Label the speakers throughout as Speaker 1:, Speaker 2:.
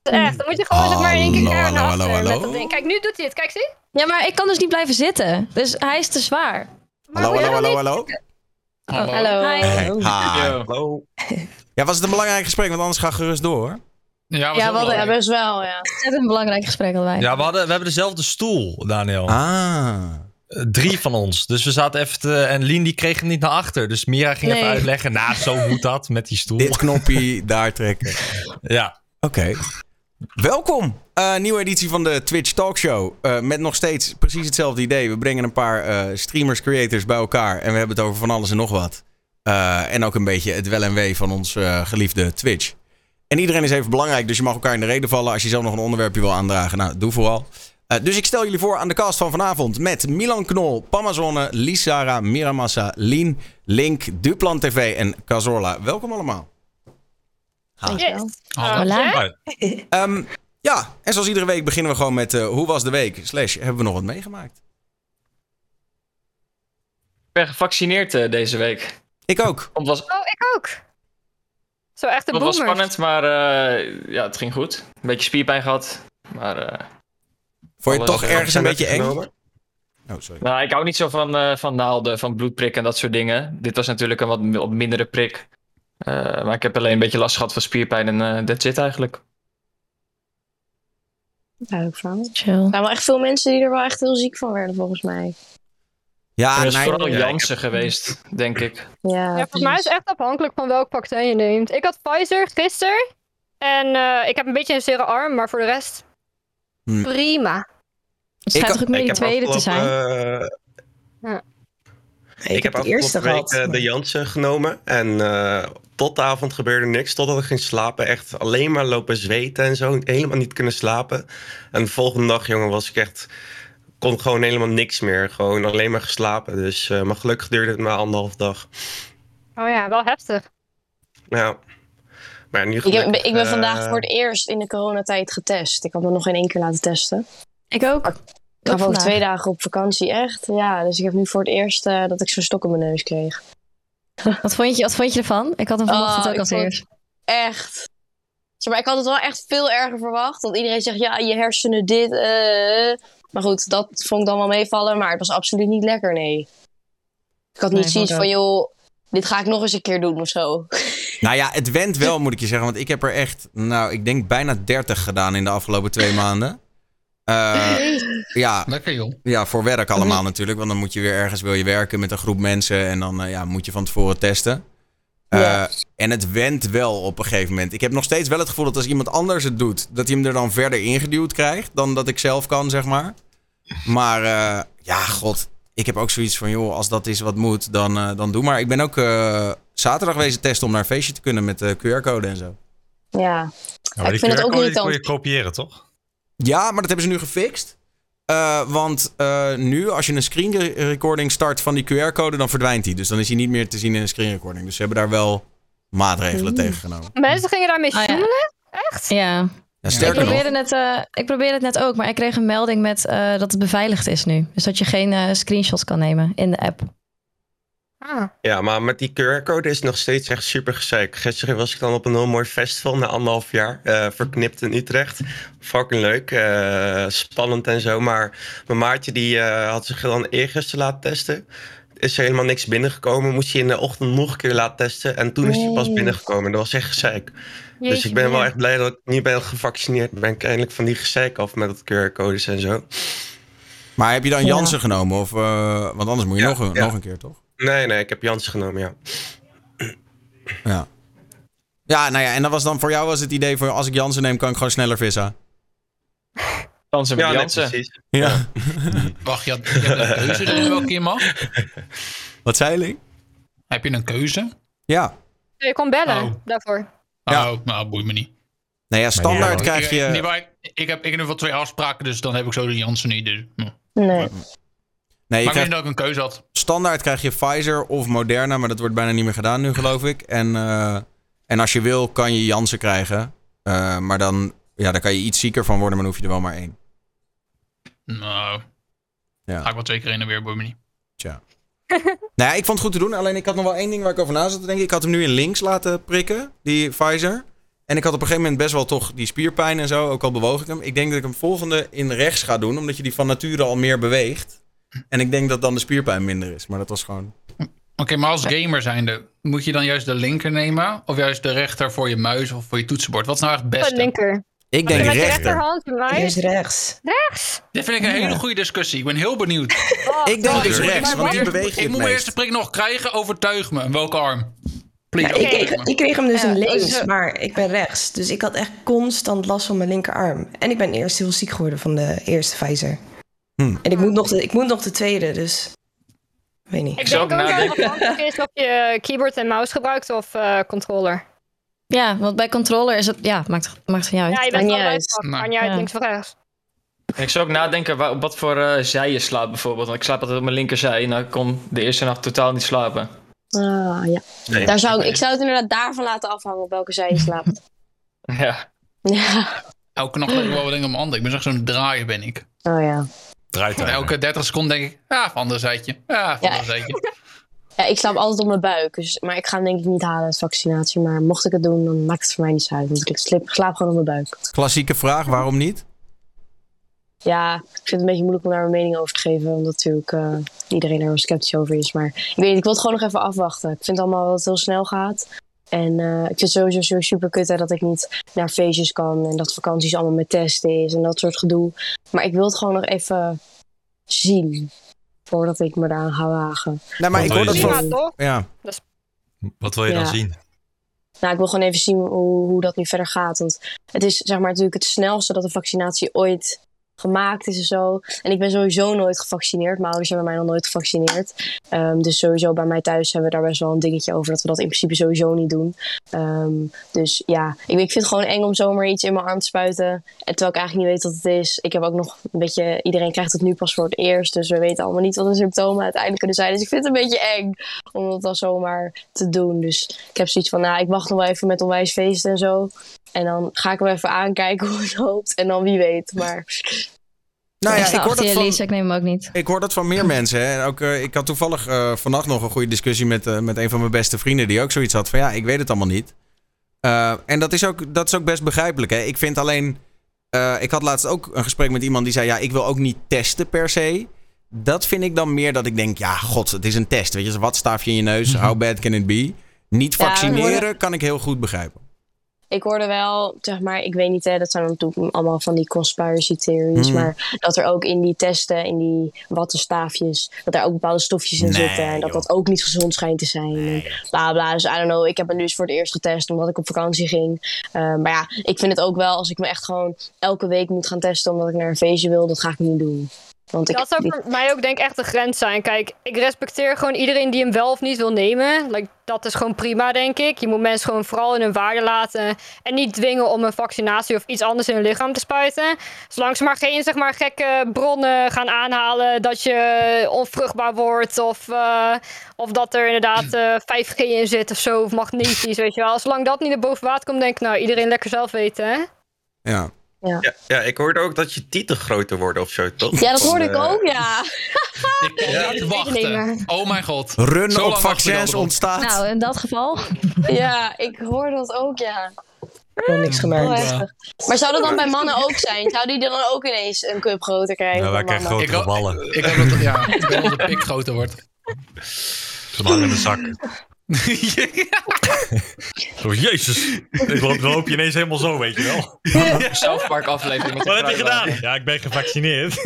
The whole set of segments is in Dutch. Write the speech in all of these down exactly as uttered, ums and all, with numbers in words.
Speaker 1: Echt, dan moet je gewoon zeg maar in één keer
Speaker 2: Hallo,
Speaker 1: keihard naar
Speaker 2: hallo,
Speaker 1: achteren
Speaker 2: hallo,
Speaker 1: met dat
Speaker 2: hallo.
Speaker 1: ding. Kijk, nu doet hij het. Kijk, zie?
Speaker 3: Ja, maar ik kan dus niet blijven zitten. Dus hij is te zwaar.
Speaker 1: Maar
Speaker 2: Hallo,
Speaker 1: hoe
Speaker 2: hallo,
Speaker 1: jij
Speaker 2: hallo,
Speaker 1: dan niet-
Speaker 2: hallo.
Speaker 4: Hallo.
Speaker 3: Hi.
Speaker 2: Hey, hi.
Speaker 5: Hallo.
Speaker 2: Ja, was het een belangrijk gesprek? Want anders ga gerust door, hoor.
Speaker 4: Ja, was
Speaker 3: Ja,
Speaker 4: heel
Speaker 3: we hadden-
Speaker 4: belangrijk.
Speaker 3: ja,
Speaker 4: best wel, ja.
Speaker 3: Het is een belangrijk gesprek allebei.
Speaker 5: Ja, we, hadden, we hebben dezelfde stoel, Daniel.
Speaker 2: Ah.
Speaker 5: Uh, drie van ons. Dus we zaten even te, en Lien die kreeg hem niet naar achter. Dus Mira ging
Speaker 3: Nee.
Speaker 5: even uitleggen. Nou, zo moet dat met die stoel.
Speaker 2: Dit knopje daar trekken.
Speaker 5: Ja.
Speaker 2: Oké. Welkom. Uh, nieuwe editie van de Twitch Talkshow. Uh, met nog steeds precies hetzelfde idee. We brengen een paar uh, streamers, creators bij elkaar. En we hebben het over van alles en nog wat. Uh, en ook een beetje het wel en wee van ons uh, geliefde Twitch. En iedereen is even belangrijk, dus je mag elkaar in de reden vallen. Als je zelf nog een onderwerpje wil aandragen, nou, doe vooral. Uh, dus ik stel jullie voor aan de cast van vanavond met Milan Knol, Pamazone, Lisara, Miramassa, Lien, Link, Duplan T V en Cazorla. Welkom allemaal. Ha.
Speaker 1: Yes.
Speaker 3: Hola.
Speaker 1: Oké.
Speaker 2: Um, ja, en zoals iedere week beginnen we gewoon met uh, hoe was de week? Slash, hebben we nog wat meegemaakt?
Speaker 6: Ik ben gevaccineerd uh, deze week.
Speaker 2: Ik ook.
Speaker 6: Het was,
Speaker 1: Oh, ik ook. Zo echt de
Speaker 6: het was
Speaker 1: boomers.
Speaker 6: spannend, maar uh, ja, het ging goed. Een beetje spierpijn gehad. Maar uh,
Speaker 2: Vond je het toch
Speaker 6: Alle-
Speaker 2: ergens een beetje eng?
Speaker 5: genomen?
Speaker 2: Oh, sorry.
Speaker 6: nou, ik hou niet zo van, uh, van naalden, van bloedprikken en dat soort dingen. Dit was natuurlijk een wat, wat mindere prik. Uh, maar ik heb alleen een beetje last gehad van spierpijn en uh, that's it eigenlijk.
Speaker 4: Duidelijk verhaal.
Speaker 3: Chill.
Speaker 4: Er zijn wel echt veel mensen die er wel echt heel ziek van werden, volgens mij.
Speaker 2: Ja,
Speaker 6: er is
Speaker 2: nee,
Speaker 6: vooral
Speaker 2: ja,
Speaker 6: Janssen geweest, denk ik.
Speaker 4: Ja,
Speaker 1: Ja, volgens mij is
Speaker 4: precies.
Speaker 1: het echt afhankelijk van welk vaccin je neemt. Ik had Pfizer gisteren. En uh, ik heb een beetje een zere arm, maar voor de rest...
Speaker 2: Hm.
Speaker 1: Prima.
Speaker 3: Het schijnt toch ook meer
Speaker 7: Ik
Speaker 3: die
Speaker 7: heb
Speaker 3: tweede te zijn?
Speaker 7: afgelopen, uh,
Speaker 1: Ja.
Speaker 7: Ik, heb
Speaker 8: de eerste
Speaker 7: afgelopen week
Speaker 8: gehad.
Speaker 7: uh, de Janssen genomen. En uh, tot de avond gebeurde niks. Totdat ik ging slapen. Echt alleen maar lopen zweten en zo. Helemaal niet kunnen slapen. En de volgende dag, jongen, was ik echt... kon gewoon helemaal niks meer. Gewoon alleen maar geslapen. Dus, uh, maar gelukkig duurde het maar anderhalf dag.
Speaker 1: Oh ja, wel heftig.
Speaker 7: Ja. Maar ja, nu
Speaker 4: Ik, heb,
Speaker 7: gelukkig,
Speaker 4: ik ben
Speaker 7: uh,
Speaker 4: vandaag voor het eerst in de coronatijd getest. Ik had me nog geen één keer laten testen.
Speaker 3: Ik ook.
Speaker 4: Ik ga
Speaker 3: Ook
Speaker 4: ook
Speaker 3: vandaag.
Speaker 4: twee dagen op vakantie, echt. Ja, dus ik heb nu voor het eerst uh, dat ik zo'n stok in mijn neus kreeg.
Speaker 3: Wat vond je, wat vond je ervan? Ik had hem vanochtend
Speaker 4: Oh,
Speaker 3: ook
Speaker 4: ik
Speaker 3: als
Speaker 4: vond-
Speaker 3: eerst.
Speaker 4: Echt. Zeg maar, ik had het wel echt veel erger verwacht. Want iedereen zegt, ja, je hersenen dit. Uh. Maar goed, dat vond ik dan wel meevallen. Maar het was absoluut niet lekker, nee. Ik had niet
Speaker 3: Nee,
Speaker 4: zoiets
Speaker 3: vond
Speaker 4: van,
Speaker 3: ik
Speaker 4: joh, dit ga ik nog eens een keer doen of zo.
Speaker 2: Nou ja, het went wel, moet ik je zeggen. Want ik heb er echt, nou, ik denk bijna dertig gedaan in de afgelopen twee maanden. Uh, ja,
Speaker 4: Lekker, joh.
Speaker 2: ja, voor werk allemaal natuurlijk. Want dan moet je weer ergens, wil je werken met een groep mensen. En dan uh, ja, moet je van tevoren testen. Uh,
Speaker 4: Ja.
Speaker 2: En het went wel op een gegeven moment. Ik heb nog steeds wel het gevoel dat als iemand anders het doet... dat hij hem er dan verder ingeduwd krijgt... dan dat ik zelf kan, zeg maar. Maar uh, ja, god. Ik heb ook zoiets van, joh, als dat is wat moet, dan, uh, dan doe maar. Ik ben ook uh, zaterdag wezen testen om naar een feestje te kunnen... met uh, Q R-code en zo.
Speaker 4: Ja,
Speaker 5: Ja, maar
Speaker 4: ik
Speaker 5: die
Speaker 4: vind het ook
Speaker 5: Q R-code
Speaker 4: niet
Speaker 5: die kon
Speaker 4: dan...
Speaker 5: je kopiëren, toch?
Speaker 2: Ja, maar dat hebben ze nu gefixt. Uh, want uh, nu, als je een screen recording start van die Q R-code... dan verdwijnt die. Dus dan is hij niet meer te zien in een screen recording. Dus ze hebben daar wel maatregelen tegen genomen.
Speaker 1: Mensen gingen daarmee
Speaker 3: Ah, ja.
Speaker 1: sjoemelen? Echt?
Speaker 3: Ja.
Speaker 2: Ja,
Speaker 3: Ik
Speaker 2: sterker nog...
Speaker 3: probeerde, het, uh, ik probeerde het net ook, maar ik kreeg een melding met uh, dat het beveiligd is nu. Dus dat je geen uh, screenshots kan nemen in de app.
Speaker 1: Ah.
Speaker 7: Ja, maar met die Q R-code is het nog steeds echt super gezeik. Gisteren was ik dan op een heel mooi festival na anderhalf jaar. Uh, verknipt in Utrecht. Fucking leuk. Uh, spannend en zo. Maar mijn maatje die uh, had zich dan eergisteren laten testen. Is er helemaal niks binnengekomen. Moest je in de ochtend nog een keer laten testen. En toen is hij pas
Speaker 4: Nee.
Speaker 7: binnengekomen. Dat was echt gezeik. Dus
Speaker 1: Jeetje,
Speaker 7: ik ben wel
Speaker 1: ja.
Speaker 7: echt blij dat ik niet ben gevaccineerd. Ben ik eindelijk van die gezeik af met dat Q R-codes en zo.
Speaker 2: Maar heb je dan
Speaker 4: Ja.
Speaker 2: Janssen genomen? Of, uh, want anders moet je
Speaker 7: Ja,
Speaker 2: nog, een,
Speaker 7: ja.
Speaker 2: nog een keer, toch?
Speaker 7: Nee, nee, ik heb Janssen genomen, ja.
Speaker 2: Ja. Ja, nou ja, en dat was dan voor jou was het idee van... als ik Janssen neem, kan ik gewoon sneller vissen.
Speaker 6: Janssen met
Speaker 7: Ja, nee,
Speaker 6: Janssen.
Speaker 7: precies.
Speaker 2: Ja.
Speaker 9: Wacht, je, had, je hebt een keuze erin welke je mag?
Speaker 2: Wat zei je, Link?
Speaker 9: Heb je een keuze?
Speaker 2: Ja.
Speaker 1: Je kon bellen
Speaker 9: Oh.
Speaker 1: daarvoor.
Speaker 2: Ja.
Speaker 9: Oh, nou, boeit me niet.
Speaker 2: Nou ja, standaard
Speaker 5: Ja,
Speaker 2: krijg
Speaker 9: ik,
Speaker 2: je...
Speaker 9: niet waar, ik, heb, ik heb nu wel twee afspraken, dus dan heb ik zo de Janssen niet. Dus, hm.
Speaker 4: Nee.
Speaker 2: Nee, je
Speaker 9: Maar ik
Speaker 2: krijgt,
Speaker 9: weet dat ik een keuze had.
Speaker 2: standaard krijg je Pfizer of Moderna, maar dat wordt bijna niet meer gedaan nu, geloof ik. En, uh, en als je wil, kan je Janssen krijgen. Uh, maar dan, ja, dan kan je iets zieker van worden, maar dan hoef je er wel maar één.
Speaker 9: Nou,
Speaker 2: Ja.
Speaker 9: ga ik wel twee keer heen en weer, boeit me niet.
Speaker 2: Tja. Nou ja, ik vond het goed te doen. Alleen ik had nog wel één ding waar ik over na zat te denken. Ik had hem nu in links laten prikken, die Pfizer. En ik had op een gegeven moment best wel toch die spierpijn en zo. Ook al bewoog ik hem. Ik denk dat ik hem volgende in rechts ga doen. Omdat je die van nature al meer beweegt. En ik denk dat dan de spierpijn minder is. Maar dat was gewoon...
Speaker 9: Oké, okay, maar als gamer zijnde, moet je dan juist de linker nemen? Of juist de rechter voor je muis of voor je toetsenbord? Wat is nou echt het beste?
Speaker 1: De linker.
Speaker 2: Ik denk
Speaker 1: met je
Speaker 2: rechter.
Speaker 1: rechterhand, mij.
Speaker 8: Is rechts.
Speaker 1: Rechts?
Speaker 9: Dit vind ik een hele goede discussie. Ik ben heel benieuwd.
Speaker 1: Oh,
Speaker 2: Ik denk
Speaker 1: God.
Speaker 2: dus rechts, want die
Speaker 9: Ik-
Speaker 2: beweeg je
Speaker 9: Ik
Speaker 2: het
Speaker 9: moet mijn
Speaker 2: meest.
Speaker 9: eerste prik nog krijgen. Overtuig me. Welke arm? Please,
Speaker 8: Nou, ik,
Speaker 9: overtuig
Speaker 8: kreeg,
Speaker 9: me.
Speaker 8: ik kreeg hem dus
Speaker 3: Ja,
Speaker 8: in
Speaker 3: dat is
Speaker 8: links,
Speaker 3: zo.
Speaker 8: maar ik ben rechts. Dus ik had echt constant last van mijn linkerarm. En ik ben eerst heel ziek geworden van de eerste Pfizer.
Speaker 2: Hmm.
Speaker 8: En ik moet, nog de, ik moet nog de tweede, dus... Weet niet.
Speaker 1: Ik
Speaker 6: zou
Speaker 1: denk
Speaker 6: ook
Speaker 1: ook dat het
Speaker 6: nadenken.
Speaker 1: afhankelijk is of je keyboard en mouse gebruikt of uh, controller.
Speaker 3: Ja, want bij controller is het... Ja, maakt, maakt het niet uit.
Speaker 1: Ja, je
Speaker 4: Maakt
Speaker 1: bent
Speaker 4: niet
Speaker 1: allebei
Speaker 4: uit.
Speaker 1: vast.
Speaker 9: Nee.
Speaker 1: Maakt niet uit,
Speaker 3: Ja.
Speaker 1: links of rechts.
Speaker 6: Ik zou ook nadenken waar, op wat voor uh, zij je slaapt bijvoorbeeld. Want ik slaap altijd op mijn linkerzij en dan kon de eerste nacht totaal niet slapen.
Speaker 4: Ah, ja.
Speaker 7: Nee.
Speaker 4: Daar zou ik, ik zou het inderdaad daarvan laten afhangen op welke zij je slaapt.
Speaker 6: Ja.
Speaker 4: Ja.
Speaker 9: Elke nacht leg ik wel wat dingen op mijn handen. Ik ben echt zo'n draaier, ben ik.
Speaker 4: Oh ja.
Speaker 5: Draait
Speaker 9: En
Speaker 5: er.
Speaker 9: elke dertig seconden denk ik, ah, van andere zijtje. Ah, van
Speaker 4: Ja.
Speaker 9: andere zijtje.
Speaker 4: Ja, ik slaap altijd op mijn buik. Dus, maar ik ga hem denk ik niet halen, het vaccinatie. Maar mocht ik het doen, dan maakt het voor mij niet zo uit. Want ik slip, slaap gewoon op mijn buik.
Speaker 2: Klassieke vraag, waarom niet?
Speaker 4: Ja, ik vind het een beetje moeilijk om daar mijn mening over te geven. Omdat natuurlijk uh, iedereen er wel sceptisch over is. Maar ik weet niet, ik wil het gewoon nog even afwachten. Ik vind allemaal dat het heel snel gaat. En uh, ik vind het sowieso zo super kut hè, dat ik niet naar feestjes kan. En dat vakanties allemaal met testen is en dat soort gedoe. Maar ik wil het gewoon nog even zien. Voordat ik me daaraan ga wagen.
Speaker 2: Nou, maar
Speaker 5: Wat
Speaker 2: ik hoor
Speaker 5: wil
Speaker 2: dat
Speaker 5: je
Speaker 1: Prima,
Speaker 2: van...
Speaker 1: toch?
Speaker 2: Ja.
Speaker 5: Wat wil je dan
Speaker 4: Ja.
Speaker 5: zien?
Speaker 4: Nou, ik wil gewoon even zien hoe, hoe dat nu verder gaat. Want het is zeg maar natuurlijk het snelste dat een vaccinatie ooit gemaakt is en zo. En ik ben sowieso nooit gevaccineerd. Mijn ouders hebben mij nog nooit gevaccineerd. Um, dus sowieso bij mij thuis hebben we daar best wel een dingetje over dat we dat in principe sowieso niet doen. Um, dus ja, ik, ik vind het gewoon eng om zomaar iets in mijn arm te spuiten. En terwijl ik eigenlijk niet weet wat het is. Ik heb ook nog een beetje, iedereen krijgt het nu pas voor het eerst. Dus we weten allemaal niet wat de symptomen uiteindelijk kunnen zijn. Dus ik vind het een beetje eng om dat dan zomaar te doen. Dus ik heb zoiets van, nou, ik wacht nog wel even met onwijs feesten en zo. En dan ga ik hem even aankijken hoe het loopt. En dan wie weet, maar...
Speaker 2: Nou ja,
Speaker 3: ik sta
Speaker 2: ik hoor
Speaker 3: achter
Speaker 2: dat
Speaker 3: je,
Speaker 2: van...
Speaker 3: Lies. Ik neem hem ook niet.
Speaker 2: Ik hoor dat van meer mensen. Hè. En ook, uh, ik had toevallig uh, vannacht nog een goede discussie met, uh, met een van mijn beste vrienden. Die ook zoiets had van ja, ik weet het allemaal niet. Uh, en dat is, ook, dat is ook best begrijpelijk. Hè. Ik vind alleen... Uh, ik had laatst ook een gesprek met iemand die zei ja, ik wil ook niet testen per se. Dat vind ik dan meer dat ik denk ja, god, het is een test. Weet je, wat staaf je in je neus? How bad can it be? Niet
Speaker 4: Ja,
Speaker 2: vaccineren
Speaker 4: hoorde...
Speaker 2: kan ik heel goed begrijpen.
Speaker 4: Ik hoorde wel, zeg maar, ik weet niet, hè, dat zijn natuurlijk allemaal van die conspiracy theories.
Speaker 2: Mm.
Speaker 4: Maar dat er ook in die testen, in die wattenstaafjes, dat er ook bepaalde stofjes in
Speaker 2: Nee,
Speaker 4: zitten. En dat
Speaker 2: joh.
Speaker 4: dat ook niet gezond schijnt te zijn. En bla bla. Dus I don't know. Ik heb het dus voor het eerst getest omdat ik op vakantie ging. Uh, maar ja, ik vind het ook wel, als ik me echt gewoon elke week moet gaan testen omdat ik naar een feestje wil, dat ga ik niet doen. Want ik,
Speaker 1: Dat zou voor mij ook denk ik echt de grens zijn. Kijk, ik respecteer gewoon iedereen die hem wel of niet wil nemen. Like, dat is gewoon prima, denk ik. Je moet mensen gewoon vooral in hun waarde laten. En niet dwingen om een vaccinatie of iets anders in hun lichaam te spuiten. Zolang ze maar geen zeg maar, gekke bronnen gaan aanhalen dat je onvruchtbaar wordt. Of, uh, of dat er inderdaad uh, vijf G in zit of zo. Of magnetisch, weet je wel. Zolang dat niet naar boven water komt, denk ik, nou, iedereen lekker zelf weten, hè?
Speaker 2: Ja.
Speaker 4: Ja.
Speaker 7: Ja, ja, ik hoorde ook dat je tieten groter worden of zo, toch?
Speaker 4: ja, dat
Speaker 7: Van,
Speaker 4: hoorde ik
Speaker 7: eh,
Speaker 4: ook, ja.
Speaker 9: Ik kan
Speaker 7: Ja.
Speaker 9: niet wachten. Oh mijn god.
Speaker 2: Run
Speaker 9: Zo
Speaker 2: op
Speaker 9: lang wacht ik
Speaker 2: vaccins
Speaker 9: al erop.
Speaker 2: ontstaat.
Speaker 3: Nou, in dat geval...
Speaker 4: Ja, ik hoorde dat ook, ja.
Speaker 8: Nog niks
Speaker 4: Oh,
Speaker 8: gemerkt.
Speaker 4: heftig. Maar zou dat dan bij mannen ook zijn? Zouden die dan ook ineens een cup groter krijgen?
Speaker 5: Ja, wij
Speaker 4: dan
Speaker 5: krijgen
Speaker 4: mannen?
Speaker 5: grotere
Speaker 9: Ik-
Speaker 5: ballen.
Speaker 9: Ik hoop dat, ja, ik hoop dat de pik groter wordt.
Speaker 5: Zo'n hangende zak. Oh, jezus. Ik loop, dan loop je ineens helemaal zo, weet je wel.
Speaker 6: South Park aflevering. met de
Speaker 5: Wat heb je
Speaker 6: kruidwagen.
Speaker 5: gedaan? Ja, ik ben gevaccineerd.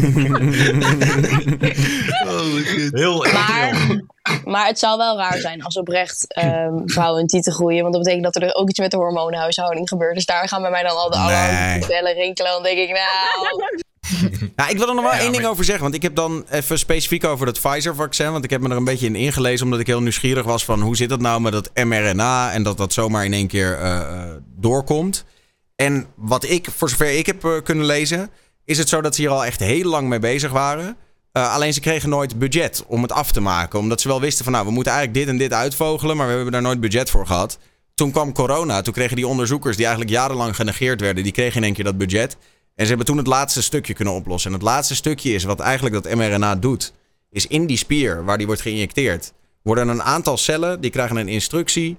Speaker 5: Heel
Speaker 4: Maar, maar het zou wel raar zijn als oprecht um, vrouwen een tieten groeien. Want dat betekent dat er ook iets met de hormoonhuishouding gebeurt. Dus daar gaan bij mij dan al de
Speaker 2: Nee.
Speaker 4: alarmbellen rinkelen. Dan denk ik, nou...
Speaker 2: Nou, ik wil er nog wel
Speaker 9: Ja,
Speaker 2: één
Speaker 9: maar-
Speaker 2: ding over zeggen. Want ik heb dan even specifiek over dat Pfizer-vaccin. Want ik heb me er een beetje in ingelezen. Omdat ik heel nieuwsgierig was van hoe zit dat nou met dat mRNA. En dat dat zomaar in één keer uh, uh, doorkomt. En wat ik, voor zover ik heb uh, kunnen lezen. Is het zo dat ze hier al echt heel lang mee bezig waren. Uh, alleen ze kregen nooit budget om het af te maken. Omdat ze wel wisten van nou, we moeten eigenlijk dit en dit uitvogelen. Maar we hebben daar nooit budget voor gehad. Toen kwam corona. Toen kregen die onderzoekers die eigenlijk jarenlang genegeerd werden. Die kregen in één keer dat budget. En ze hebben toen het laatste stukje kunnen oplossen. En het laatste stukje is wat eigenlijk dat mRNA doet. Is in die spier waar die wordt geïnjecteerd. Worden een aantal cellen, die krijgen een instructie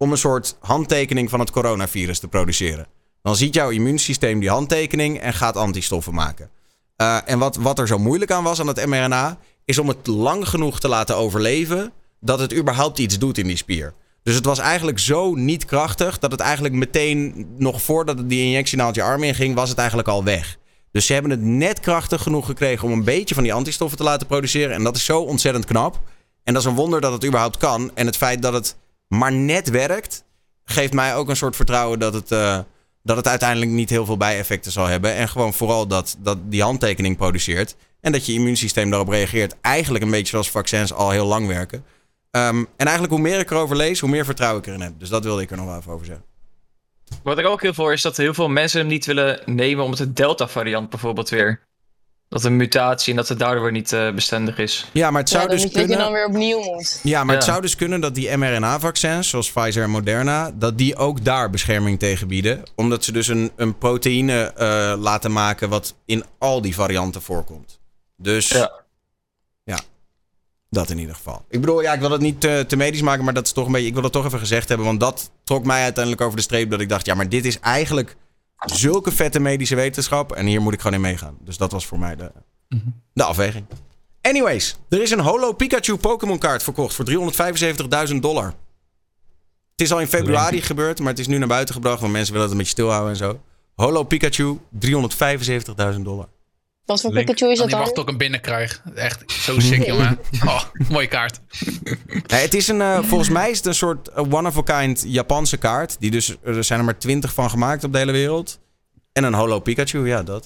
Speaker 2: om een soort handtekening van het coronavirus te produceren. Dan ziet jouw immuunsysteem die handtekening en gaat antistoffen maken. Uh, en wat, wat er zo moeilijk aan was aan het mRNA... is om het lang genoeg te laten overleven... dat het überhaupt iets doet in die spier. Dus het was eigenlijk zo niet krachtig... dat het eigenlijk meteen, nog voordat het die injectienaald je arm inging... was het eigenlijk al weg. Dus ze hebben het net krachtig genoeg gekregen... om een beetje van die antistoffen te laten produceren. En dat is zo ontzettend knap. En dat is een wonder dat het überhaupt kan. En het feit dat het maar net werkt... geeft mij ook een soort vertrouwen dat het... Uh, dat het uiteindelijk niet heel veel bijeffecten zal hebben. En gewoon vooral dat, dat die handtekening produceert. En dat je immuunsysteem daarop reageert. Eigenlijk een beetje zoals vaccins al heel lang werken. Um, en eigenlijk hoe meer ik erover lees, hoe meer vertrouwen ik erin heb. Dus dat wilde ik er nog wel even over zeggen.
Speaker 6: Wat ik ook heel voor is dat heel veel mensen hem niet willen nemen... omdat de Delta-variant bijvoorbeeld weer... dat een mutatie en dat het daardoor weer niet uh, bestendig is.
Speaker 2: Ja, maar het zou
Speaker 4: ja,
Speaker 2: dus
Speaker 4: dat
Speaker 2: kunnen...
Speaker 4: je dan weer opnieuw moet.
Speaker 2: Ja, maar
Speaker 6: ja.
Speaker 2: het zou dus kunnen dat die mRNA-vaccins, zoals Pfizer en Moderna... dat die ook daar bescherming tegen bieden. Omdat ze dus een, een proteïne uh, laten maken... wat in al die varianten voorkomt. Dus ja. ja, dat in ieder geval. Ik bedoel, ja, ik wil het niet te, te medisch maken... maar dat is toch een beetje... ik wil dat toch even gezegd hebben... want dat trok mij uiteindelijk over de streep... dat ik dacht, ja, maar dit is eigenlijk... zulke vette medische wetenschap. En hier moet ik gewoon in meegaan. Dus dat was voor mij de, mm-hmm. de afweging. Anyways, er is een Holo Pikachu Pokémon kaart verkocht voor driehonderdvijfenzeventigduizend dollar. Het is al in februari gebeurd, maar het is nu naar buiten gebracht. Want mensen willen het een beetje stilhouden en zo. Holo Pikachu, driehonderdvijfenzeventigduizend dollar.
Speaker 4: Wat voor Pikachu is dat
Speaker 9: dan?
Speaker 4: dan?
Speaker 9: Die wacht ook een binnenkrijg. Echt zo sick, jongen. Oh, mooie kaart.
Speaker 2: Ja, het is een, uh, volgens mij is het een soort one-of-a-kind Japanse kaart. Die dus, er zijn er maar twintig van gemaakt op de hele wereld. En een Holo Pikachu, ja, dat.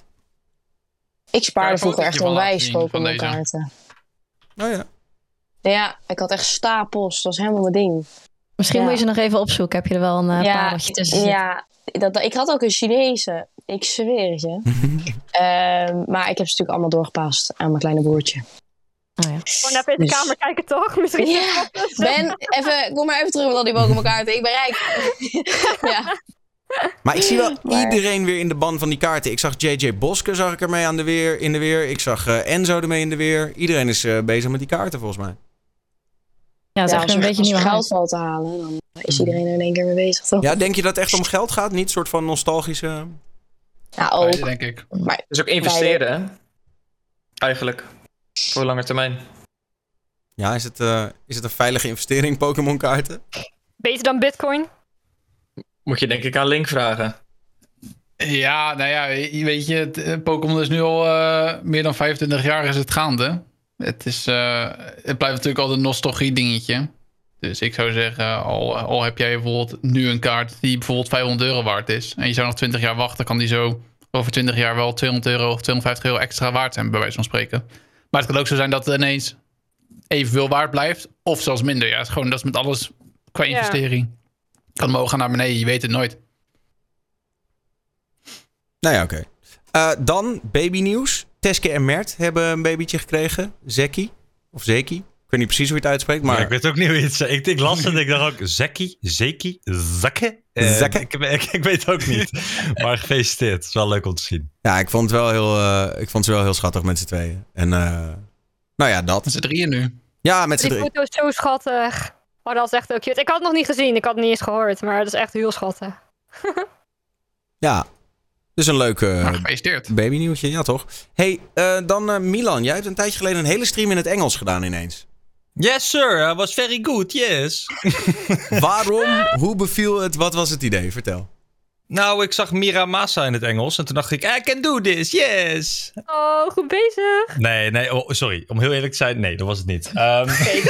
Speaker 4: Ik spaarde vroeger echt onwijs Pokémon kaarten.
Speaker 2: Oh ja.
Speaker 4: Ja, ik had echt stapels. Dat was helemaal mijn ding.
Speaker 3: Misschien
Speaker 4: ja.
Speaker 3: moet je ze nog even opzoeken. Heb je er wel een uh,
Speaker 4: ja,
Speaker 3: pareltje tussen zitten?
Speaker 4: Ja, dat, ik had ook een Chinese. Ik zweer het je. uh, maar ik heb ze natuurlijk allemaal doorgepast aan mijn kleine broertje.
Speaker 3: Oh ja.
Speaker 1: Gewoon even in de dus... kamer kijken, toch? Misschien
Speaker 4: ja. Ben, even, kom maar even terug met al die Pokémon kaarten. Ik ben rijk. ja.
Speaker 2: Maar ik zie wel maar... iedereen weer in de ban van die kaarten. Ik zag J J Boske zag ik ermee aan de weer, in de weer. Ik zag uh, Enzo ermee in de weer. Iedereen is uh, bezig met die kaarten volgens mij.
Speaker 3: Ja, dat is
Speaker 4: ja,
Speaker 3: echt een beetje nieuw
Speaker 4: geld valt te halen. Dan is iedereen er in één keer mee bezig, toch?
Speaker 2: Ja, denk je dat het echt om geld gaat? Niet een soort van nostalgische...
Speaker 4: Ja, ook.
Speaker 9: Ja, denk ik.
Speaker 4: Maar
Speaker 6: het is ook investeren, hè? Eigenlijk. Voor lange termijn.
Speaker 2: Ja, is het, uh, is het een veilige investering, Pokémon kaarten?
Speaker 1: Beter dan Bitcoin?
Speaker 6: Moet je denk ik aan Link vragen.
Speaker 9: Ja, nou ja, weet je, Pokémon is nu al uh, meer dan vijfentwintig jaar is het gaande. Het, is, uh, het blijft natuurlijk al een nostalgie dingetje. Dus ik zou zeggen, al, al heb jij bijvoorbeeld nu een kaart die bijvoorbeeld vijfhonderd euro waard is. En je zou nog twintig jaar wachten, kan die zo over twintig jaar wel tweehonderd euro of tweehonderdvijftig euro extra waard zijn, bij wijze van spreken. Maar het kan ook zo zijn dat het ineens evenveel waard blijft. Of zelfs minder. Ja, het is gewoon, dat is met alles qua investering. Ja. Kan omhoog gaan naar beneden, je weet het nooit.
Speaker 2: Nou ja, oké. Okay. Uh, dan babynieuws. Teske en Mert hebben een babytje gekregen. Zeki. Of Zeki. Ik weet niet precies hoe je het uitspreekt, maar...
Speaker 5: Ja, ik weet ook niet hoe je het zegt. Ik, ik las het en ik dacht ook Zeki, Zeki, Zakke. Uh,
Speaker 2: Zakke?
Speaker 5: Ik, ik, ik weet ook niet. Maar gefeliciteerd. Het is wel leuk om te zien.
Speaker 2: Ja, ik vond het wel heel, uh, ik vond ze wel heel schattig met z'n tweeën. En uh, nou ja, dat.
Speaker 9: Met z'n drieën nu.
Speaker 2: Ja, met z'n drieën.
Speaker 1: Die foto is zo schattig. Oh, dat is echt heel cute. Ik had het nog niet gezien. Ik had het niet eens gehoord. Maar het is echt heel schattig.
Speaker 2: Ja. Dus een leuk uh,
Speaker 9: nou,
Speaker 2: babynieuwtje. Ja, toch? Hey, uh, dan uh, Milan. Jij hebt een tijdje geleden een hele stream in het Engels gedaan ineens.
Speaker 5: Yes, sir. I was very good. Yes.
Speaker 2: Waarom? Hoe beviel het? Wat was het idee? Vertel.
Speaker 5: Nou, ik zag Mira Masa in het Engels. En toen dacht ik, I can do this. Yes.
Speaker 1: Oh, goed bezig.
Speaker 5: Nee, nee. Oh, sorry. Om heel eerlijk te zijn. Nee, dat was het niet. Um...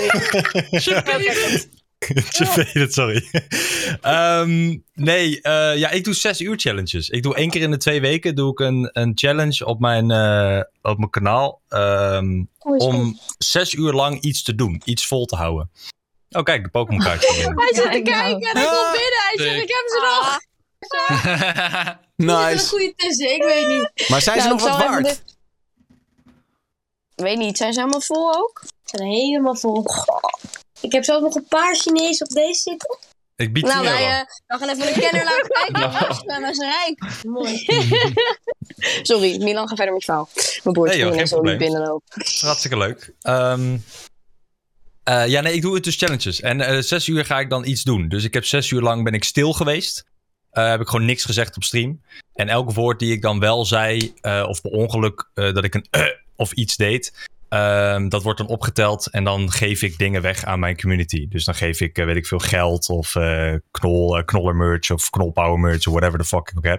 Speaker 5: Je weet het, sorry. um, nee, uh, ja, ik doe zes uur challenges. Ik doe één keer in de twee weken doe ik een, een challenge op mijn, uh, op mijn kanaal. Um, om zes uur lang iets te doen. Iets vol te houden. Oh, kijk, de Pokémon kaartje.
Speaker 4: Hij zit te kijken en hij komt binnen. Hij zegt, ik heb ze nog.
Speaker 2: Nice.
Speaker 4: Er zit een goede tussen, ik weet niet.
Speaker 2: Maar zijn ze nou, nog wat waard? De...
Speaker 4: Ik weet niet, zijn ze helemaal vol ook? Ze zijn helemaal vol. Goh. Ik heb zelfs nog een paar Chinezen op deze zitten.
Speaker 5: Ik bied
Speaker 4: nou,
Speaker 5: wij
Speaker 4: uh, we gaan even de kenner laten kijken. Ja, maar ze rijk. Mooi. Sorry, Milan, ga verder met je verhaal. Mijn broertje nee,
Speaker 5: joh,
Speaker 4: ging zo niet binnenlopen.
Speaker 5: Hartstikke leuk. Um, Uh, ja, nee, ik doe het dus challenges. En uh, zes uur ga ik dan iets doen. Dus ik heb zes uur lang ben ik stil geweest. Uh, heb ik gewoon niks gezegd op stream. En elk woord die ik dan wel zei, uh, of per ongeluk uh, dat ik een uh, of iets deed, uh, dat wordt dan opgeteld en dan geef ik dingen weg aan mijn community. Dus dan geef ik, uh, weet ik veel, geld of uh, knol, uh, knoller merch of knolpower merch of whatever the fuck ik ook heb.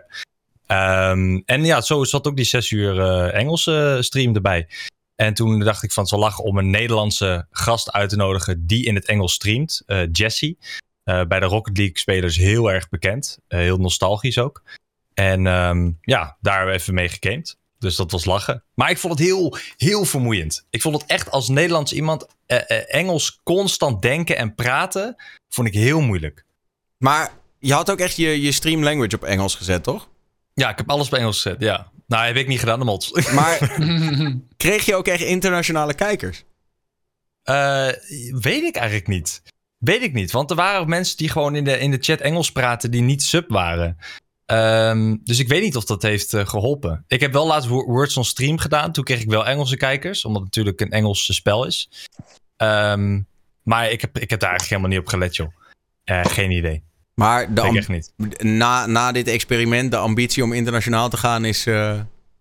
Speaker 5: Um, en ja, zo zat ook die zes uur uh, Engelse stream erbij. En toen dacht ik van het is wel lachen om een Nederlandse gast uit te nodigen die in het Engels streamt. Uh, Jessie. Uh, bij de Rocket League spelers heel erg bekend. Uh, heel nostalgisch ook. En um, ja, daar hebben we even mee gegamed. Dus dat was lachen. Maar ik vond het heel, heel vermoeiend. Ik vond het echt als Nederlands iemand uh, uh, Engels constant denken en praten, vond ik heel moeilijk.
Speaker 2: Maar je had ook echt je, je stream language op Engels gezet, toch?
Speaker 5: Ja, ik heb alles op Engels gezet, ja. Nou, heb ik niet gedaan, de mods.
Speaker 2: Maar kreeg je ook echt internationale kijkers?
Speaker 5: Uh, weet ik eigenlijk niet. Weet ik niet, want er waren ook mensen die gewoon in de, in de chat Engels praten die niet sub waren. Um, dus ik weet niet of dat heeft uh, geholpen. Ik heb wel laatst Words on Stream gedaan. Toen kreeg ik wel Engelse kijkers, omdat het natuurlijk een Engels spel is. Um, maar ik heb, ik heb daar eigenlijk helemaal niet op gelet, joh. Uh, geen idee.
Speaker 2: Maar de amb-
Speaker 5: echt niet.
Speaker 2: Na, na dit experiment, de ambitie om internationaal te gaan is... Uh...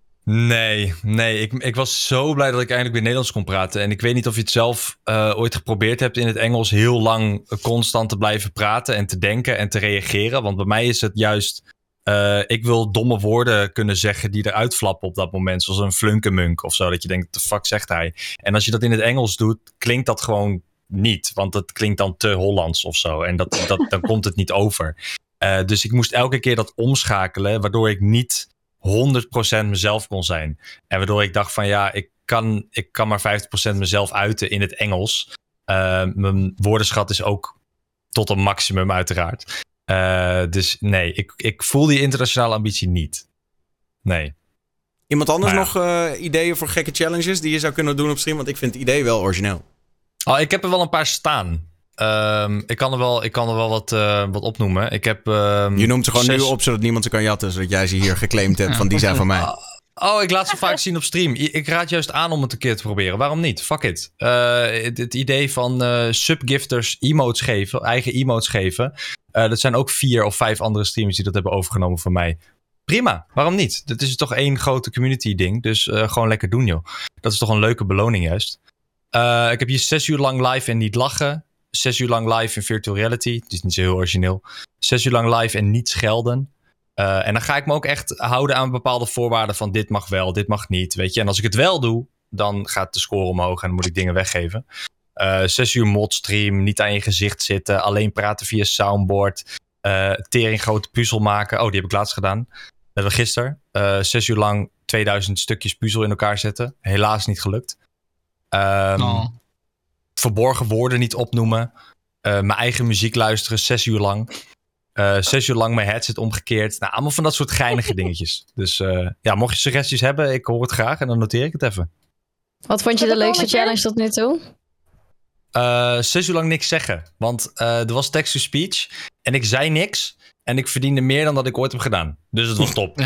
Speaker 5: Nee, nee. Ik, ik was zo blij dat ik eindelijk weer Nederlands kon praten. En ik weet niet of je het zelf uh, ooit geprobeerd hebt in het Engels heel lang constant te blijven praten en te denken en te reageren. Want bij mij is het juist... Uh, ik wil domme woorden kunnen zeggen die eruit flappen op dat moment. Zoals een flunkemunk of zo. Dat je denkt, de fuck zegt hij? En als je dat in het Engels doet, klinkt dat gewoon niet. Want het klinkt dan te Hollands of zo. En dat, dat, dan komt het niet over. Uh, dus ik moest elke keer dat omschakelen, waardoor ik niet honderd procent mezelf kon zijn. En waardoor ik dacht van ja, ik kan, ik kan maar vijftig procent mezelf uiten in het Engels. Uh, mijn woordenschat is ook tot een maximum uiteraard. Uh, dus nee, ik, ik voel die internationale ambitie niet. Nee.
Speaker 2: Iemand anders
Speaker 5: ja.
Speaker 2: nog uh, ideeën voor gekke challenges die je zou kunnen doen op stream? Want ik vind het idee wel origineel.
Speaker 5: Oh, ik heb er wel een paar staan. Um, ik kan er wel, ik kan er wel wat, uh, wat opnoemen. Ik heb, um,
Speaker 2: je noemt ze gewoon
Speaker 5: zes...
Speaker 2: nu op zodat niemand ze kan jatten. Zodat jij ze hier geclaimd hebt van die zijn van mij.
Speaker 5: Oh, ik laat ze vaak zien op stream. Ik raad juist aan om het een keer te proberen. Waarom niet? Fuck it. Uh, het, het idee van uh, subgifters emotes geven, eigen emotes geven. Uh, dat zijn ook vier of vijf andere streamers die dat hebben overgenomen van mij. Prima, waarom niet? Dat is toch één grote community ding. Dus uh, gewoon lekker doen, joh. Dat is toch een leuke beloning juist. Uh, ik heb hier zes uur lang live en niet lachen. Zes uur lang live in virtual reality. Het is niet zo heel origineel. Zes uur lang live en niet schelden. Uh, en dan ga ik me ook echt houden aan bepaalde voorwaarden van dit mag wel, dit mag niet, weet je. En als ik het wel doe, dan gaat de score omhoog en dan moet ik dingen weggeven. Uh, zes uur modstream, niet aan je gezicht zitten, alleen praten via soundboard, uh, tering grote puzzel maken. Oh, die heb ik laatst gedaan. Dat hebben we gisteren. Uh, zes uur lang tweeduizend stukjes puzzel in elkaar zetten. Helaas niet gelukt. Um, oh. Verborgen woorden niet opnoemen. Uh, mijn eigen muziek luisteren, zes uur lang. Uh, zes uur lang mijn headset omgekeerd. Nou, allemaal van dat soort geinige dingetjes. Dus uh, ja, mocht je suggesties hebben, ik hoor het graag en dan noteer ik het even.
Speaker 3: Wat vond je de leukste challenge tot nu toe?
Speaker 5: Uh, zes uur lang niks zeggen. Want uh, er was text-to-speech en ik zei niks. En ik verdiende meer dan dat ik ooit heb gedaan. Dus het was top.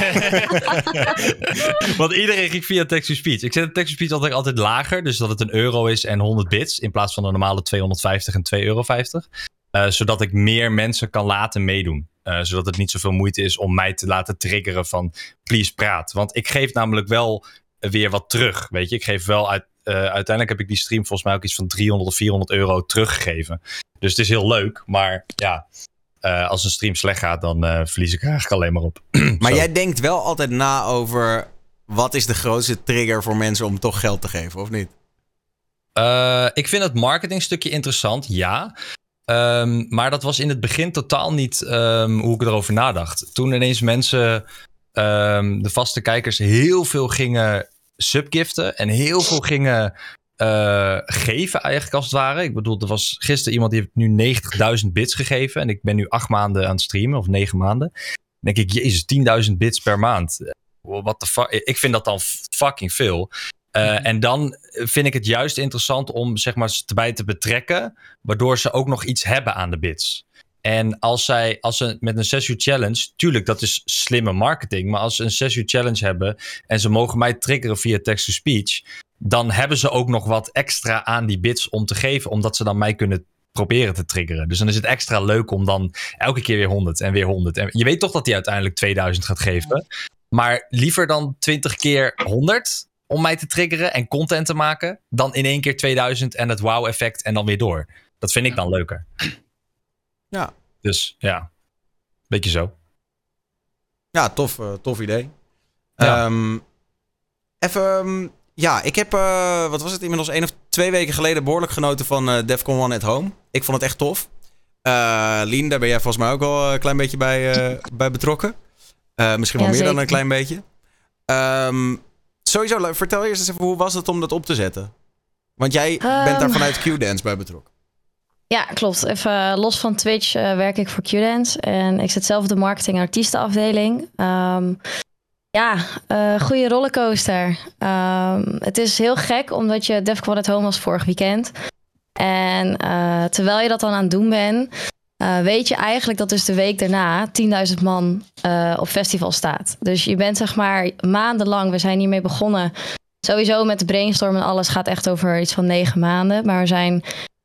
Speaker 5: Want iedereen ging via text-to-speech. Ik zet de text-to-speech altijd, altijd lager. Dus dat het een euro is en honderd bits. In plaats van de normale tweehonderdvijftig en twee euro vijftig. Uh, zodat ik meer mensen kan laten meedoen. Uh, zodat het niet zoveel moeite is om mij te laten triggeren van please praat. Want ik geef namelijk wel weer wat terug. Weet je, ik geef wel uit, uh, uiteindelijk heb ik die stream volgens mij ook iets van driehonderd of vierhonderd euro teruggegeven. Dus het is heel leuk. Maar ja, uh, als een stream slecht gaat, dan uh, verlies ik er eigenlijk alleen maar op.
Speaker 2: Maar jij denkt wel altijd na over wat is de grootste trigger voor mensen om toch geld te geven, of niet?
Speaker 5: Uh, ik vind het marketingstukje interessant, ja. Um, maar dat was in het begin totaal niet um, hoe ik erover nadacht. Toen ineens mensen, um, de vaste kijkers, heel veel gingen subgiften. En heel veel gingen uh, geven eigenlijk als het ware. Ik bedoel, er was gisteren iemand die heeft nu negentigduizend bits gegeven. En ik ben nu acht maanden aan het streamen, of negen maanden. Dan denk ik, jezus, tienduizend bits per maand. What the fuck? Ik vind dat dan fucking veel. Uh, en dan vind ik het juist interessant om zeg maar ze erbij te betrekken, waardoor ze ook nog iets hebben aan de bits. En als zij, als ze met een zes uur challenge, tuurlijk, dat is slimme marketing, maar als ze een zes uur challenge hebben en ze mogen mij triggeren via text-to-speech, dan hebben ze ook nog wat extra aan die bits om te geven, omdat ze dan mij kunnen proberen te triggeren. Dus dan is het extra leuk om dan elke keer weer honderd en weer honderd. En je weet toch dat hij uiteindelijk tweeduizend gaat geven. Maar liever dan twintig keer honderd om mij te triggeren en content te maken, dan in één keer tweeduizend en het wow-effect en dan weer door. Dat vind ik dan leuker.
Speaker 2: Ja.
Speaker 5: Dus ja, beetje zo.
Speaker 2: Ja, tof, uh, tof idee.
Speaker 5: Ja.
Speaker 2: Um, even, um, ja, ik heb, uh, wat was het, inmiddels één of twee weken geleden behoorlijk genoten van uh, Defcon one at Home. Ik vond het echt tof. Uh, Lien, daar ben jij volgens mij ook wel een klein beetje bij, uh, bij betrokken. Uh, misschien wel
Speaker 3: Ja,
Speaker 2: meer
Speaker 3: zeker.
Speaker 2: dan een klein beetje. Um, sowieso, vertel eerst eens even, hoe was het om dat op te zetten? Want jij
Speaker 3: Um,
Speaker 2: bent daar vanuit Q-Dance bij betrokken.
Speaker 3: Ja, klopt. Even los van Twitch uh, werk ik voor Q-Dance. En ik zit zelf op de marketing- en artiestenafdeling. Um, ja, uh, goede rollercoaster. Um, het is heel gek, omdat je Defcon at Home was vorig weekend. En uh, terwijl je dat dan aan het doen bent, uh, weet je eigenlijk dat dus de week daarna tienduizend man uh, op festival staat. Dus je bent zeg maar maandenlang, we zijn hiermee begonnen. Sowieso met de brainstorm en alles gaat echt over iets van negen maanden. Maar we zijn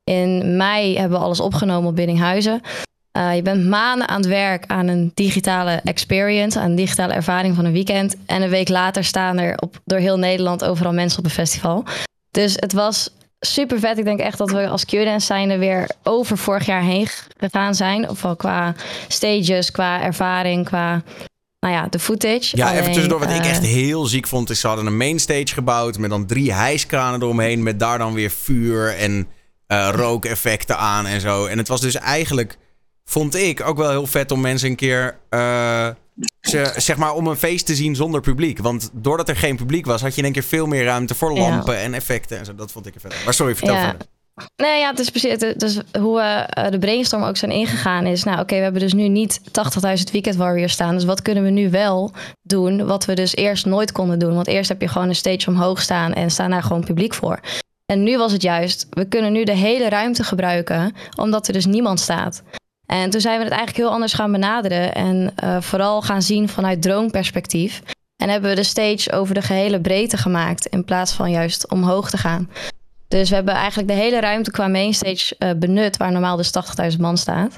Speaker 3: in mei hebben we alles opgenomen op Biddinghuizen. Uh, je bent maanden aan het werk aan een digitale experience, aan een digitale ervaring van een weekend. En een week later staan er op, door heel Nederland overal mensen op een festival. Dus het was super vet. Ik denk echt dat we als Q-Dance zijnde weer over vorig jaar heen gegaan zijn. Ofwel qua stages, qua ervaring, qua nou ja, de footage.
Speaker 2: Ja,
Speaker 3: Alleen,
Speaker 2: even tussendoor. Wat
Speaker 3: uh,
Speaker 2: ik echt heel ziek vond, is ze hadden een mainstage gebouwd met dan drie hijskranen eromheen. Met daar dan weer vuur en uh, rookeffecten aan en zo. En het was dus eigenlijk, vond ik, ook wel heel vet om mensen een keer, uh, ze, zeg maar, om een feest te zien zonder publiek. Want doordat er geen publiek was, had je in één keer veel meer ruimte voor lampen ja. en effecten en zo. Dat vond ik er vet. Maar sorry, vertel
Speaker 3: ja.
Speaker 2: verder.
Speaker 3: Nee, ja, het is precies. Het, dus hoe we uh, de brainstorm ook zijn ingegaan is, nou oké, okay, we hebben dus nu niet tachtigduizend Weekend Warriors staan. Dus wat kunnen we nu wel doen, wat we dus eerst nooit konden doen? Want eerst heb je gewoon een stage omhoog staan en staan daar gewoon publiek voor. En nu was het juist, we kunnen nu de hele ruimte gebruiken, omdat er dus niemand staat. En toen zijn we het eigenlijk heel anders gaan benaderen en uh, vooral gaan zien vanuit droomperspectief. En hebben we de stage over de gehele breedte gemaakt in plaats van juist omhoog te gaan. Dus we hebben eigenlijk de hele ruimte qua mainstage uh, benut, waar normaal dus tachtigduizend man staat.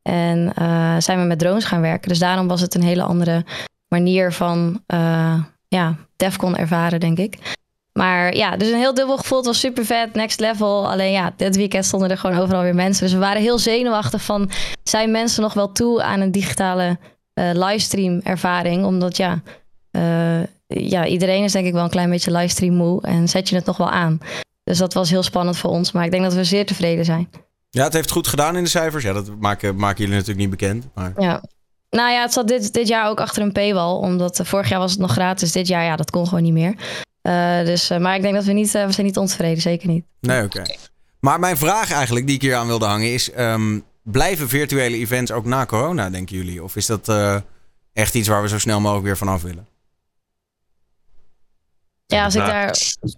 Speaker 3: En uh, zijn we met drones gaan werken. Dus daarom was het een hele andere manier van uh, ja, Defcon ervaren, denk ik. Maar ja, dus een heel dubbel gevoel. Het was super vet, next level. Alleen ja, dit weekend stonden er gewoon overal weer mensen. Dus we waren heel zenuwachtig van, zijn mensen nog wel toe aan een digitale uh, livestream ervaring? Omdat ja, uh, ja, iedereen is denk ik wel een klein beetje livestream moe. En zet je het nog wel aan. Dus dat was heel spannend voor ons. Maar ik denk dat we zeer tevreden zijn.
Speaker 2: Ja, het heeft goed gedaan in de cijfers. Ja, dat maken, maken jullie natuurlijk niet bekend. Maar...
Speaker 3: Ja. Nou ja, het zat dit, dit jaar ook achter een paywall. Omdat uh, vorig jaar was het nog gratis. Dit jaar, ja, dat kon gewoon niet meer. Uh, dus, uh, maar ik denk dat we niet, uh, we zijn niet ontevreden. Zeker niet.
Speaker 2: Nee, oké. Okay. Maar mijn vraag eigenlijk, die ik hier aan wilde hangen, is... Um, blijven virtuele events ook na corona, denken jullie? Of is dat uh, echt iets waar we zo snel mogelijk weer vanaf willen?
Speaker 3: Ja, als ik daar...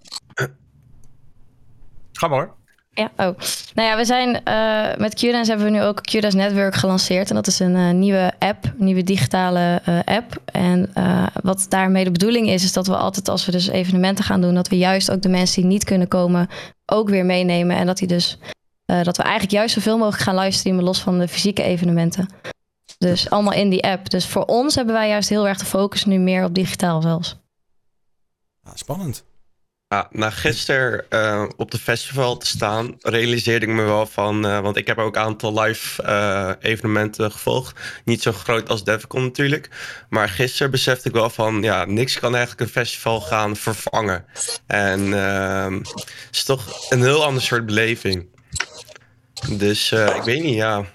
Speaker 5: Ga maar hoor.
Speaker 3: Ja, oh. Nou ja, we zijn uh, met Q-Dance hebben we nu ook Q-Dance Network gelanceerd. En dat is een uh, nieuwe app, een nieuwe digitale uh, app. En uh, wat daarmee de bedoeling is, is dat we altijd als we dus evenementen gaan doen, dat we juist ook de mensen die niet kunnen komen ook weer meenemen. En dat die dus uh, dat we eigenlijk juist zoveel mogelijk gaan livestreamen los van de fysieke evenementen. Dus allemaal in die app. Dus voor ons hebben wij juist heel erg de focus nu meer op digitaal zelfs.
Speaker 2: Ja, spannend.
Speaker 7: Ja, na gisteren uh, op de festival te staan, realiseerde ik me wel van... Uh, want ik heb ook een aantal live uh, evenementen gevolgd. Niet zo groot als Defcon natuurlijk. Maar gisteren besefte ik wel van... ja, niks kan eigenlijk een festival gaan vervangen. En uh, het is toch een heel ander soort beleving. Dus uh, ik weet niet, ja...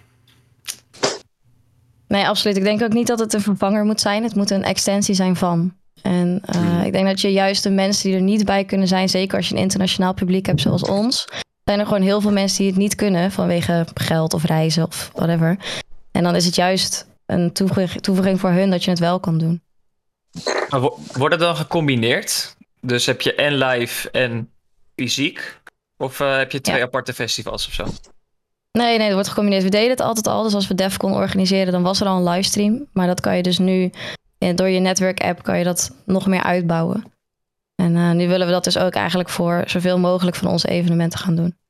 Speaker 3: Nee, absoluut. Ik denk ook niet dat het een vervanger moet zijn. Het moet een extensie zijn van... En uh, hmm. ik denk dat je juist de mensen die er niet bij kunnen zijn, zeker als je een internationaal publiek hebt zoals ons, zijn er gewoon heel veel mensen die het niet kunnen vanwege geld of reizen of whatever. En dan is het juist een toevoeging, toevoeging voor hun dat je het wel kan doen.
Speaker 6: Maar wordt het dan gecombineerd? Dus heb je en live en fysiek? Of uh, heb je twee ja. aparte festivals of zo?
Speaker 3: Nee, nee, dat wordt gecombineerd. We deden het altijd al. Dus als we Defcon organiseren, dan was er al een livestream. Maar dat kan je dus nu... Ja, door je netwerk-app kan je dat nog meer uitbouwen. En uh, nu willen we dat dus ook eigenlijk voor zoveel mogelijk van onze evenementen gaan doen.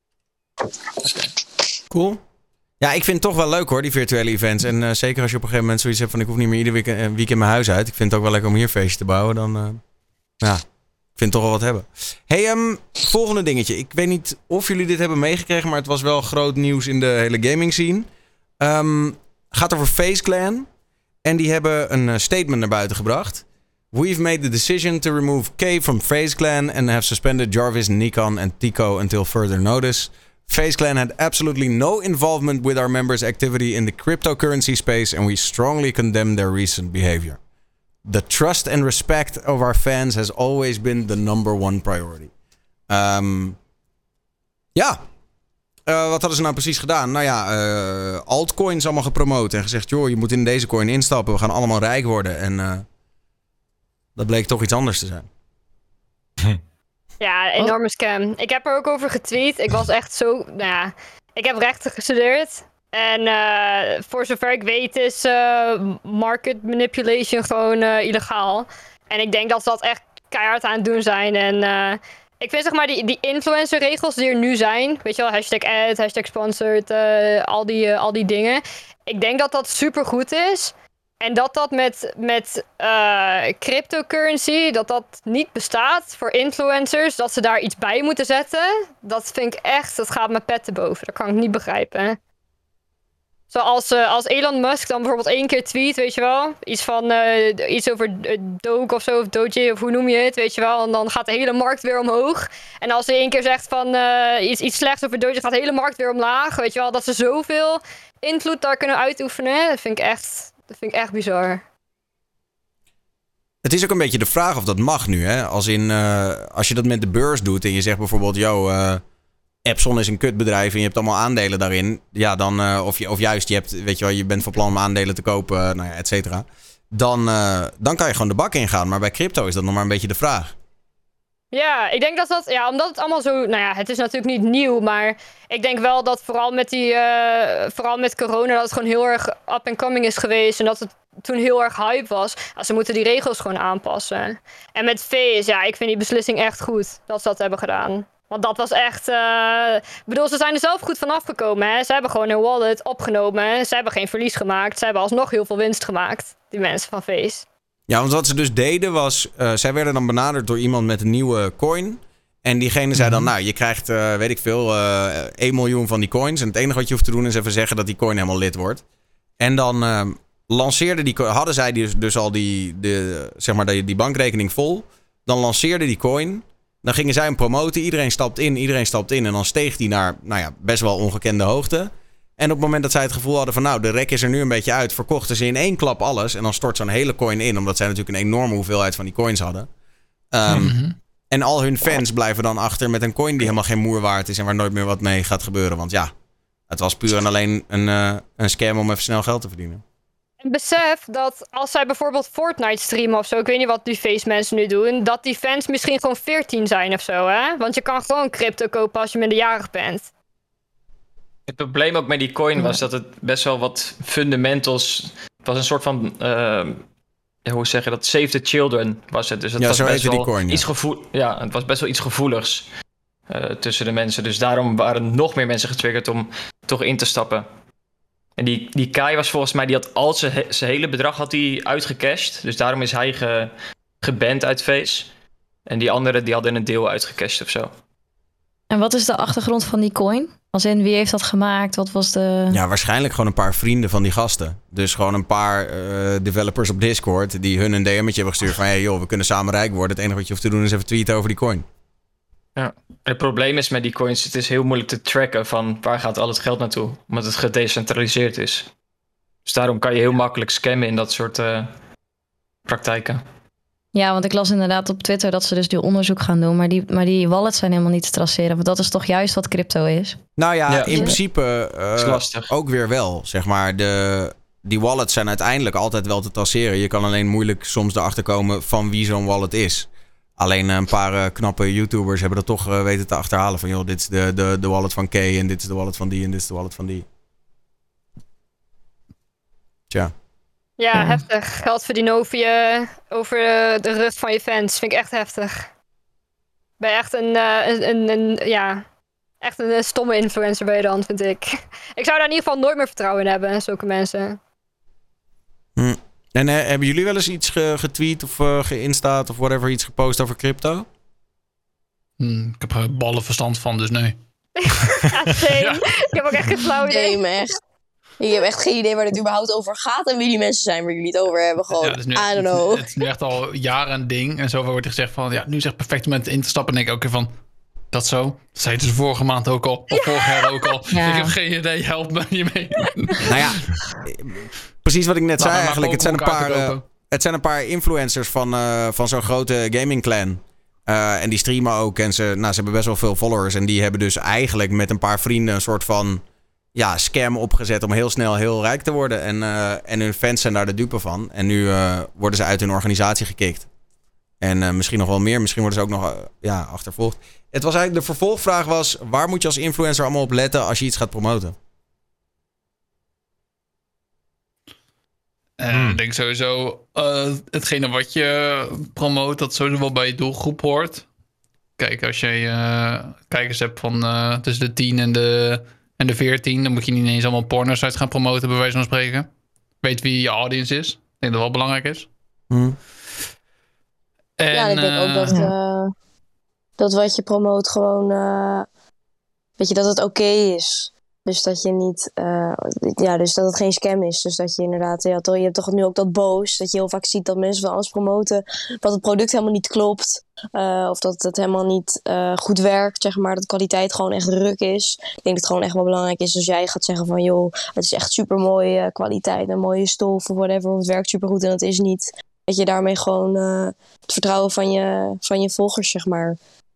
Speaker 2: Cool. Ja, ik vind het toch wel leuk hoor, die virtuele events. En uh, zeker als je op een gegeven moment zoiets hebt van... ik hoef niet meer ieder weekend, uh, weekend mijn huis uit. Ik vind het ook wel lekker om hier een feestje te bouwen. Dan, uh, ja, ik vind het toch wel wat hebben. Hey, um, volgende dingetje. Ik weet niet of jullie dit hebben meegekregen... maar het was wel groot nieuws in de hele gaming scene. Um, gaat over FaZe Clan. En die hebben een uh, statement naar buiten gebracht. We've made the decision to remove K from FaZe Clan... and have suspended Jarvis, Nikon and Tico until further notice... FaZe Clan had absolutely no involvement with our members' activity in the cryptocurrency space and we strongly condemn their recent behavior. The trust and respect of our fans has always been the number one priority. Um, ja, uh, wat hadden ze nou precies gedaan? Nou ja, uh, altcoins allemaal gepromoot en gezegd... joh, je moet in deze coin instappen, we gaan allemaal rijk worden. En uh, dat bleek toch iets anders te zijn.
Speaker 1: Ja, een enorme scam. Ik heb er ook over getweet. Ik was echt zo... Nou ja, ik heb rechten gestudeerd. En uh, voor zover ik weet is uh, market manipulation gewoon uh, illegaal. En ik denk dat ze dat echt keihard aan het doen zijn. En uh, ik vind zeg maar die, die influencer-regels die er nu zijn... Weet je wel, hashtag ad, hashtag sponsored, uh, al, die, uh, al die dingen. Ik denk dat dat supergoed is... En dat dat met, met uh, cryptocurrency, dat dat niet bestaat voor influencers, dat ze daar iets bij moeten zetten, dat vind ik echt, dat gaat mijn pet te boven. Dat kan ik niet begrijpen. Zoals uh, als Elon Musk dan bijvoorbeeld één keer tweet, weet je wel, iets van uh, iets over uh, Doge of zo, of Doge, of hoe noem je het, weet je wel, en dan gaat de hele markt weer omhoog. En als hij één keer zegt van uh, iets, iets slechts over Doge, gaat de hele markt weer omlaag, weet je wel, dat ze zoveel invloed daar kunnen uitoefenen, dat vind ik echt... Dat vind ik echt bizar.
Speaker 2: Het is ook een beetje de vraag of dat mag nu. Hè? Als, in, uh, als je dat met de beurs doet en je zegt bijvoorbeeld... yo, uh, Epson is een kutbedrijf en je hebt allemaal aandelen daarin. Ja, dan, uh, of, je, of juist je, hebt, weet je, wel, je bent van plan om aandelen te kopen, uh, nou ja, et cetera. Dan, uh, dan kan je gewoon de bak ingaan. Maar bij crypto is dat nog maar een beetje de vraag.
Speaker 1: Ja, ik denk dat dat... Ja, omdat het allemaal zo... Nou ja, het is natuurlijk niet nieuw, maar... Ik denk wel dat vooral met die... Uh, vooral met corona, dat het gewoon heel erg up and coming is geweest. En dat het toen heel erg hype was. Nou, ze moeten die regels gewoon aanpassen. En met FaZe, ja, ik vind die beslissing echt goed. Dat ze dat hebben gedaan. Want dat was echt... Uh, ik bedoel, ze zijn er zelf goed vanaf gekomen, hè. Ze hebben gewoon hun wallet opgenomen. Ze hebben geen verlies gemaakt. Ze hebben alsnog heel veel winst gemaakt. Die mensen van FaZe.
Speaker 2: Ja, want wat ze dus deden was... Uh, zij werden dan benaderd door iemand met een nieuwe coin. En diegene zei dan... nou, je krijgt, uh, weet ik veel, uh, één miljoen van die coins. En het enige wat je hoeft te doen is even zeggen dat die coin helemaal lid wordt. En dan uh, lanceerde die, hadden zij dus, dus al die, de, zeg maar die, die bankrekening vol. Dan lanceerde die coin. Dan gingen zij hem promoten. Iedereen stapt in, iedereen stapt in. En dan steeg die naar, nou ja, best wel ongekende hoogte. En op het moment dat zij het gevoel hadden van... nou, de rek is er nu een beetje uit... verkochten ze in één klap alles... en dan stort zo'n hele coin in... omdat zij natuurlijk een enorme hoeveelheid van die coins hadden. Um, mm-hmm. En al hun fans blijven dan achter... met een coin die helemaal geen moer waard is... en waar nooit meer wat mee gaat gebeuren. Want ja, het was puur en alleen een, uh, een scam... om even snel geld te verdienen.
Speaker 1: En besef dat als zij bijvoorbeeld Fortnite streamen of zo... ik weet niet wat die FaZe mensen nu doen... dat die fans misschien gewoon veertien zijn of zo, hè? Want je kan gewoon crypto kopen als je minderjarig bent.
Speaker 6: Het probleem ook met die coin was dat het best wel wat fundamentals... Het was een soort van... Uh, hoe zeg je dat? Save the children was het. Dus het
Speaker 2: ja,
Speaker 6: was
Speaker 2: zo
Speaker 6: best
Speaker 2: heette
Speaker 6: wel
Speaker 2: die coin, ja.
Speaker 6: iets gevoel, ja, het was best wel iets gevoeligs uh, tussen de mensen. Dus daarom waren nog meer mensen getriggerd om toch in te stappen. En die, die Kai was volgens mij... die had al zijn he- hele bedrag had hij uitgecashed. Dus daarom is hij ge, geband uit FaZe. En die anderen die hadden een deel uitgecashed of zo.
Speaker 3: En wat is de achtergrond van die coin? Als in, wie heeft dat gemaakt? Wat was de...
Speaker 2: Ja, waarschijnlijk gewoon een paar vrienden van die gasten. Dus gewoon een paar uh, developers op Discord... die hun een D M'tje hebben gestuurd van... hey joh, we kunnen samen rijk worden. Het enige wat je hoeft te doen is even tweeten over die coin.
Speaker 6: Ja. Het probleem is met die coins... het is heel moeilijk te tracken van... waar gaat al het geld naartoe? Omdat het gedecentraliseerd is. Dus daarom kan je heel makkelijk scammen... in dat soort uh, praktijken.
Speaker 3: Ja, want ik las inderdaad op Twitter dat ze dus nu onderzoek gaan doen. Maar die, maar die wallets zijn helemaal niet te traceren. Want dat is toch juist wat crypto is?
Speaker 2: Nou ja,
Speaker 6: ja.
Speaker 2: in principe uh,
Speaker 6: is lastig.
Speaker 2: Ook weer wel. Zeg maar, de, die wallets zijn uiteindelijk altijd wel te traceren. Je kan alleen moeilijk soms erachter komen van wie zo'n wallet is. Alleen een paar uh, knappe YouTubers hebben dat toch uh, weten te achterhalen. Van joh, dit is de, de, de wallet van K en dit is de wallet van die en dit is de wallet van die. Tja.
Speaker 1: Ja, heftig. Geld verdienen over, je, over de rug van je fans. Vind ik echt heftig. Ben je echt een, uh, een, een, een, ja, echt een, een stomme influencer ben je dan, vind ik. Ik zou daar in ieder geval nooit meer vertrouwen in hebben, zulke mensen.
Speaker 2: Hm. En uh, hebben jullie wel eens iets ge- getweet of uh, geïnstaat of whatever, iets gepost over crypto?
Speaker 9: Hm, ik heb er ballen verstand van, dus nee.
Speaker 1: Ja, same. Ja. Ik heb ook echt geen flauw idee.
Speaker 4: Nee, echt. Ik heb echt geen idee waar dit überhaupt over gaat en wie die mensen zijn waar jullie het over hebben. Gewoon, ja, nu, I don't know.
Speaker 9: Het, het is nu echt al jaren een ding. En zo wordt er gezegd van, ja, nu is echt perfect moment in te stappen. En denk ik ook weer van, dat zo? Dat zei het dus vorige maand ook al. Of vorig jaar ook al. Ja. Ik heb geen idee, help me hiermee.
Speaker 2: Nou ja, precies wat ik net nou, zei eigenlijk. Het zijn, een paar, uh, het zijn een paar influencers van, uh, van zo'n grote gaming clan. Uh, en die streamen ook. En ze, nou, ze hebben best wel veel followers. En die hebben dus eigenlijk met een paar vrienden een soort van ja, scam opgezet om heel snel heel rijk te worden. En, uh, en hun fans zijn daar de dupe van. En nu uh, worden ze uit hun organisatie gekikt. En uh, misschien nog wel meer. Misschien worden ze ook nog uh, ja, achtervolgd. Het was eigenlijk, de vervolgvraag was, waar moet je als influencer allemaal op letten als je iets gaat promoten?
Speaker 9: En hmm. ik denk sowieso, uh, hetgene wat je promoot, dat sowieso wel bij je doelgroep hoort. Kijk, als je uh, kijkers hebt van uh, tussen de tien en de, en de veertien, dan moet je niet ineens allemaal porno-sites gaan promoten, bij wijze van spreken. Weet wie je audience is. Ik denk dat dat wel belangrijk is.
Speaker 2: Hmm.
Speaker 4: En, ja, ik denk uh, ook dat, uh, dat wat je promoot gewoon, uh, weet je, dat het oké okay is. Dus dat je niet, uh, ja, dus dat het geen scam is. Dus dat je inderdaad, ja, toch, je hebt toch nu ook dat boos. Dat je heel vaak ziet dat mensen van alles promoten. Dat het product helemaal niet klopt. Uh, of dat het helemaal niet uh, goed werkt, zeg maar. Dat de kwaliteit gewoon echt ruk is. Ik denk dat het gewoon echt wel belangrijk is. Als jij gaat zeggen van, joh, het is echt super mooie uh, kwaliteit. Een mooie stof of whatever. Of het werkt super goed en het is niet. Dat je daarmee gewoon uh, het vertrouwen van je, van je volgers, zeg maar,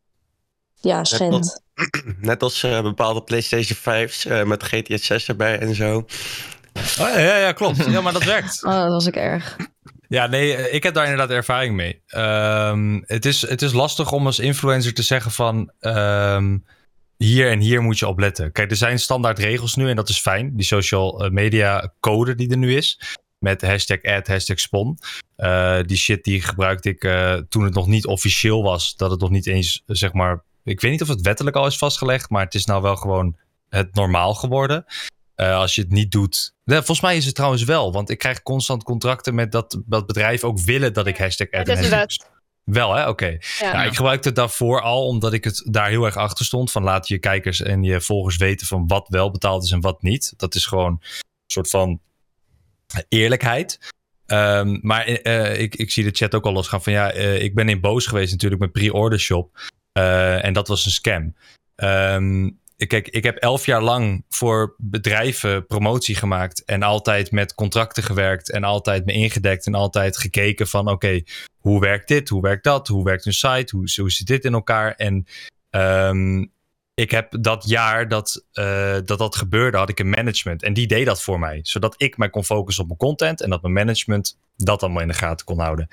Speaker 4: ja, schendt.
Speaker 7: Net als uh, bepaalde PlayStation vijf's uh, met G T A zes erbij en zo.
Speaker 5: Oh, ja, ja, klopt. Ja, maar dat werkt.
Speaker 3: Oh, dat was ook erg.
Speaker 5: Ja, nee, ik heb daar inderdaad ervaring mee. Um, het, is, het is lastig om als influencer te zeggen van Um, hier en hier moet je op letten. Kijk, er zijn standaard regels nu en dat is fijn. Die social media code die er nu is. Met hashtag ad, hashtag spon. Uh, die shit die gebruikte ik uh, toen het nog niet officieel was. Dat het nog niet eens, zeg maar, ik weet niet of het wettelijk al is vastgelegd, maar het is nou wel gewoon het normaal geworden. Uh, als je het niet doet. Ja, volgens mij is het trouwens wel, want ik krijg constant contracten met dat, dat bedrijf ook willen dat ik hashtag ad en hashtag wel, hè? Oké. Okay. Ja. Nou, ik gebruikte het daarvoor al, omdat ik het daar heel erg achter stond. Van laat je kijkers en je volgers weten van wat wel betaald is en wat niet. Dat is gewoon een soort van eerlijkheid. Um, maar uh, ik, ik zie de chat ook al losgaan van ja, uh, ik ben in boos geweest natuurlijk met pre-order shop. Uh, en dat was een scam. Um, kijk, ik heb elf jaar lang voor bedrijven promotie gemaakt. En altijd met contracten gewerkt. En altijd me ingedekt. En altijd gekeken van oké, okay, hoe werkt dit? Hoe werkt dat? Hoe werkt een site? Hoe, hoe zit dit in elkaar? En um, ik heb dat jaar dat, uh, dat dat gebeurde, had ik een management. En die deed dat voor mij. Zodat ik mij kon focussen op mijn content. En dat mijn management dat allemaal in de gaten kon houden.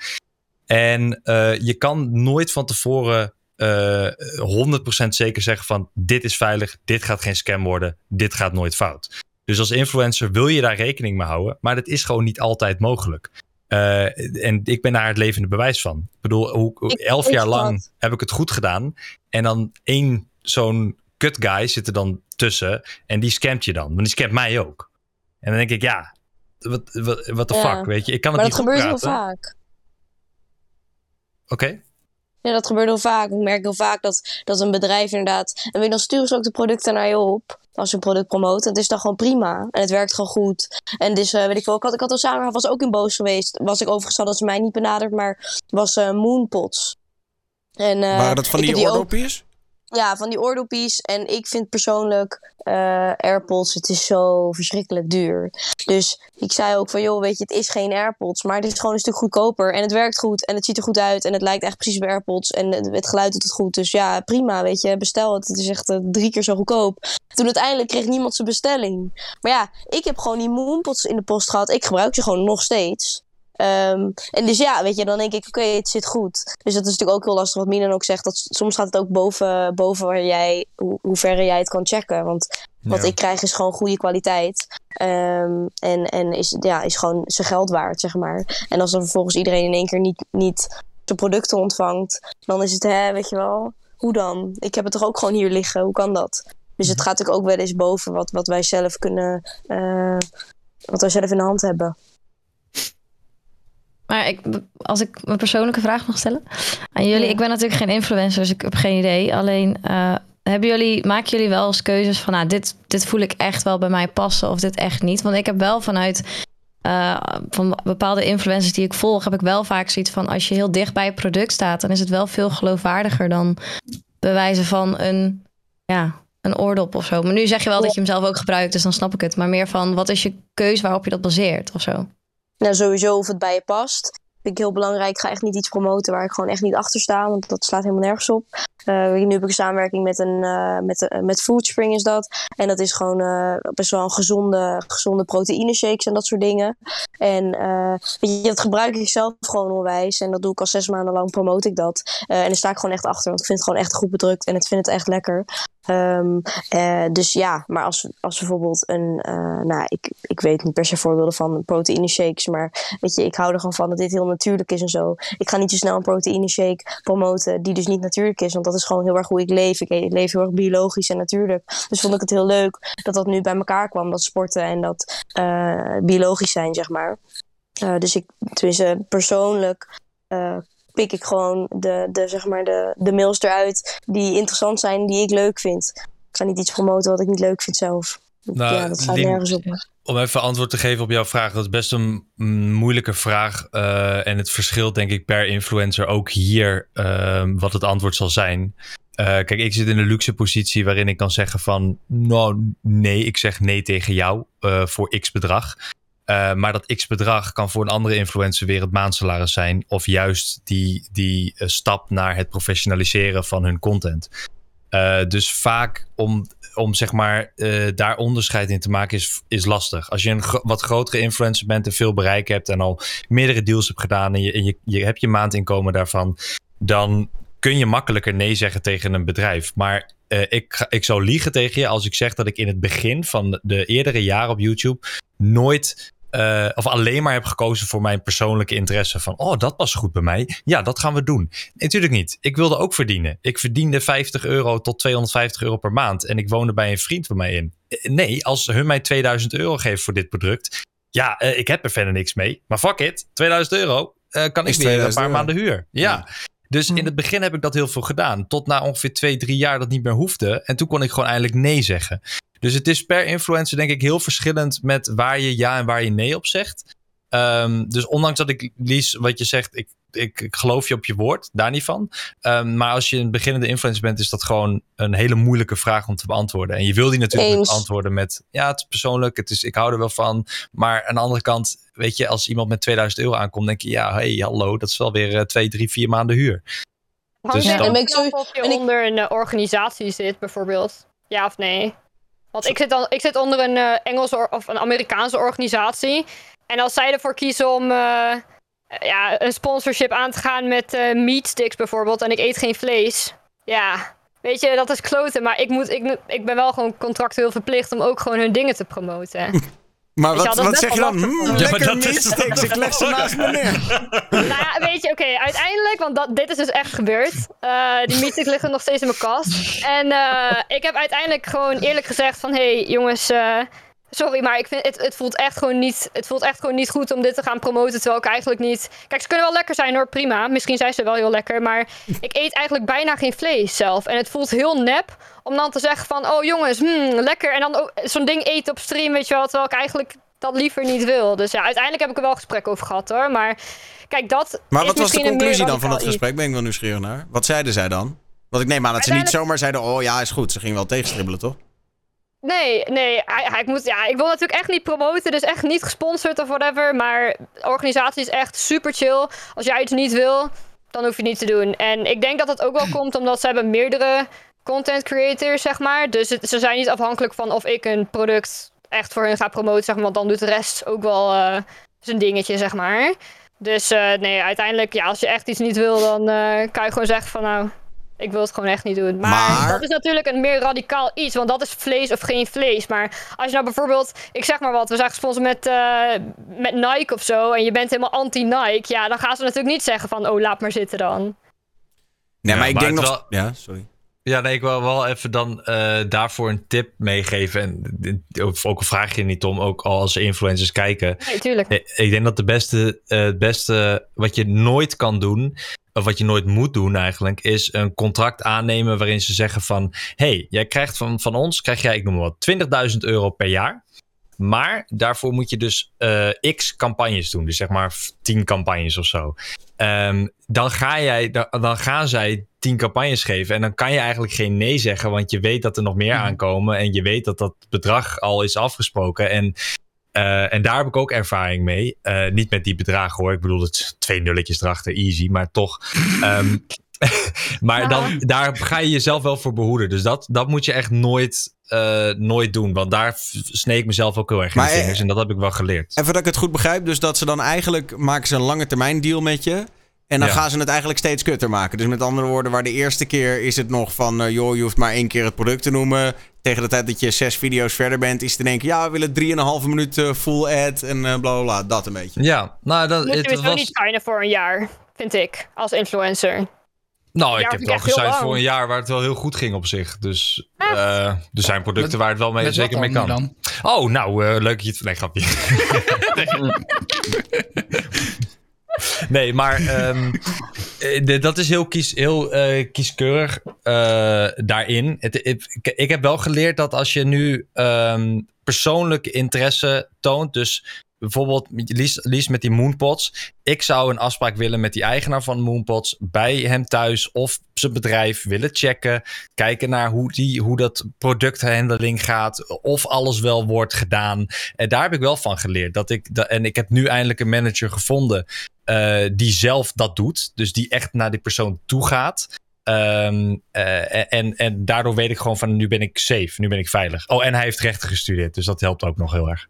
Speaker 5: En uh, je kan nooit van tevoren Uh, honderd procent zeker zeggen van dit is veilig, dit gaat geen scam worden, dit gaat nooit fout. Dus als influencer wil je daar rekening mee houden, maar dat is gewoon niet altijd mogelijk. Uh, en ik ben daar het levende bewijs van. Ik bedoel, hoe, elf jaar lang heb ik het goed gedaan en dan één zo'n kut guy zit er dan tussen en die scamt je dan, want die scamt mij ook. En dan denk ik, ja, wat de ja, fuck, weet je, ik kan het
Speaker 4: maar
Speaker 5: niet goed praten.
Speaker 4: Maar dat gebeurt heel vaak.
Speaker 5: Oké. Okay.
Speaker 4: Ja, dat gebeurt heel vaak. Ik merk heel vaak dat, dat een bedrijf inderdaad... En dan sturen ze ook de producten naar je op. Als je een product promoot. Het is dan gewoon prima. En het werkt gewoon goed. En dus, uh, weet ik wel, ik had, ik had al samen, was ook in boos geweest. Was ik overigens al dat ze mij niet benaderd, maar was uh, Moonpots. En, uh,
Speaker 2: waren dat van die, die oordopjes?
Speaker 4: Ja, van die oordopjes. En ik vind persoonlijk uh, AirPods, het is zo verschrikkelijk duur. Dus ik zei ook van, joh, weet je, het is geen AirPods, maar het is gewoon een stuk goedkoper. En het werkt goed en het ziet er goed uit en het lijkt echt precies op AirPods. En het geluid doet het goed. Dus ja, prima, weet je, bestel het. Het is echt uh, drie keer zo goedkoop. Toen uiteindelijk kreeg niemand zijn bestelling. Maar ja, ik heb gewoon die Moonpods in de post gehad. Ik gebruik ze gewoon nog steeds. Um, en dus ja, weet je, dan denk ik, oké, okay, het zit goed. Dus dat is natuurlijk ook heel lastig wat Milan ook zegt. Dat soms gaat het ook boven, boven waar jij, hoe, hoe ver jij het kan checken. Want wat ja. ik krijg is gewoon goede kwaliteit. Um, en en is, ja, is gewoon zijn geld waard, zeg maar. En als dan vervolgens iedereen in één keer niet, niet zijn producten ontvangt, dan is het, hè, weet je wel, hoe dan? Ik heb het toch ook gewoon hier liggen? Hoe kan dat? Dus het gaat natuurlijk ook wel eens boven wat, wat wij zelf kunnen... Uh, wat wij zelf in de hand hebben.
Speaker 3: Maar ik, als ik een persoonlijke vraag mag stellen aan jullie. Ja. Ik ben natuurlijk geen influencer, dus ik heb geen idee. Alleen, uh, hebben jullie, maken jullie wel eens keuzes van... Nou, dit, dit voel ik echt wel bij mij passen of dit echt niet? Want ik heb wel vanuit... Uh, van bepaalde influencers die ik volg... heb ik wel vaak zoiets van... als je heel dicht bij het product staat... dan is het wel veel geloofwaardiger dan... bij wijze van een... ja, een oordop of zo. Maar nu zeg je wel dat je hem zelf ook gebruikt... dus dan snap ik het. Maar meer van, wat is je keus waarop je dat baseert of zo?
Speaker 4: Nou, sowieso of het bij je past. Vind ik heel belangrijk. Ik ga echt niet iets promoten waar ik gewoon echt niet achter sta. Want dat slaat helemaal nergens op. Uh, nu heb ik een samenwerking met, een, uh, met, uh, met Foodspring is dat. En dat is gewoon uh, best wel een gezonde, gezonde proteïne shakes en dat soort dingen. En uh, weet je, dat gebruik ik zelf gewoon onwijs. En dat doe ik al zes maanden lang, promote ik dat. Uh, en daar sta ik gewoon echt achter. Want ik vind het gewoon echt goed bedrukt. En ik vind het echt lekker. Um, uh, dus ja, maar als, als bijvoorbeeld een... Uh, nou, ik, ik weet niet per se voorbeelden van proteïne shakes. Maar weet je, ik hou er gewoon van dat dit heel natuurlijk is en zo. Ik ga niet zo snel een proteïne shake promoten die dus niet natuurlijk is. Want dat is gewoon heel erg hoe ik leef. Ik leef heel erg biologisch en natuurlijk. Dus vond ik het heel leuk dat dat nu bij elkaar kwam. Dat sporten en dat uh, biologisch zijn, zeg maar. Uh, dus ik, tenminste persoonlijk... Uh, pik ik gewoon de, de, zeg maar de, de mails eruit die interessant zijn, die ik leuk vind. Ik ga niet iets promoten wat ik niet leuk vind zelf. Nou, ja, dat staat nergens op.
Speaker 5: Om even antwoord te geven op jouw vraag. Dat is best een m- moeilijke vraag. Uh, en het verschilt denk ik per influencer ook hier uh, wat het antwoord zal zijn. Uh, kijk, ik zit in een luxe positie waarin ik kan zeggen van... nou, nee, ik zeg nee tegen jou uh, voor x bedrag. Uh, maar dat x bedrag kan voor een andere influencer weer het maandsalaris zijn. Of juist die, die uh, stap naar het professionaliseren van hun content. Uh, dus vaak om, om zeg maar uh, daar onderscheid in te maken is, is lastig. Als je een gro- wat grotere influencer bent en veel bereik hebt... en al meerdere deals hebt gedaan en je, en je, je hebt je maandinkomen daarvan... dan kun je makkelijker nee zeggen tegen een bedrijf. Maar uh, ik, ik zou liegen tegen je als ik zeg dat ik in het begin van de eerdere jaren op YouTube... nooit uh, of alleen maar heb gekozen voor mijn persoonlijke interesse. Van, oh, dat past goed bij mij. Ja, dat gaan we doen. Nee, natuurlijk niet. Ik wilde ook verdienen. Ik verdiende vijftig euro tot tweehonderdvijftig euro per maand. En ik woonde bij een vriend van mij in. Nee, als hun mij tweeduizend euro geven voor dit product... ja, uh, ik heb er verder niks mee. Maar fuck it, tweeduizend euro uh, kan ik weer een paar euro. maanden huur. Ja. ja. Dus in het begin heb ik dat heel veel gedaan. Tot na ongeveer twee, drie jaar dat niet meer hoefde. En toen kon ik gewoon eindelijk nee zeggen. Dus het is per influencer denk ik heel verschillend met waar je ja en waar je nee op zegt. Um, dus ondanks dat ik, Lies, wat je zegt, ik, ik, ik geloof je op je woord, daar niet van. Um, maar als je een beginnende influencer bent, is dat gewoon een hele moeilijke vraag om te beantwoorden. En je wil die natuurlijk Eens. beantwoorden met, ja, het is persoonlijk, het is, ik hou er wel van. Maar aan de andere kant, weet je, als iemand met tweeduizend euro aankomt, denk je, ja, hey, hallo, dat is wel weer uh, twee, drie, vier maanden huur.
Speaker 1: Dus ja, dan... en ik zo... of je ik... onder een uh, organisatie zit, bijvoorbeeld. Ja of nee? Want ik zit, dan, ik zit onder een uh, Engelse of een Amerikaanse organisatie. En als zij ervoor kiezen om uh, ja, een sponsorship aan te gaan met uh, meat sticks bijvoorbeeld. En ik eet geen vlees. Ja, weet je, dat is kloten. Maar ik, moet, ik, ik ben wel gewoon contractueel verplicht om ook gewoon hun dingen te promoten.
Speaker 2: Maar wat, wat zeg je dan? Mm, ja, lekker meat-sticks, ik leg ze naast me neer.
Speaker 1: Nou ja, weet je, oké, okay, uiteindelijk, want dat, dit is dus echt gebeurd. Uh, die meat-sticks liggen nog steeds in mijn kast. En uh, ik heb uiteindelijk gewoon eerlijk gezegd van... hé, hey, jongens, uh, sorry, maar ik vind, het, het, voelt echt gewoon niet, het voelt echt gewoon niet goed om dit te gaan promoten... terwijl ik eigenlijk niet... Kijk, ze kunnen wel lekker zijn hoor, prima. Misschien zijn ze wel heel lekker, maar ik eet eigenlijk bijna geen vlees zelf. En het voelt heel nep om dan te zeggen van... oh jongens, hmm, lekker. En dan ook zo'n ding eten op stream, weet je wel... terwijl ik eigenlijk dat liever niet wil. Dus ja, uiteindelijk heb ik er wel gesprek over gehad hoor. Maar kijk, dat
Speaker 2: Maar wat
Speaker 1: is
Speaker 2: was de conclusie dan van dat
Speaker 1: iets.
Speaker 2: gesprek? Ben ik wel nieuwsgierig naar. Wat zeiden zij dan? Want ik neem aan dat ze niet zomaar zeiden... oh ja, is goed. Ze gingen wel tegenstribbelen, toch?
Speaker 1: Nee, nee. Hij, hij moet, ja, ik wil natuurlijk echt niet promoten. Dus echt niet gesponsord of whatever. Maar de organisatie is echt super chill. Als jij iets niet wil, dan hoef je het niet te doen. En ik denk dat dat ook wel komt omdat ze hebben meerdere content creators, zeg maar. Dus het, ze zijn niet afhankelijk van of ik een product echt voor hun ga promoten, zeg maar. Want dan doet de rest ook wel uh, zijn dingetje, zeg maar. Dus uh, nee, uiteindelijk, ja, als je echt iets niet wil, dan uh, kan je gewoon zeggen van nou... ik wil het gewoon echt niet doen. Maar, maar dat is natuurlijk een meer radicaal iets. Want dat is vlees of geen vlees. Maar als je nou bijvoorbeeld... ik zeg maar wat. We zijn gesponsord met, uh, met Nike of zo. En je bent helemaal anti-Nike. Ja, dan gaan ze natuurlijk niet zeggen van... oh, laat maar zitten dan.
Speaker 2: Nee, maar ja, ik maar denk nog... Wel...
Speaker 5: Ja,
Speaker 2: sorry.
Speaker 5: Ja, nee, ik wil wel even dan uh, daarvoor een tip meegeven. En ook een vraagje niet om, ook al als influencers kijken.
Speaker 1: Nee, tuurlijk.
Speaker 5: Ik denk dat de beste, uh, het beste wat je nooit kan doen, of wat je nooit moet doen eigenlijk, is een contract aannemen waarin ze zeggen van, hey, jij krijgt van, van ons, krijg jij, ik noem maar wat, twintigduizend euro per jaar. Maar daarvoor moet je dus uh, x campagnes doen. Dus zeg maar tien campagnes of zo. Um, dan, ga jij, dan, dan gaan zij tien campagnes geven. En dan kan je eigenlijk geen nee zeggen. Want je weet dat er nog meer aankomen. En je weet dat dat bedrag al is afgesproken. En, uh, en daar heb ik ook ervaring mee. Uh, niet met die bedragen hoor. Ik bedoel, het twee nulletjes erachter, easy. Maar toch... Um, maar dan, daar ga je jezelf wel voor behoeden. Dus dat, dat moet je echt nooit, uh, nooit doen. Want daar sneek ik mezelf ook heel erg in de vingers. En dat heb ik wel geleerd.
Speaker 2: Even dat ik het goed begrijp. Dus dat ze dan eigenlijk maken ze een lange termijn deal met je. En dan ja. gaan ze het eigenlijk steeds kutter maken. Dus met andere woorden, waar de eerste keer is het nog van... Uh, joh, je hoeft maar één keer het product te noemen. Tegen de tijd dat je zes video's verder bent... is het in één keer, ja, we willen drieënhalve minuut uh, full ad en uh, bla bla bla. Dat een beetje.
Speaker 5: Ja, nou, dat
Speaker 1: moet je
Speaker 5: het
Speaker 1: was... niet signen voor een jaar, vind ik, als influencer.
Speaker 5: Nou, ik heb wel gesigned voor een jaar waar het wel heel goed ging op zich. Dus uh, er zijn producten met, waar het wel mee, zeker mee kan. Dan? Oh, nou, uh, leuk dat je het... Nee, grapje. Nee, maar um, de, dat is heel, kies, heel uh, kieskeurig uh, daarin. Het, het, ik heb wel geleerd dat als je nu um, persoonlijke interesse toont... dus bijvoorbeeld Lies, Lies met die Moonpots. Ik zou een afspraak willen met die eigenaar van Moonpots... bij hem thuis of zijn bedrijf willen checken. Kijken naar hoe, die, hoe dat producthandeling gaat. Of alles wel wordt gedaan. En daar heb ik wel van geleerd. Dat ik, dat, en ik heb nu eindelijk een manager gevonden... Uh, die zelf dat doet. Dus die echt naar die persoon toe gaat. Um, uh, en, en daardoor weet ik gewoon van... nu ben ik safe, nu ben ik veilig. Oh, en hij heeft rechten gestudeerd. Dus dat helpt ook nog heel erg.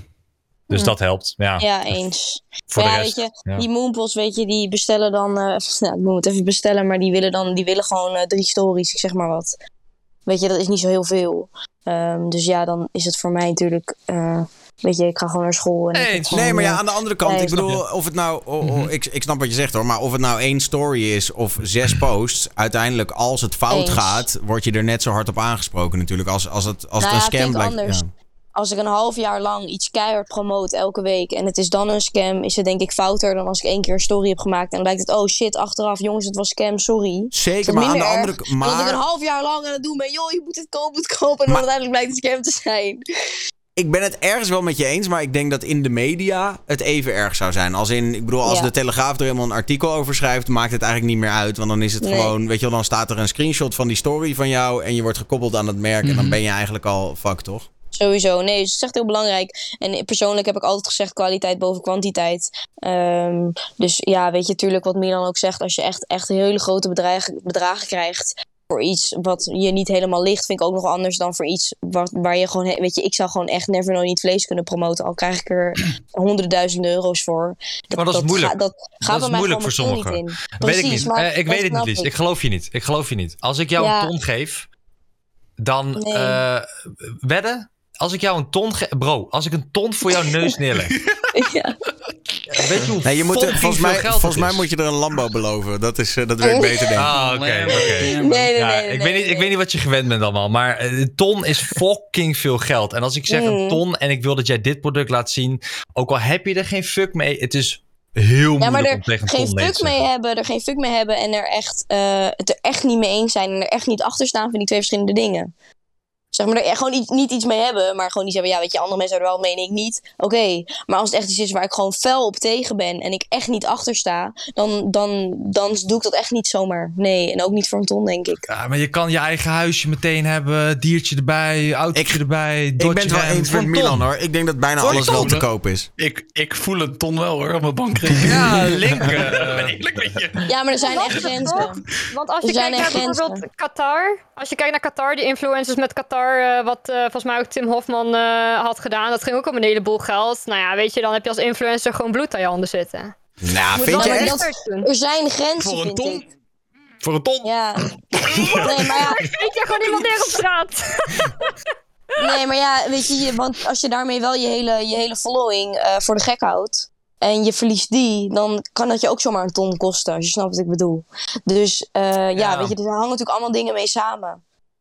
Speaker 5: Dus dat helpt, ja.
Speaker 4: Ja, eens.
Speaker 5: Voor
Speaker 4: ja,
Speaker 5: de rest,
Speaker 4: weet je,
Speaker 5: ja.
Speaker 4: die Moonpots, weet je, die bestellen dan... Uh, nou, ik moet het even bestellen, maar die willen dan... die willen gewoon uh, drie stories, ik zeg maar wat. Weet je, dat is niet zo heel veel. Um, dus ja, dan is het voor mij natuurlijk... Uh, weet je, ik ga gewoon naar school. En
Speaker 2: nee,
Speaker 4: ik gewoon,
Speaker 2: nee, maar ja, aan de andere kant,
Speaker 4: nee,
Speaker 2: ik bedoel, of het nou, oh, oh, mm-hmm. ik, ik snap wat je zegt hoor, maar of het nou één story is of zes posts, uiteindelijk als het fout Eens. gaat, word je er net zo hard op aangesproken natuurlijk, als, als het, als
Speaker 4: nou
Speaker 2: het een
Speaker 4: ja,
Speaker 2: scam blijkt.
Speaker 4: Anders. Ja. Als ik een half jaar lang iets keihard promote elke week en het is dan een scam, is het denk ik fouter dan als ik één keer een story heb gemaakt en dan blijkt het, oh shit, achteraf, jongens, het was scam, sorry.
Speaker 2: Zeker, maar aan de andere kant...
Speaker 4: Maar... Dat ik een half jaar lang aan het doen ben, joh, je moet het kopen, moet kopen en maar... dan uiteindelijk blijkt het scam te zijn.
Speaker 2: Ik ben het ergens wel met je eens, maar ik denk dat in de media het even erg zou zijn. Als in, ik bedoel, als ja. de Telegraaf er helemaal een artikel over schrijft, maakt het eigenlijk niet meer uit. Want dan is het nee. gewoon, weet je wel, dan staat er een screenshot van die story van jou en je wordt gekoppeld aan het merk mm-hmm. en dan ben je eigenlijk al fuck, toch?
Speaker 4: Sowieso, nee, dus het is echt heel belangrijk. En persoonlijk heb ik altijd gezegd kwaliteit boven kwantiteit. Um, dus ja, weet je, natuurlijk wat Milan ook zegt, als je echt, echt hele grote bedragen, bedragen krijgt voor iets wat je niet helemaal ligt, vind ik ook nog anders dan voor iets wat, waar je gewoon, weet je, ik zou gewoon echt Never No Niet vlees kunnen promoten, al krijg ik er honderdduizenden euro's voor.
Speaker 5: Dat, maar dat is moeilijk. Ga, dat gaat
Speaker 4: dat
Speaker 5: is moeilijk voor sommigen.
Speaker 4: Niet in.
Speaker 5: Weet ik niet.
Speaker 4: Maar
Speaker 5: uh, ik weet het niet, Lies. Ik. ik geloof je niet. Ik geloof je niet. Als ik jou ja. een ton geef, dan nee. uh, wedden? Als ik jou een ton geef... Bro, als ik een ton voor jouw neus neerleg...
Speaker 4: ja.
Speaker 2: Weet je hoe nee, je moet er, volgens mij, volgens mij moet je er een Lambo beloven. Dat, is, uh, dat werkt beter, denk ik.
Speaker 5: Ah, oké. Okay, okay.
Speaker 4: Nee, nee,
Speaker 5: ja,
Speaker 4: nee, nee,
Speaker 5: ik,
Speaker 4: nee,
Speaker 5: weet niet,
Speaker 4: nee.
Speaker 5: ik weet niet wat je gewend bent allemaal. Maar een ton is fucking veel geld. En als ik zeg mm. een ton en ik wil dat jij dit product laat zien... ook al heb je er geen fuck mee... Het is heel moeilijk
Speaker 4: ja, maar er
Speaker 5: om tegen een
Speaker 4: geen
Speaker 5: ton
Speaker 4: fuck mee hebben, er geen fuck mee hebben... en er echt, uh, het er echt niet mee eens zijn... en er echt niet achter staan van die twee verschillende dingen. Zeg maar, er gewoon niet, niet iets mee hebben, maar gewoon niet zeggen, ja, weet je, andere mensen zouden er wel mee en ik niet. Oké, okay. Maar als het echt iets is waar ik gewoon fel op tegen ben en ik echt niet achter sta, dan, dan, dan doe ik dat echt niet zomaar. Nee, en ook niet voor een ton, denk ik.
Speaker 5: Ja, maar je kan je eigen huisje meteen hebben, diertje erbij, autootje ik, erbij,
Speaker 2: Ik ben het wel eens met Milan, hoor. Ik denk dat bijna voor alles wel te koop is.
Speaker 9: Ik, ik voel een ton wel, hoor, op mijn bankrekening.
Speaker 5: Ja, link. Uh, ben ik met je.
Speaker 4: Ja, maar er zijn echt grenzen.
Speaker 1: Want als je kijkt naar bijvoorbeeld Qatar, als je kijkt naar Qatar, die influencers met Qatar, Uh, wat uh, volgens mij ook Tim Hofman uh, had gedaan. Dat ging ook om een heleboel geld. Nou ja, weet je, dan heb je als influencer gewoon bloed aan je handen zitten.
Speaker 2: Nou, vind je echt?
Speaker 4: Er zijn grenzen,
Speaker 5: voor een ton?
Speaker 4: Vind ik.
Speaker 5: Voor een ton?
Speaker 4: Ja. Nee, maar ja.
Speaker 1: Weet je gewoon iemand neer op straat?
Speaker 4: Nee, maar ja, weet je, want als je daarmee wel je hele, je hele following uh, voor de gek houdt, en je verliest die, dan kan dat je ook zomaar een ton kosten, als je snapt wat ik bedoel. Dus uh, ja, ja, weet je, er hangen natuurlijk allemaal dingen mee samen.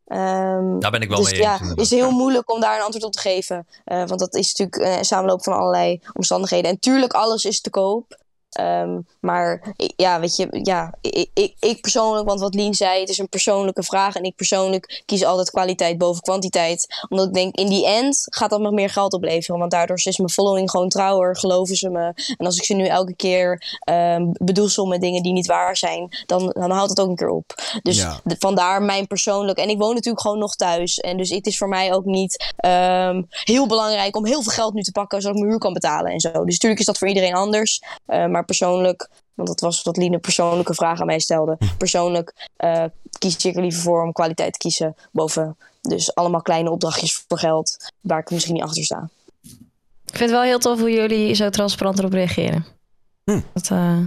Speaker 4: Um,
Speaker 5: Daar ben ik wel
Speaker 4: dus,
Speaker 5: mee eens.
Speaker 4: Ja, het is heel moeilijk om daar een antwoord op te geven. Uh, want dat is natuurlijk uh, een samenloop van allerlei omstandigheden. En tuurlijk, alles is te koop. Um, maar ja, weet je, ja, ik, ik, ik persoonlijk, want wat Lien zei, het is een persoonlijke vraag. En ik persoonlijk kies altijd kwaliteit boven kwantiteit. Omdat ik denk, in die end gaat dat nog meer geld opleveren. Want daardoor is mijn following gewoon trouwer, geloven ze me. En als ik ze nu elke keer um, bedoelsel met dingen die niet waar zijn, dan, dan houdt het ook een keer op. Dus
Speaker 2: Ja.
Speaker 4: de, vandaar mijn persoonlijk. En ik woon natuurlijk gewoon nog thuis. En dus het is voor mij ook niet um, heel belangrijk om heel veel geld nu te pakken, zodat ik mijn huur kan betalen en zo. Dus natuurlijk is dat voor iedereen anders. Uh, maar persoonlijk, want dat was wat Lien een persoonlijke vraag aan mij stelde. Persoonlijk uh, kies ik er liever voor om kwaliteit te kiezen boven dus allemaal kleine opdrachtjes voor geld waar ik misschien niet achter sta.
Speaker 3: Ik vind het wel heel tof hoe jullie zo transparant erop reageren.
Speaker 2: Hm.
Speaker 3: Dat, uh...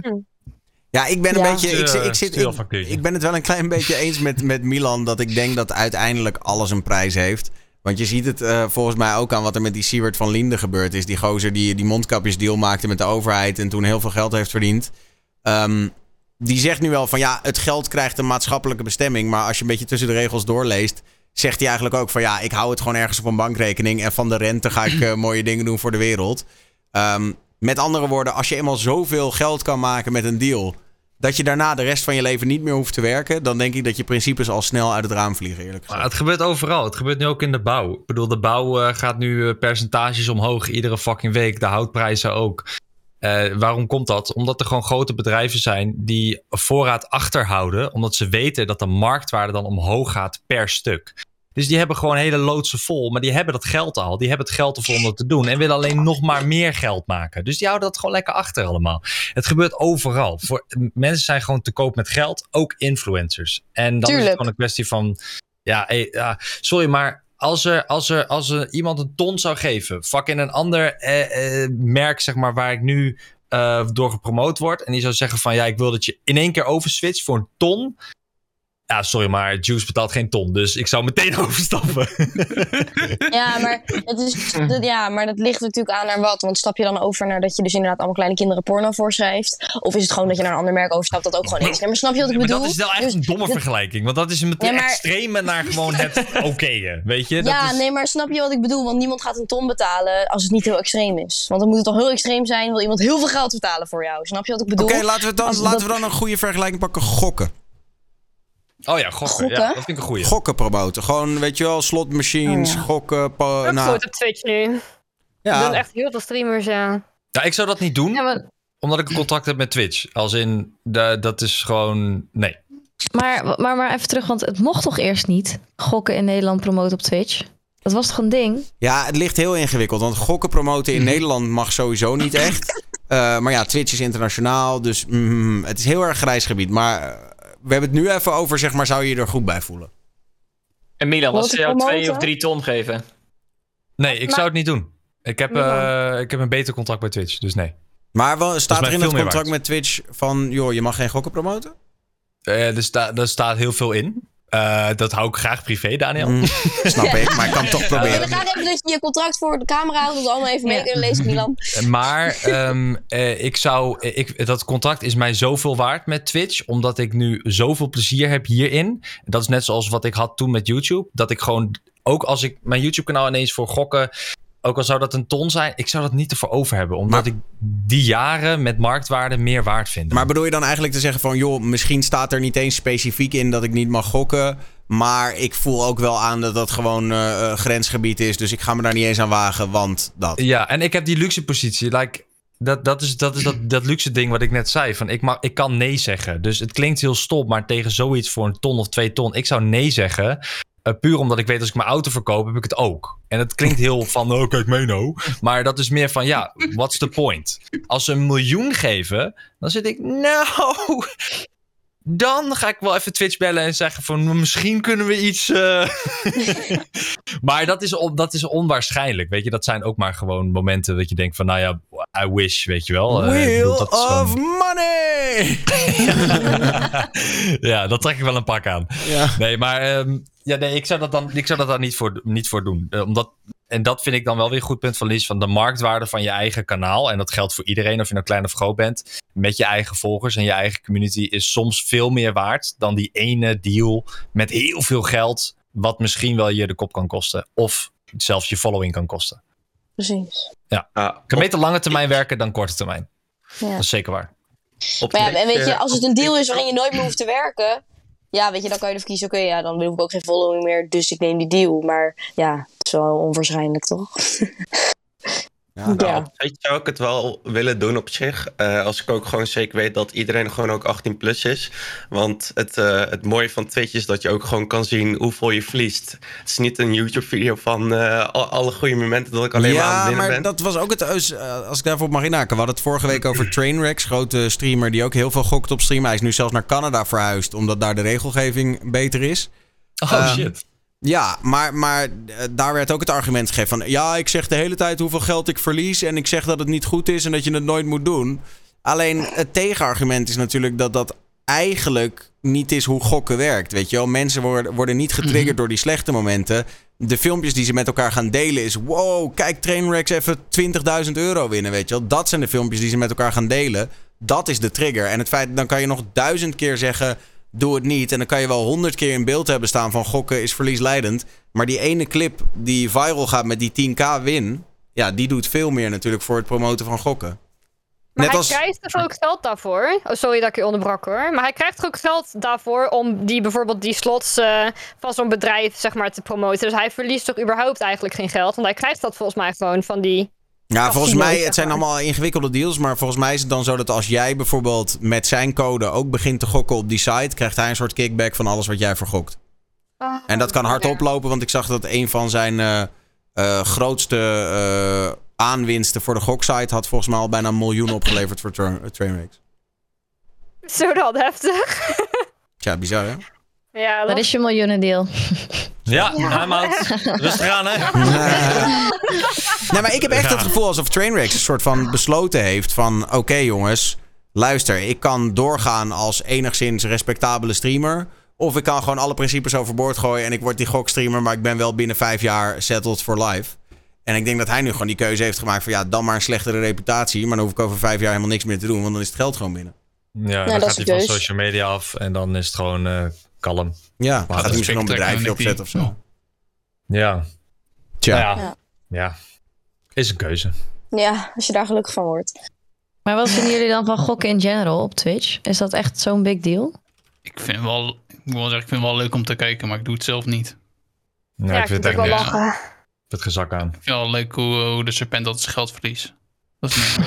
Speaker 2: Ja, ik ben een
Speaker 4: Ja.
Speaker 2: beetje. Ik, zit- ik, zit, ik,
Speaker 5: Stuurfactuurtje.
Speaker 2: ik ben het wel een klein beetje eens met, met Milan. Dat ik denk dat uiteindelijk alles een prijs heeft. Want je ziet het uh, volgens mij ook aan wat er met die Siewert van Linden gebeurd is. Die gozer die die mondkapjesdeal maakte met de overheid en toen heel veel geld heeft verdiend. Um, die zegt nu wel van ja, het geld krijgt een maatschappelijke bestemming. Maar als je een beetje tussen de regels doorleest, zegt hij eigenlijk ook van ja, ik hou het gewoon ergens op een bankrekening. En van de rente ga ik uh, mooie dingen doen voor de wereld. Um, met andere woorden, als je eenmaal zoveel geld kan maken met een deal, dat je daarna de rest van je leven niet meer hoeft te werken, dan denk ik dat je principes al snel uit het raam vliegen, eerlijk gezegd.
Speaker 5: Maar het gebeurt overal. Het gebeurt nu ook in de bouw. Ik bedoel, de bouw uh, gaat nu uh, percentages omhoog iedere fucking week. De houtprijzen ook. Uh, waarom komt dat? Omdat er gewoon grote bedrijven zijn die voorraad achterhouden, omdat ze weten dat de marktwaarde dan omhoog gaat per stuk. Dus die hebben gewoon hele loodsen vol, maar die hebben dat geld al. Die hebben het geld ervoor om dat te doen en willen alleen nog maar meer geld maken. Dus die houden dat gewoon lekker achter allemaal. Het gebeurt overal. Voor, mensen zijn gewoon te koop met geld, ook influencers. En dan
Speaker 4: Tuurlijk.
Speaker 5: is het gewoon een kwestie van, ja, hey, ja sorry, maar als er, als er, als er iemand een ton zou geven, fucking een ander eh, eh, merk, zeg maar, waar ik nu uh, door gepromoot word, en die zou zeggen van, ja, ik wil dat je in één keer overswitcht voor een ton. Ja, sorry, maar Juice betaalt geen ton, dus ik zou meteen overstappen.
Speaker 4: Ja, maar dat, is, dat, ja, maar dat ligt natuurlijk aan naar wat. Want stap je dan over naar dat je dus inderdaad allemaal kleine kinderen porno voorschrijft? Of is het gewoon dat je naar een ander merk overstapt dat ook gewoon is? Nee, maar snap je wat ik
Speaker 5: Maar
Speaker 4: bedoel?
Speaker 5: dat is wel echt
Speaker 4: Dus
Speaker 5: een domme
Speaker 4: dit-
Speaker 5: vergelijking, want dat is een
Speaker 4: Ja, maar-
Speaker 5: extreme naar gewoon het okéën, weet je? Dat
Speaker 4: Ja,
Speaker 5: is...
Speaker 4: nee, maar snap je wat ik bedoel? Want niemand gaat een ton betalen als het niet heel extreem is. Want dan moet het toch heel extreem zijn, wil iemand heel veel geld betalen voor jou. Snap je wat ik bedoel?
Speaker 2: Oké, laten, we dan,
Speaker 4: Als
Speaker 2: laten
Speaker 4: dat-
Speaker 2: we dan een goede vergelijking pakken. Gokken.
Speaker 5: Oh ja, gokken.
Speaker 4: Gokken?
Speaker 5: Ja, dat vind ik een goeie.
Speaker 2: Gokken promoten. Gewoon, weet je wel, slotmachines,
Speaker 4: Oh ja.
Speaker 2: gokken. Po-
Speaker 1: Ook
Speaker 2: nou,
Speaker 1: groot op Twitch nu. Er
Speaker 2: ja.
Speaker 1: doen echt heel veel streamers, ja.
Speaker 5: Ja, ik zou dat niet doen,
Speaker 3: Ja, maar,
Speaker 5: omdat ik een contract heb met Twitch. Als in, de, dat is gewoon, nee.
Speaker 3: maar, maar, maar even terug, want het mocht toch eerst niet gokken in Nederland promoten op Twitch? Dat was toch een ding?
Speaker 2: ja, het ligt heel ingewikkeld. Want gokken promoten in Nederland mag sowieso niet echt. Uh, maar ja, Twitch is internationaal. Dus mm, het is heel erg grijs gebied. Maar uh, we hebben het nu even over, zeg maar, zou je je er goed bij voelen?
Speaker 6: En Milan, als ze jou
Speaker 4: Promoten?
Speaker 6: twee of drie ton geven.
Speaker 5: Nee, ik
Speaker 1: Maar-
Speaker 5: zou het niet doen. Ik heb, uh, ik heb een beter contract bij Twitch, dus nee.
Speaker 2: Maar wel, staat
Speaker 5: mij
Speaker 2: er in
Speaker 5: veel
Speaker 2: het
Speaker 5: meer
Speaker 2: contract
Speaker 5: waard.
Speaker 2: met Twitch van, joh, je mag geen gokken promoten?
Speaker 5: Uh, er, sta, er staat heel veel in. Uh, dat hou ik graag privé, Daniel.
Speaker 2: Mm, snap ik, maar ik kan het toch
Speaker 4: We willen
Speaker 2: proberen.
Speaker 4: graag even dat je je contract voor de camera houdt, dat we allemaal even mee kunnen lezen, Milan.
Speaker 5: Maar um, uh, ik zou, ik, dat contract is mij zoveel waard met Twitch, omdat ik nu zoveel plezier heb hierin. Dat is net zoals wat ik had toen met YouTube. Dat ik gewoon, ook als ik mijn YouTube-kanaal ineens voor gokken, ook al zou dat een ton zijn, ik zou dat niet ervoor over hebben. Omdat
Speaker 2: Maar-
Speaker 5: ik die jaren met marktwaarde meer waard vind.
Speaker 2: Maar bedoel je dan eigenlijk te zeggen van, joh, misschien staat er niet eens specifiek in dat ik niet mag gokken. Maar ik voel ook wel aan dat dat gewoon uh, grensgebied is. Dus ik ga me daar niet eens aan wagen, want dat.
Speaker 5: Ja, en ik heb die luxe positie. Like, dat, dat is, dat, is dat, dat luxe ding wat ik net zei. Van ik, mag, ik kan nee zeggen. Dus het klinkt heel stom, maar tegen zoiets voor een ton of twee ton. Ik zou nee zeggen. Uh, puur omdat ik weet als ik mijn auto verkoop, heb ik het ook. En het klinkt heel van, oh kijk mee nou. Maar dat is meer van, ja, what's the point? Als ze een miljoen geven, dan zit ik, nou... Dan ga ik wel even Twitch bellen en zeggen van, misschien kunnen we iets... Uh... maar dat is, on, dat is onwaarschijnlijk, weet je. Dat zijn ook maar gewoon momenten dat je denkt van, nou ja, I wish, weet je wel. Uh,
Speaker 2: Wheel
Speaker 5: bedoel, dat is
Speaker 2: of
Speaker 5: gewoon...
Speaker 2: money!
Speaker 5: Ja, dat trek ik wel een pak aan.
Speaker 2: Ja.
Speaker 5: Nee, maar um, ja, nee, ik zou dat dan, ik zou dat dan niet, voor, niet voor doen. Uh, omdat en dat vind ik dan wel weer een goed punt van Lies, van de marktwaarde van je eigen kanaal. En dat geldt voor iedereen, of je nou klein of groot bent. Met je eigen volgers en je eigen community is soms veel meer waard dan die ene deal met heel veel geld, wat misschien wel je de kop kan kosten. Of zelfs je following kan kosten.
Speaker 4: Precies.
Speaker 5: Ja,
Speaker 7: Ah,
Speaker 5: ik kan beter lange termijn werken dan korte termijn.
Speaker 4: Ja.
Speaker 5: Dat is zeker waar.
Speaker 7: Op
Speaker 4: Maar ja,
Speaker 7: Twitch,
Speaker 4: en weet je,
Speaker 7: eh,
Speaker 4: als het
Speaker 7: op
Speaker 4: een deal
Speaker 7: Twitch-
Speaker 4: is waarin je nooit meer hoeft te werken, ja, weet je, dan kan je ervoor kiezen, oké, ja, dan wil ik ook geen following meer, dus ik neem die deal. Maar ja, het is wel onwaarschijnlijk, toch?
Speaker 2: Ja.
Speaker 4: Ja.
Speaker 7: Op Twitch zou ik het wel willen doen op zich. Uh, als ik ook gewoon zeker weet dat iedereen gewoon ook achttien plus is. Want het, uh, het mooie van Twitch is dat je ook gewoon kan zien hoeveel je verliest. Het is niet een YouTube-video van uh, alle goede momenten dat ik alleen maar aan het
Speaker 2: Ja,
Speaker 7: winnen
Speaker 2: maar
Speaker 7: ben.
Speaker 2: dat was ook het... Uh, als ik daarvoor mag inhaken. We hadden het vorige week over Trainwrecks. Grote streamer die ook heel veel gokt op stream. Hij is nu zelfs naar Canada verhuisd. Omdat daar de regelgeving beter is.
Speaker 5: Oh
Speaker 2: Uh,
Speaker 5: shit.
Speaker 2: Ja, maar, maar uh, daar werd ook het argument gegeven van... Ja, ik zeg de hele tijd hoeveel geld ik verlies... en ik zeg dat het niet goed is en dat je het nooit moet doen. Alleen het tegenargument is natuurlijk dat dat eigenlijk niet is hoe gokken werkt. Weet je wel, mensen worden, worden niet getriggerd mm-hmm. door die slechte momenten. De filmpjes die ze met elkaar gaan delen is... Wow, kijk Trainwrecks even twintigduizend euro winnen, weet je wel. Dat zijn de filmpjes die ze met elkaar gaan delen. Dat is de trigger. En het feit, dan kan je nog duizend keer zeggen... Doe het niet. En dan kan je wel honderd keer in beeld hebben staan van gokken is verliesleidend. Maar die ene clip die viral gaat met die tien k win... Ja, die doet veel meer natuurlijk voor het promoten van gokken.
Speaker 1: Maar
Speaker 2: Net
Speaker 1: hij
Speaker 2: als...
Speaker 1: krijgt toch ook geld daarvoor? Oh, sorry dat ik je onderbrak hoor. Maar hij krijgt toch ook geld daarvoor om die bijvoorbeeld die slots uh, van zo'n bedrijf zeg maar te promoten. Dus hij verliest toch überhaupt eigenlijk geen geld? Want hij krijgt dat volgens mij gewoon van die...
Speaker 2: Ja, volgens mij, het zijn allemaal ingewikkelde deals, maar volgens mij is het dan zo dat als jij bijvoorbeeld met zijn code ook begint te gokken op die site, krijgt hij een soort kickback van alles wat jij vergokt.
Speaker 1: Oh,
Speaker 2: en dat kan hard oplopen, want ik zag dat een van zijn uh, uh, grootste uh, aanwinsten voor de goksite had volgens mij al bijna een miljoen opgeleverd voor tra- Trainwrecks.
Speaker 1: Zo dat heftig.
Speaker 2: Tja, bizar hè?
Speaker 1: Ja, dat...
Speaker 3: dat is je miljoenendeal.
Speaker 5: Ja, ja. I'm out. Rustig aan, hè?
Speaker 2: Nee, maar ik heb echt ja. het gevoel alsof Trainwrecks een soort van besloten heeft van... Oké okay, jongens, luister, ik kan doorgaan als enigszins respectabele streamer... Of ik kan gewoon alle principes overboord gooien en ik word die gokstreamer... maar ik ben wel binnen vijf jaar settled for life. En ik denk dat hij nu gewoon die keuze heeft gemaakt van... ja, dan maar een slechtere reputatie... maar dan hoef ik over vijf jaar helemaal niks meer te doen... want dan is het geld gewoon binnen.
Speaker 5: Ja, dan gaat hij van social media af en dan is het gewoon uh, kalm.
Speaker 2: Ja, dan gaat hij misschien een bedrijfje opzetten of zo.
Speaker 5: Ja.
Speaker 2: Tja.
Speaker 5: Nou ja. ja. Ja. Is een keuze.
Speaker 4: Ja, als je daar gelukkig van wordt.
Speaker 3: Maar wat vinden jullie dan van gokken in general op Twitch? Is dat echt zo'n big deal?
Speaker 9: Ik vind wel, ik moet wel zeggen, ik vind het wel leuk om te kijken, maar ik doe het zelf niet.
Speaker 5: Ja,
Speaker 1: ja
Speaker 5: ik vind het
Speaker 1: wel
Speaker 5: echt
Speaker 1: lachen.
Speaker 5: Ik vind het gezak aan.
Speaker 9: Ik vind het wel leuk hoe, hoe de serpent dat zijn geld verliest. Dat is niet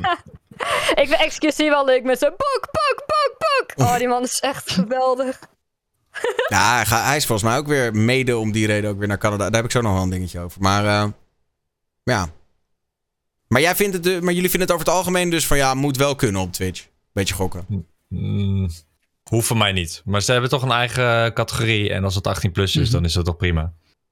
Speaker 1: Ik vind X Q C wel leuk met zo'n pok, pok, pok, pok. Oh, die man is echt geweldig.
Speaker 2: Ja, hij, ga, hij is volgens mij ook weer mede om die reden ook weer naar Canada. Daar heb ik zo nog wel een dingetje over. Maar uh, ja. Maar, jij vindt het, de, maar jullie vinden het over het algemeen dus van ja, moet wel kunnen op Twitch. Beetje gokken.
Speaker 5: Mm, hoeft voor mij niet. Maar ze hebben toch een eigen categorie. En als het achttien plus is, mm-hmm. dan is dat toch prima.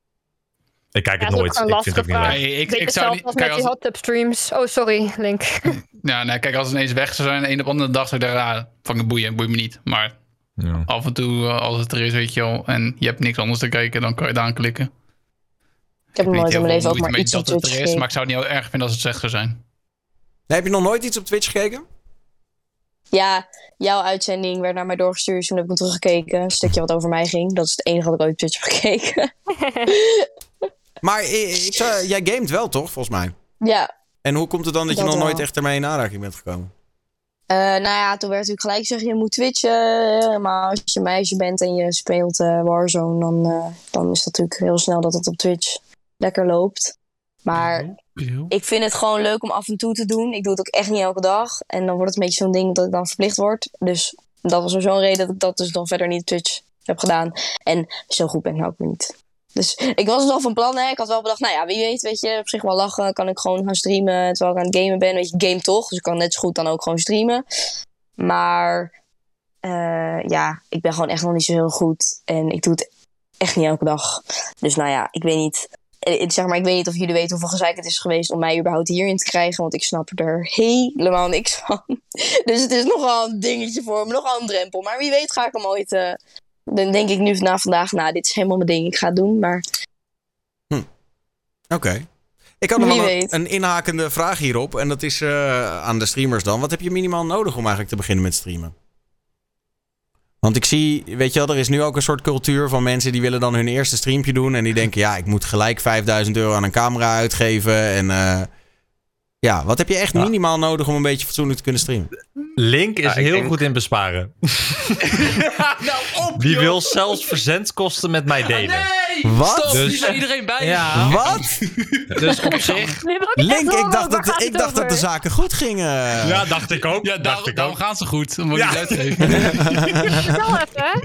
Speaker 5: Ik kijk
Speaker 1: ja,
Speaker 5: het nooit. Ik vind het ook niet leuk.
Speaker 9: Nee, ik,
Speaker 1: ik, ik zou niet... Als kijk, met die als... hot tub streams. Oh, sorry, Link.
Speaker 9: Ja, nee, kijk, als het ineens weg zou zijn, een op de andere dag zou ik daar, ah, vangen boeien, boeit me niet. Maar ja. af en toe, als het er is, weet je wel, en je hebt niks anders te kijken, dan kan je daar aan klikken.
Speaker 4: Ik heb nog nooit in mijn leven ook maar iets op Twitch gekeken.
Speaker 9: Maar ik zou het niet erg vinden als het slecht zou zijn.
Speaker 2: Nee, heb je nog nooit iets op Twitch gekeken?
Speaker 4: Ja, jouw uitzending werd naar mij doorgestuurd. Dus toen heb ik hem teruggekeken. Een stukje wat over mij ging. Dat is het enige wat ik ooit op Twitch heb gekeken.
Speaker 2: Maar ik zou, jij gamet wel, toch? Volgens mij.
Speaker 4: Ja.
Speaker 2: En hoe komt het dan dat, dat je nog wel. nooit echt ermee in aanraking bent gekomen?
Speaker 4: Uh, nou ja, toen werd natuurlijk gelijk gezegd, je moet twitchen. Maar als je meisje bent en je speelt uh, Warzone, dan, uh, dan is dat natuurlijk heel snel dat het op Twitch lekker loopt. Maar oh, ik vind het gewoon leuk om af en toe te doen. Ik doe het ook echt niet elke dag. En dan wordt het een beetje zo'n ding dat ik dan verplicht word. Dus dat was zo'n reden dat ik dat dus dan verder niet op Twitch heb gedaan. En zo goed ben ik nou ook weer niet. Dus ik was wel van plan, hè. Ik had wel bedacht, nou ja, wie weet, weet je, op zich wel lachen. Kan ik gewoon gaan streamen terwijl ik aan het gamen ben. Weet je, game toch, dus ik kan net zo goed dan ook gewoon streamen. Maar uh, ja, ik ben gewoon echt nog niet zo heel goed. En ik doe het echt niet elke dag. Dus nou ja, ik weet niet. Zeg maar, ik weet niet of jullie weten hoeveel gezeik het is geweest om mij überhaupt hierin te krijgen. Want ik snap er helemaal niks van. Dus het is nogal een dingetje voor me, nogal een drempel. Maar wie weet ga ik hem ooit... Uh, dan denk ik nu na vandaag, nou, dit is helemaal mijn ding. Ik ga het doen, maar...
Speaker 2: Hm. Oké. Okay. Ik had nog
Speaker 4: Wie
Speaker 2: wel een,
Speaker 4: weet.
Speaker 2: een inhakende vraag hierop. En dat is uh, aan de streamers dan. Wat heb je minimaal nodig om eigenlijk te beginnen met streamen? Want ik zie, weet je wel, er is nu ook een soort cultuur van mensen die willen dan hun eerste streampje doen. En die denken, ja, ik moet gelijk vijfduizend euro aan een camera uitgeven. En uh, ja, wat heb je echt minimaal nodig om een beetje fatsoenlijk te kunnen streamen?
Speaker 5: Link is
Speaker 7: Ja, ik
Speaker 5: heel
Speaker 7: denk-
Speaker 5: goed in besparen.
Speaker 9: nou op,
Speaker 5: Die
Speaker 9: joh.
Speaker 5: wil zelfs verzendkosten met mij delen.
Speaker 9: Nee!
Speaker 2: Wat?
Speaker 9: Stop,
Speaker 5: Dus-
Speaker 9: die is iedereen bij.
Speaker 5: Ja.
Speaker 2: Wat?
Speaker 5: Dus op zich...
Speaker 1: Nee, maar ook echt
Speaker 2: Link, ik
Speaker 1: horen,
Speaker 2: dacht,
Speaker 1: waar
Speaker 2: dat,
Speaker 1: gaat
Speaker 2: ik
Speaker 1: het
Speaker 2: dacht dat de
Speaker 1: over?
Speaker 2: zaken goed gingen.
Speaker 5: Ja, dacht ik ook.
Speaker 9: Ja,
Speaker 5: dacht
Speaker 9: daar,
Speaker 5: ik
Speaker 9: daarom
Speaker 5: ook.
Speaker 9: gaan ze goed. Dan moet ik
Speaker 5: Ja.
Speaker 9: het uitgeven.
Speaker 1: Vertel even.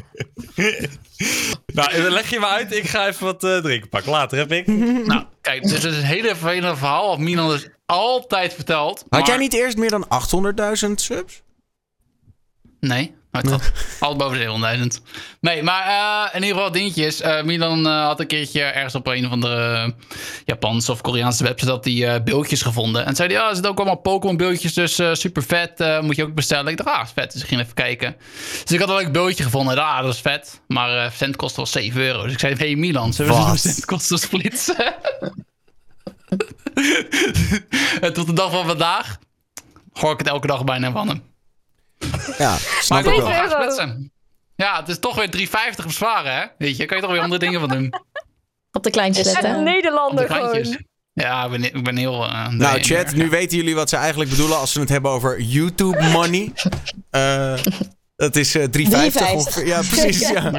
Speaker 5: Nou, leg je maar uit. Ik ga even wat uh, drinken pakken. Later heb ik.
Speaker 9: Nou, kijk, dit is een hele vervelende verhaal. Wat Milan dus altijd vertelt.
Speaker 2: Had jij
Speaker 9: maar-
Speaker 2: niet eerst meer dan achthonderdduizend subs?
Speaker 9: Nee, nooit gehad. Altijd boven de honderdduizend. Nee, maar uh, in ieder geval dingetjes. Uh, Milan uh, had een keertje ergens op een of andere Japanse of Koreaanse website dat die uh, beeldjes gevonden. En zei hij, ja, er zitten ook allemaal Pokémon beeldjes, dus uh, super vet. Uh, moet je ook bestellen. Ik dacht, ah, is vet. Dus ik ging even kijken. Dus ik had al een beeldje gevonden. Ah, dat is vet. Maar uh, verzendkosten was zeven euro. Dus ik zei, hey Milan, zullen we
Speaker 2: Wat?
Speaker 9: de verzendkosten splitsen? En tot de dag van vandaag hoor ik het elke dag bijna van hem.
Speaker 2: Ja,
Speaker 9: Maar
Speaker 2: snap
Speaker 9: ik
Speaker 2: ik
Speaker 9: wil
Speaker 2: wel.
Speaker 9: graag splitsen. Ja, het is toch weer drie vijftig bezwaren, hè? Weet je, kan je toch weer andere dingen van doen.
Speaker 3: Op de kleintjes
Speaker 4: Dus,
Speaker 3: letten.
Speaker 1: Een
Speaker 4: uh,
Speaker 9: Op de
Speaker 1: Nederlander
Speaker 9: kleintjes.
Speaker 1: gewoon.
Speaker 9: Ja, ik ben, ik ben heel... Uh,
Speaker 2: Nou,
Speaker 9: nee,
Speaker 2: chat,
Speaker 9: maar-
Speaker 2: nu weten jullie wat ze eigenlijk bedoelen als ze het hebben over YouTube money. Uh, dat is uh, drie vijftig ongeveer. Ja, precies. Ja.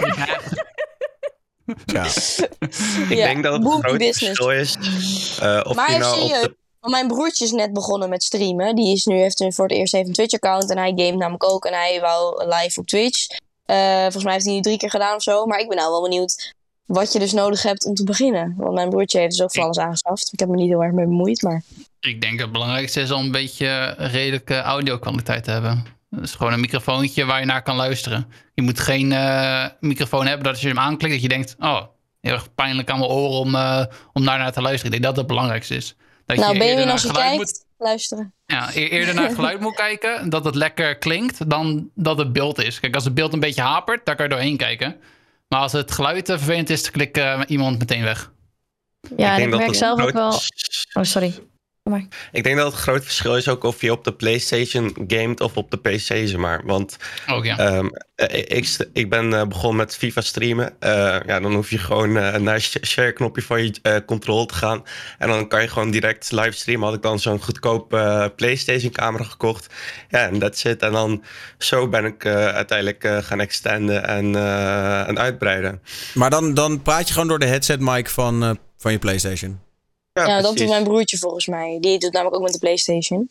Speaker 2: Ja.
Speaker 7: Ik
Speaker 4: Ja,
Speaker 7: denk dat het een
Speaker 4: booming
Speaker 7: groot
Speaker 4: business.
Speaker 7: verschil is. Uh, of
Speaker 4: Maar
Speaker 7: je nou op
Speaker 4: serieus,
Speaker 7: de...
Speaker 4: want mijn broertje is net begonnen met streamen. Die is nu, heeft nu voor het eerst even een Twitch-account. En hij gamet namelijk ook. En hij wou live op Twitch. Uh, volgens mij heeft hij nu drie keer gedaan of zo. Maar ik ben nou wel benieuwd wat je dus nodig hebt om te beginnen. Want mijn broertje heeft dus ook van alles aangeschaft. Ik heb me niet heel erg mee bemoeid, maar...
Speaker 9: Ik denk dat het belangrijkste is om een beetje redelijke audio-kwaliteit te hebben. Dus gewoon een microfoontje waar je naar kan luisteren. Je moet geen uh, microfoon hebben dat als je hem aanklikt dat je denkt... oh, heel erg pijnlijk aan mijn oren om, uh, om daarnaar te luisteren. Ik denk dat dat het belangrijkste is. Dat
Speaker 4: Nou,
Speaker 9: je
Speaker 4: Benjamin,
Speaker 9: eerder
Speaker 4: als je
Speaker 9: naar geluid
Speaker 4: kijkt,
Speaker 9: moet,
Speaker 4: luisteren.
Speaker 9: ja, e- eerder naar het geluid moet kijken, dat het lekker klinkt, dan dat het beeld is. Kijk, als het beeld een beetje hapert, daar kan je doorheen kijken. Maar als het geluid uh, vervelend is, dan klikt uh, iemand meteen weg.
Speaker 3: Ja, en
Speaker 7: denk
Speaker 3: ik
Speaker 7: dat
Speaker 3: merk
Speaker 7: het
Speaker 3: zelf ook
Speaker 7: groot-
Speaker 3: wel... Oh, sorry. Maar.
Speaker 7: Ik denk dat het groot verschil is ook of je op de PlayStation gamet of op de P C, zeg maar. Want
Speaker 9: Ook ja.
Speaker 7: um, ik, ik ben uh, begonnen met FIFA streamen. Uh, ja, dan hoef je gewoon uh, naar het share-knopje van je uh, controle te gaan. En dan kan je gewoon direct livestreamen. Had ik dan zo'n goedkoop uh, PlayStation-camera gekocht. Ja, en that's it. En dan zo ben ik uh, uiteindelijk uh, gaan extenden en, uh, en uitbreiden.
Speaker 2: Maar dan, dan praat je gewoon door de headset mic van, uh, van je PlayStation.
Speaker 7: Ja,
Speaker 4: Ja, dat
Speaker 7: precies.
Speaker 4: doet mijn broertje volgens mij. Die doet namelijk ook met de PlayStation.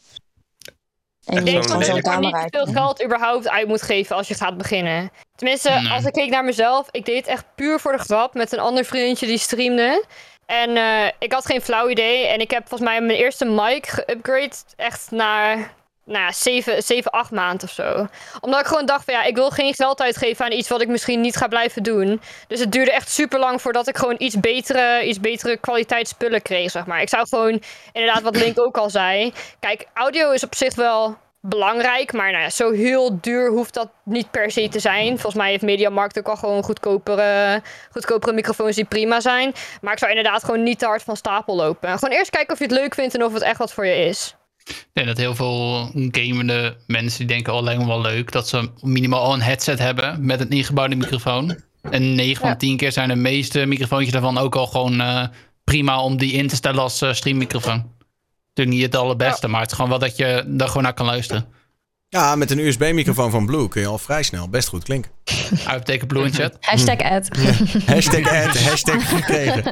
Speaker 4: En
Speaker 7: Ik
Speaker 4: die
Speaker 1: Ik
Speaker 4: heeft
Speaker 7: zo'n
Speaker 1: denk
Speaker 4: gewoon
Speaker 1: dat
Speaker 4: zo'n
Speaker 1: je
Speaker 4: camera.
Speaker 1: niet veel geld überhaupt uit moet geven als je gaat beginnen. Tenminste,
Speaker 9: Nee.
Speaker 1: als ik keek naar mezelf, ik deed het echt puur voor de grap met een ander vriendje die streamde. En uh, ik had geen flauw idee. En ik heb volgens mij mijn eerste mic geupgrade echt naar nou ja, zeven, acht maanden of zo. Omdat ik gewoon dacht van ja, ik wil geen geld uitgeven aan iets wat ik misschien niet ga blijven doen. Dus het duurde echt super lang voordat ik gewoon iets betere, iets betere kwaliteit spullen kreeg, zeg maar. Ik zou gewoon, inderdaad wat Link ook al zei. Kijk, audio is op zich wel belangrijk, maar nou ja, zo heel duur hoeft dat niet per se te zijn. Volgens mij heeft Mediamarkt ook al gewoon goedkopere, goedkopere microfoons die prima zijn. Maar ik zou inderdaad gewoon niet te hard van stapel lopen. Gewoon eerst kijken of je het leuk vindt en of het echt wat voor je is.
Speaker 9: Ik denk dat heel veel gamende mensen die denken, oh, lijkt me wel leuk dat ze minimaal al een headset hebben met een ingebouwde microfoon. En negen van
Speaker 1: Ja.
Speaker 9: tien keer zijn de meeste microfoontjes daarvan ook al gewoon uh, prima om die in te stellen als uh, streammicrofoon. Natuurlijk niet het allerbeste, maar het is gewoon wel dat je daar gewoon naar kan luisteren.
Speaker 2: Ja, met een U S B-microfoon van Blue kun je al vrij snel best goed klinken.
Speaker 9: Uitteken Blue in chat.
Speaker 3: Hashtag ad.
Speaker 2: Hashtag ad, hashtag gekregen.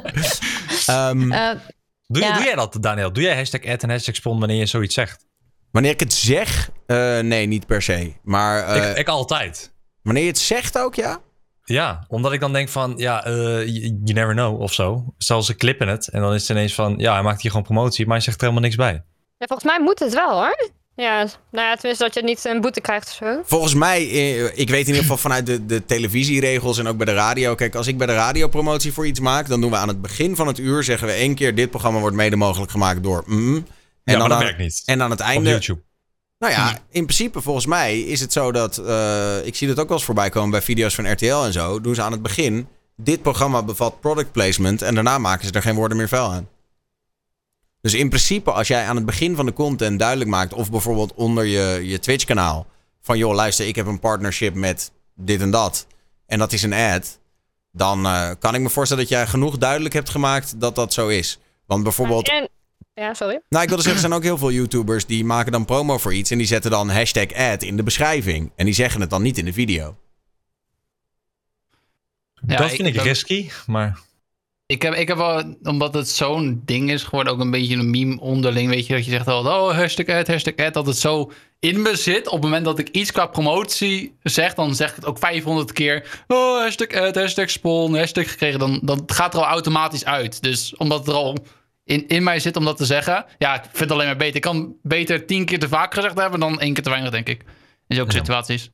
Speaker 2: Um,
Speaker 3: Uh,
Speaker 5: Doe,
Speaker 3: Ja.
Speaker 5: doe jij dat, Daniel? Doe jij hashtag ad en hashtag spawn wanneer je zoiets zegt?
Speaker 2: wanneer ik het zeg, uh, nee, niet per se. Maar uh,
Speaker 5: ik, ik altijd.
Speaker 2: wanneer je het zegt ook, ja?
Speaker 5: Ja, omdat ik dan denk van, ja, uh, you, you never know of zo. Stel ze klippen het en dan is het ineens van, ja, hij maakt hier gewoon promotie, maar hij zegt er helemaal niks bij.
Speaker 1: Ja, volgens mij moet het wel, hoor. Ja, nou ja, tenminste dat je niet een boete krijgt of zo.
Speaker 2: Volgens mij, eh, ik weet in ieder geval vanuit de, de televisieregels en ook bij de radio. Kijk, als ik bij de radiopromotie voor iets maak, dan doen we aan het begin van het uur, zeggen we één keer, dit programma wordt mede mogelijk gemaakt door mm. En
Speaker 5: Ja, maar
Speaker 2: dan
Speaker 5: dat
Speaker 2: aan,
Speaker 5: werkt niet.
Speaker 2: En aan het
Speaker 5: Op
Speaker 2: einde...
Speaker 5: YouTube.
Speaker 2: Nou ja, in principe volgens mij is het zo dat... Uh, ik zie dat ook wel eens voorbij komen bij video's van R T L en zo. Doen ze aan het begin... Dit programma bevat product placement... en daarna maken ze er geen woorden meer vuil aan. Dus in principe, als jij aan het begin van de content duidelijk maakt... of bijvoorbeeld onder je, je Twitch-kanaal... van joh, luister, ik heb een partnership met dit en dat... en dat is een ad... dan uh, kan ik me voorstellen dat jij genoeg duidelijk hebt gemaakt dat dat zo is. Want bijvoorbeeld...
Speaker 1: En, ja, sorry.
Speaker 2: Nou, ik wilde zeggen, er zijn ook heel veel YouTubers... die maken dan promo voor iets... en die zetten dan hashtag ad in de beschrijving. En die zeggen het dan niet in de video.
Speaker 5: Ja, dat vind ik, ik risky, maar...
Speaker 9: Ik heb, ik heb wel, omdat het zo'n ding is geworden, ook een beetje een meme onderling. Weet je, dat je zegt al, oh, hashtag ad, hashtag ad. Dat het zo in me zit. Op het moment dat ik iets qua promotie zeg, dan zeg ik het ook vijfhonderd keer. Oh, hashtag ad, hashtag spawn, hashtag gekregen. Dan, dan gaat er al automatisch uit. Dus omdat het er al in, in mij zit om dat te zeggen. Ja, ik vind het alleen maar beter. Ik kan beter tien keer te vaak gezegd hebben dan één keer te weinig, denk ik. In zulke ja. situaties.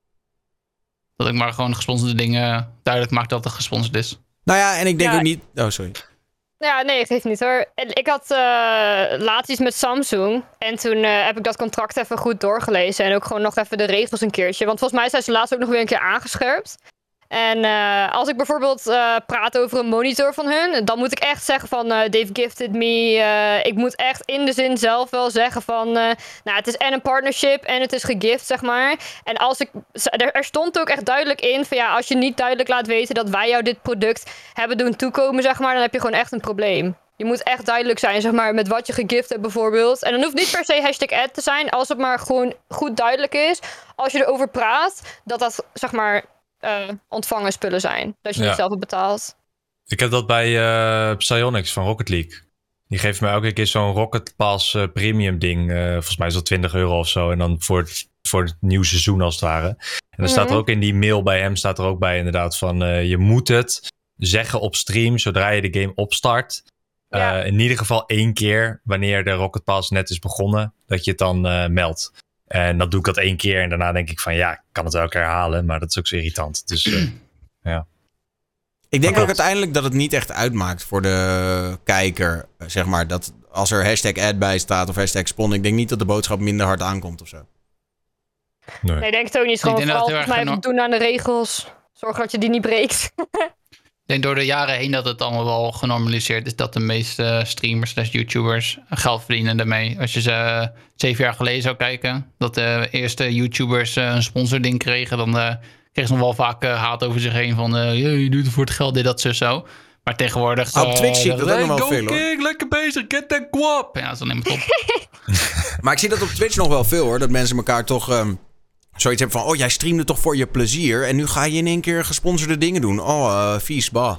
Speaker 9: Dat ik maar gewoon gesponsorde dingen duidelijk maak dat het gesponsord is.
Speaker 2: Nou ja, en ik denk
Speaker 1: ja.
Speaker 2: ook niet... Oh, sorry.
Speaker 1: Ja, nee, geeft niet hoor. Ik had uh, laatst iets met Samsung. En toen uh, heb ik dat contract even goed doorgelezen. En ook gewoon nog even de regels een keertje. Want volgens mij zijn ze laatst ook nog weer een keer aangescherpt. En uh, als ik bijvoorbeeld uh, praat over een monitor van hun... dan moet ik echt zeggen van... Uh, they've gifted me. Uh, ik moet echt in de zin zelf wel zeggen van... Uh, nou, het is en een partnership en het is gegift, zeg maar. En als ik... Er, er stond ook echt duidelijk in van... ja, als je niet duidelijk laat weten dat wij jou dit product hebben doen toekomen, zeg maar... dan heb je gewoon echt een probleem. Je moet echt duidelijk zijn, zeg maar, met wat je gegift hebt bijvoorbeeld. En dan hoeft niet per se hashtag ad te zijn... als het maar gewoon goed duidelijk is. Als je erover praat, dat dat, zeg maar... Uh, ontvangen spullen zijn. Dat je ja. niet zelf hebt betaald.
Speaker 5: Ik heb dat bij uh, Psyonix van Rocket League. Die geeft mij elke keer zo'n Rocket Pass uh, premium ding. Uh, volgens mij is dat twintig euro of zo. En dan voor het, voor het nieuwe seizoen als het ware. En dan mm-hmm. staat er ook in die mail bij hem... staat er ook bij inderdaad van... Uh, je moet het zeggen op stream... zodra je de game opstart. Ja. Uh, in ieder geval één keer... wanneer de Rocket Pass net is begonnen... dat je het dan uh, meldt. En dan doe ik dat één keer en daarna denk ik van ja, ik kan het wel elke keer herhalen, maar dat is ook zo irritant. Dus uh, ja.
Speaker 2: Ik denk ook uiteindelijk dat het niet echt uitmaakt voor de kijker, zeg maar, dat als er hashtag ad bij staat of hashtag spawn, ik denk niet dat de boodschap minder hard aankomt of zo.
Speaker 1: Nee, nee ik denk het ook niet. Gewoon vooral volgens mij geno- doen aan de regels. Zorg dat je die niet breekt.
Speaker 9: Ik denk door de jaren heen dat het allemaal wel genormaliseerd is... dat de meeste streamers slash YouTubers geld verdienen daarmee. Als je ze uh, zeven jaar geleden zou kijken... dat de eerste YouTubers uh, een sponsording kregen... dan uh, kregen ze nog wel vaak uh, haat over zich heen van... Uh, je doet het voor het geld, dit, dat, zo, zo. Maar tegenwoordig...
Speaker 2: Uh, Op Twitch zie ik dat
Speaker 9: hey,
Speaker 2: ook nog wel
Speaker 9: veel,
Speaker 2: hoor.
Speaker 9: King, lekker bezig, get that guap. Ja, dat is dan helemaal top.
Speaker 2: Maar ik zie dat op Twitch nog wel veel hoor. Dat mensen elkaar toch... Um... zoiets hebben van, oh, jij streamde toch voor je plezier... en nu ga je in één keer gesponsorde dingen doen. Oh, uh, vies, bah.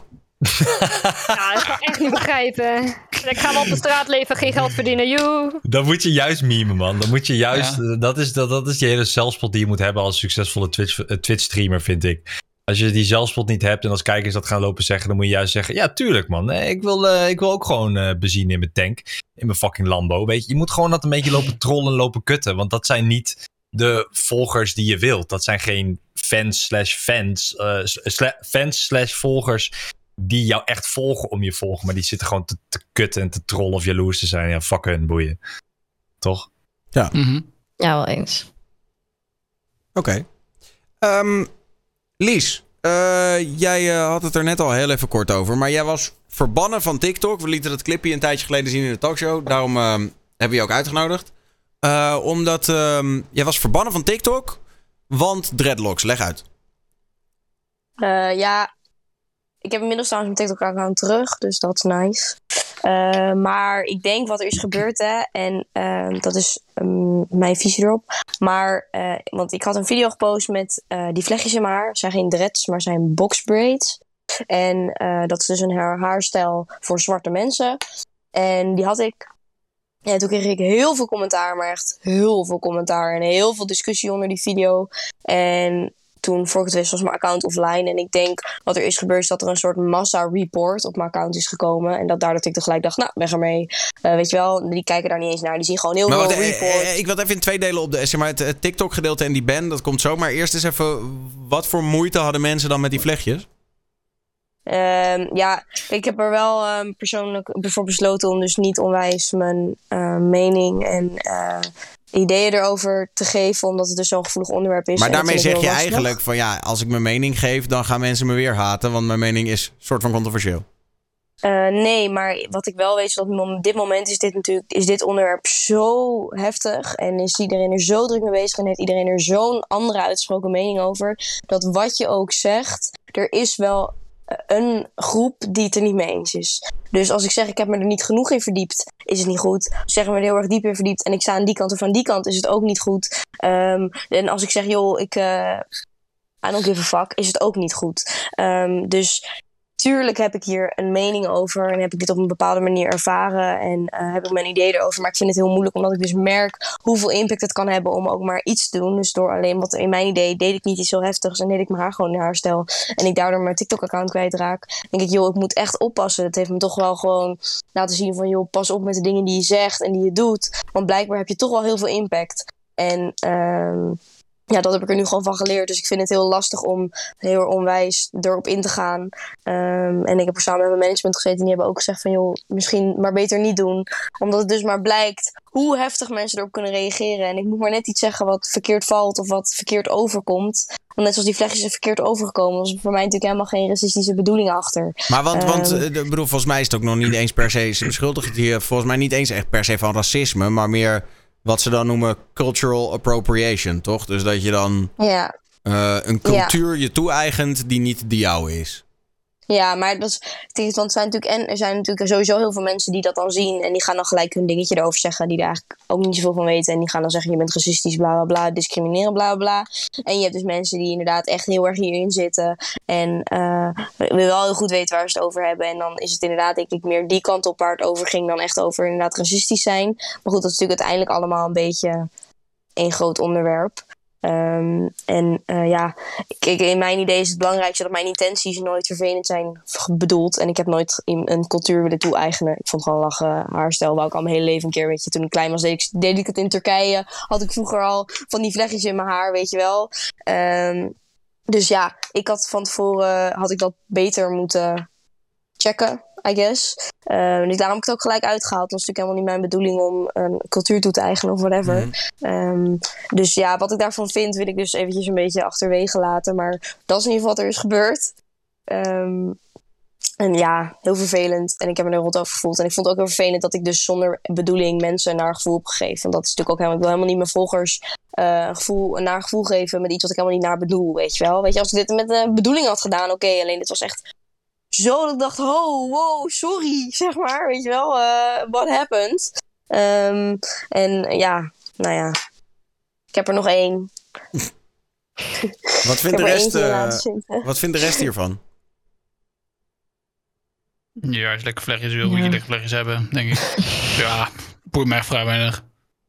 Speaker 1: Ja, dat kan ik echt niet begrijpen. Ik ga wel op de straat leven, geen geld verdienen, joe.
Speaker 5: Dan moet je juist memen, man. Dan moet je juist... Ja. Dat, is, dat, dat is die hele zelfspot die je moet hebben... als succesvolle Twitch, uh, Twitch-streamer, vind ik. Als je die zelfspot niet hebt... en als kijkers dat gaan lopen zeggen... dan moet je juist zeggen... ja, tuurlijk, man. Nee, ik, wil, uh, ik wil ook gewoon uh, benzine in mijn tank. In mijn fucking Lambo, weet je. Je moet gewoon dat een beetje lopen trollen en lopen kutten. Want dat zijn niet... de volgers die je wilt. Dat zijn geen fans slash fans, uh, sla- fans slash volgers die jou echt volgen om je volgen, maar die zitten gewoon te, te kutten en te trollen of jaloers te zijn. Ja, fuck hun, boeien. Toch?
Speaker 2: Ja.
Speaker 3: Mm-hmm. Ja, wel eens.
Speaker 2: Oké. Okay. Um, Lies, uh, jij uh, had het er net al heel even kort over, maar jij was verbannen van TikTok. We lieten dat clipje een tijdje geleden zien in de talkshow. Daarom uh, hebben we je ook uitgenodigd. Uh, omdat um, jij was verbannen van TikTok, want dreadlocks. Leg uit.
Speaker 4: Uh, ja, ik heb inmiddels trouwens mijn TikTok-account terug, dus dat is nice. Uh, maar ik denk wat er is gebeurd, hè, en uh, dat is um, mijn visie erop. Maar, uh, want ik had een video gepost met uh, die vlechtjes in mijn haar. Het zijn geen dreads, maar zijn box braids. En uh, dat is dus een haar- haarstijl voor zwarte mensen. En die had ik. Ja, toen kreeg ik heel veel commentaar, maar echt heel veel commentaar. En heel veel discussie onder die video. En toen, voor ik het wist, was mijn account offline. En ik denk, wat er is gebeurd, is dat er een soort massa-report op mijn account is gekomen. En dat daardoor ik tegelijk dacht, nou, weg ermee. Uh, weet je wel, die kijken daar niet eens naar. Die zien gewoon heel
Speaker 2: maar
Speaker 4: veel
Speaker 2: wat,
Speaker 4: reports.
Speaker 2: Eh, ik wil even in twee delen op de, zeg maar, het, het TikTok-gedeelte en die ban. Dat komt zo. Maar eerst eens even, wat voor moeite hadden mensen dan met die vlechtjes?
Speaker 4: Um, ja, ik heb er wel um, persoonlijk voor besloten om dus niet onwijs mijn uh, mening en uh, ideeën erover te geven, omdat het dus zo'n gevoelig onderwerp is.
Speaker 2: Maar daarmee zeg je
Speaker 4: lastig.
Speaker 2: eigenlijk van ja, als ik mijn mening geef, dan gaan mensen me weer haten, want mijn mening is soort van controversieel.
Speaker 4: Uh, nee, maar wat ik wel weet is dat op dit moment is dit natuurlijk is dit onderwerp zo heftig en is iedereen er zo druk mee bezig en heeft iedereen er zo'n andere uitgesproken mening over, dat wat je ook zegt, er is wel een groep die het er niet mee eens is. Dus als ik zeg ik heb me er niet genoeg in verdiept, is het niet goed. Als ik zeg ik me er heel erg diep in verdiept en ik sta aan die kant of aan die kant, is het ook niet goed. Um, en als ik zeg joh, ik uh, I don't give a fuck, is het ook niet goed. Um, dus tuurlijk heb ik hier een mening over en heb ik dit op een bepaalde manier ervaren en uh, heb ik mijn idee erover. Maar ik vind het heel moeilijk omdat ik dus merk hoeveel impact het kan hebben om ook maar iets te doen. Dus door alleen wat in mijn idee deed ik niet iets heel heftigs en deed ik mijn haar gewoon in haarstijl. En ik daardoor mijn TikTok-account kwijtraak. Denk ik, joh, ik moet echt oppassen. Dat heeft me toch wel gewoon laten zien van, joh, pas op met de dingen die je zegt en die je doet. Want blijkbaar heb je toch wel heel veel impact. En um, ja, dat heb ik er nu gewoon van geleerd. Dus ik vind het heel lastig om heel onwijs erop in te gaan. Um, en ik heb er samen met mijn management gezeten en die hebben ook gezegd van, joh, misschien maar beter niet doen. Omdat het dus maar blijkt hoe heftig mensen erop kunnen reageren. En ik moet maar net iets zeggen wat verkeerd valt of wat verkeerd overkomt. Want net zoals die vlechtjes er verkeerd overgekomen, was er voor mij natuurlijk helemaal geen racistische bedoeling achter.
Speaker 2: Maar want, um, want uh, bedoel, volgens mij is het ook nog niet eens per se, ze beschuldigen het hier volgens mij niet eens echt per se van racisme, maar meer wat ze dan noemen cultural appropriation, toch? Dus dat je dan
Speaker 4: ja.
Speaker 2: uh, een cultuur ja. je toe-eigent die niet die jou is.
Speaker 4: Ja, maar dat is, want er zijn natuurlijk, en er zijn natuurlijk sowieso heel veel mensen die dat dan zien en die gaan dan gelijk hun dingetje erover zeggen, die er eigenlijk ook niet zoveel van weten en die gaan dan zeggen je bent racistisch, bla bla bla, discrimineren, bla bla. En je hebt dus mensen die inderdaad echt heel erg hierin zitten en uh, we wel heel goed weten waar ze het over hebben en dan is het inderdaad denk ik meer die kant op waar het over ging dan echt over inderdaad racistisch zijn. Maar goed, dat is natuurlijk uiteindelijk allemaal een beetje één groot onderwerp. Um, en uh, ja, kijk, in mijn idee is het belangrijkste dat mijn intenties nooit vervelend zijn bedoeld. En ik heb nooit een cultuur willen toe-eigenen. Ik vond gewoon lachen, haarstijl, wou ik al mijn hele leven een keer, weet je. Toen ik klein was, deed ik, deed ik het in Turkije. Had ik vroeger al van die vlechtjes in mijn haar, weet je wel. Um, dus ja, ik had van tevoren, had ik dat beter moeten checken, I guess. Uh, dus daarom heb ik het ook gelijk uitgehaald. Het was natuurlijk helemaal niet mijn bedoeling om een cultuur toe te eigenen of whatever. Mm. Um, dus ja, wat ik daarvan vind, wil ik dus eventjes een beetje achterwege laten. Maar dat is in ieder geval wat er is gebeurd. Um, en ja, heel vervelend. En ik heb me er rot over gevoeld. En ik vond het ook heel vervelend dat ik dus zonder bedoeling mensen naar gevoel heb gegeven. Want dat is natuurlijk ook helemaal, ik wil helemaal niet mijn volgers uh, een, gevoel, een naar gevoel geven met iets wat ik helemaal niet naar bedoel, weet je wel. Weet je, als ik dit met een bedoeling had gedaan, oké, okay, alleen dit was echt zo dat ik dacht, oh, wow, sorry, zeg maar, weet je wel, uh, what happened? Um, en ja, nou ja, ik heb er nog één.
Speaker 2: Wat vindt de rest, uh, wat vindt de rest hiervan?
Speaker 9: Ja, als je lekker vlechtjes wil, ja. moet je lekker vlechtjes hebben, denk ik. Ja, boeit me echt vrij weinig.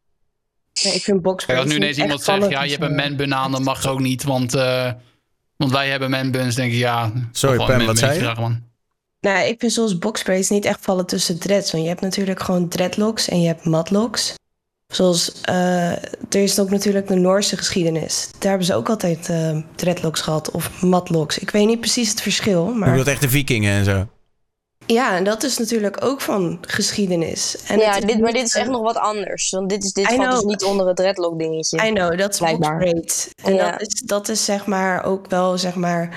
Speaker 8: Nee, ik vind boxspray.
Speaker 9: Als nu ineens iemand zegt, ja, je hebt een manbun aan, dan mag ook niet, want, uh, want wij hebben manbuns, denk ik, ja.
Speaker 2: Sorry, Pam, wat zei je?
Speaker 9: Vragen, man.
Speaker 8: Nou, ik vind zoals boxsprays niet echt vallen tussen dreads. Want je hebt natuurlijk gewoon dreadlocks en je hebt matlocks. Zoals, uh, er is ook natuurlijk de Noorse geschiedenis. Daar hebben ze ook altijd uh, dreadlocks gehad of matlocks. Ik weet niet precies het verschil, maar...
Speaker 2: Je bedoelt echt de vikingen en zo?
Speaker 8: Ja, en dat is natuurlijk ook van geschiedenis. En
Speaker 4: ja, dit, maar dit is echt nog wat anders. Want dit, is, dit valt dus niet onder het dreadlock dingetje.
Speaker 8: I know, dat is boxbraids. En ja. dat, is, dat is zeg maar ook wel, zeg maar...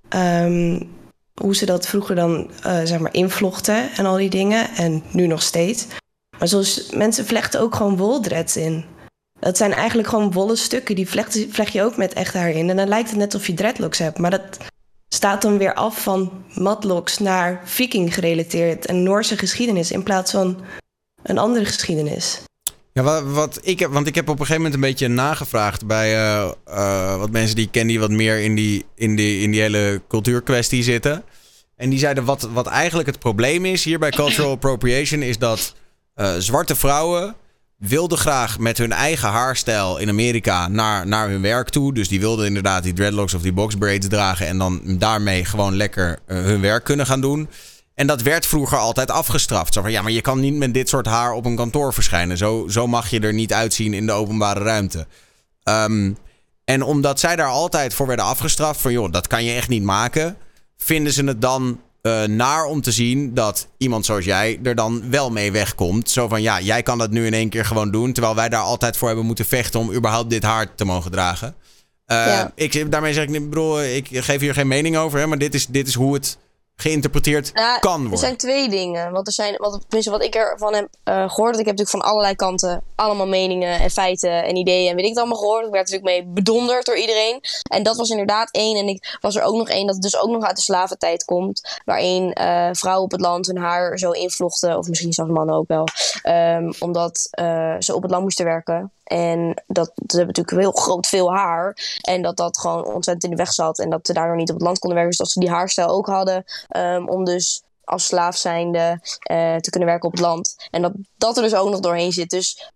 Speaker 8: Um, hoe ze dat vroeger dan uh, zeg maar invlochten en al die dingen. En nu nog steeds. Maar zoals mensen vlechten ook gewoon woldreads in. Dat zijn eigenlijk gewoon wollen stukken. Die vlecht, vlecht je ook met echt haar in. En dan lijkt het net of je dreadlocks hebt. Maar dat staat dan weer af van matlocks naar viking gerelateerd. En Noorse geschiedenis in plaats van een andere geschiedenis.
Speaker 2: Ja, wat, wat ik heb, want ik heb op een gegeven moment een beetje nagevraagd bij uh, uh, wat mensen die ik ken die wat meer in die, in die, in die hele cultuurkwestie zitten. En die zeiden wat, wat eigenlijk het probleem is hier bij cultural appropriation is dat uh, zwarte vrouwen wilden graag met hun eigen haarstijl in Amerika naar, naar hun werk toe. Dus die wilden inderdaad die dreadlocks of die boxbraids dragen en dan daarmee gewoon lekker uh, hun werk kunnen gaan doen. En dat werd vroeger altijd afgestraft. Zo van, ja, maar je kan niet met dit soort haar op een kantoor verschijnen. Zo, zo mag je er niet uitzien in de openbare ruimte. Um, en omdat zij daar altijd voor werden afgestraft van, joh, dat kan je echt niet maken, vinden ze het dan uh, naar om te zien dat iemand zoals jij er dan wel mee wegkomt. Zo van, ja, jij kan dat nu in één keer gewoon doen, terwijl wij daar altijd voor hebben moeten vechten om überhaupt dit haar te mogen dragen. Uh, ja. ik, daarmee zeg ik, ik bedoel, ik geef hier geen mening over, hè, maar dit is, dit is hoe het geïnterpreteerd
Speaker 4: Nou,
Speaker 2: kan worden.
Speaker 4: Er zijn twee dingen. Want er zijn, wat, tenminste, wat ik ervan heb uh, gehoord. Ik heb natuurlijk van allerlei kanten allemaal meningen en feiten en ideeën en weet ik het allemaal gehoord. Ik werd natuurlijk mee bedonderd door iedereen. En dat was inderdaad één. En ik was er ook nog één dat het dus ook nog uit de slaventijd komt. Waarin uh, vrouwen op het land hun haar zo invlochten. Of misschien zelfs mannen ook wel. Um, omdat uh, ze op het land moesten werken. En dat, ze hebben natuurlijk heel groot veel haar. En dat dat gewoon ontzettend in de weg zat. En dat ze daardoor niet op het land konden werken. Dus dat ze die haarstijl ook hadden. Um, om dus als slaaf zijnde uh, te kunnen werken op het land. En dat dat er dus ook nog doorheen zit. Dus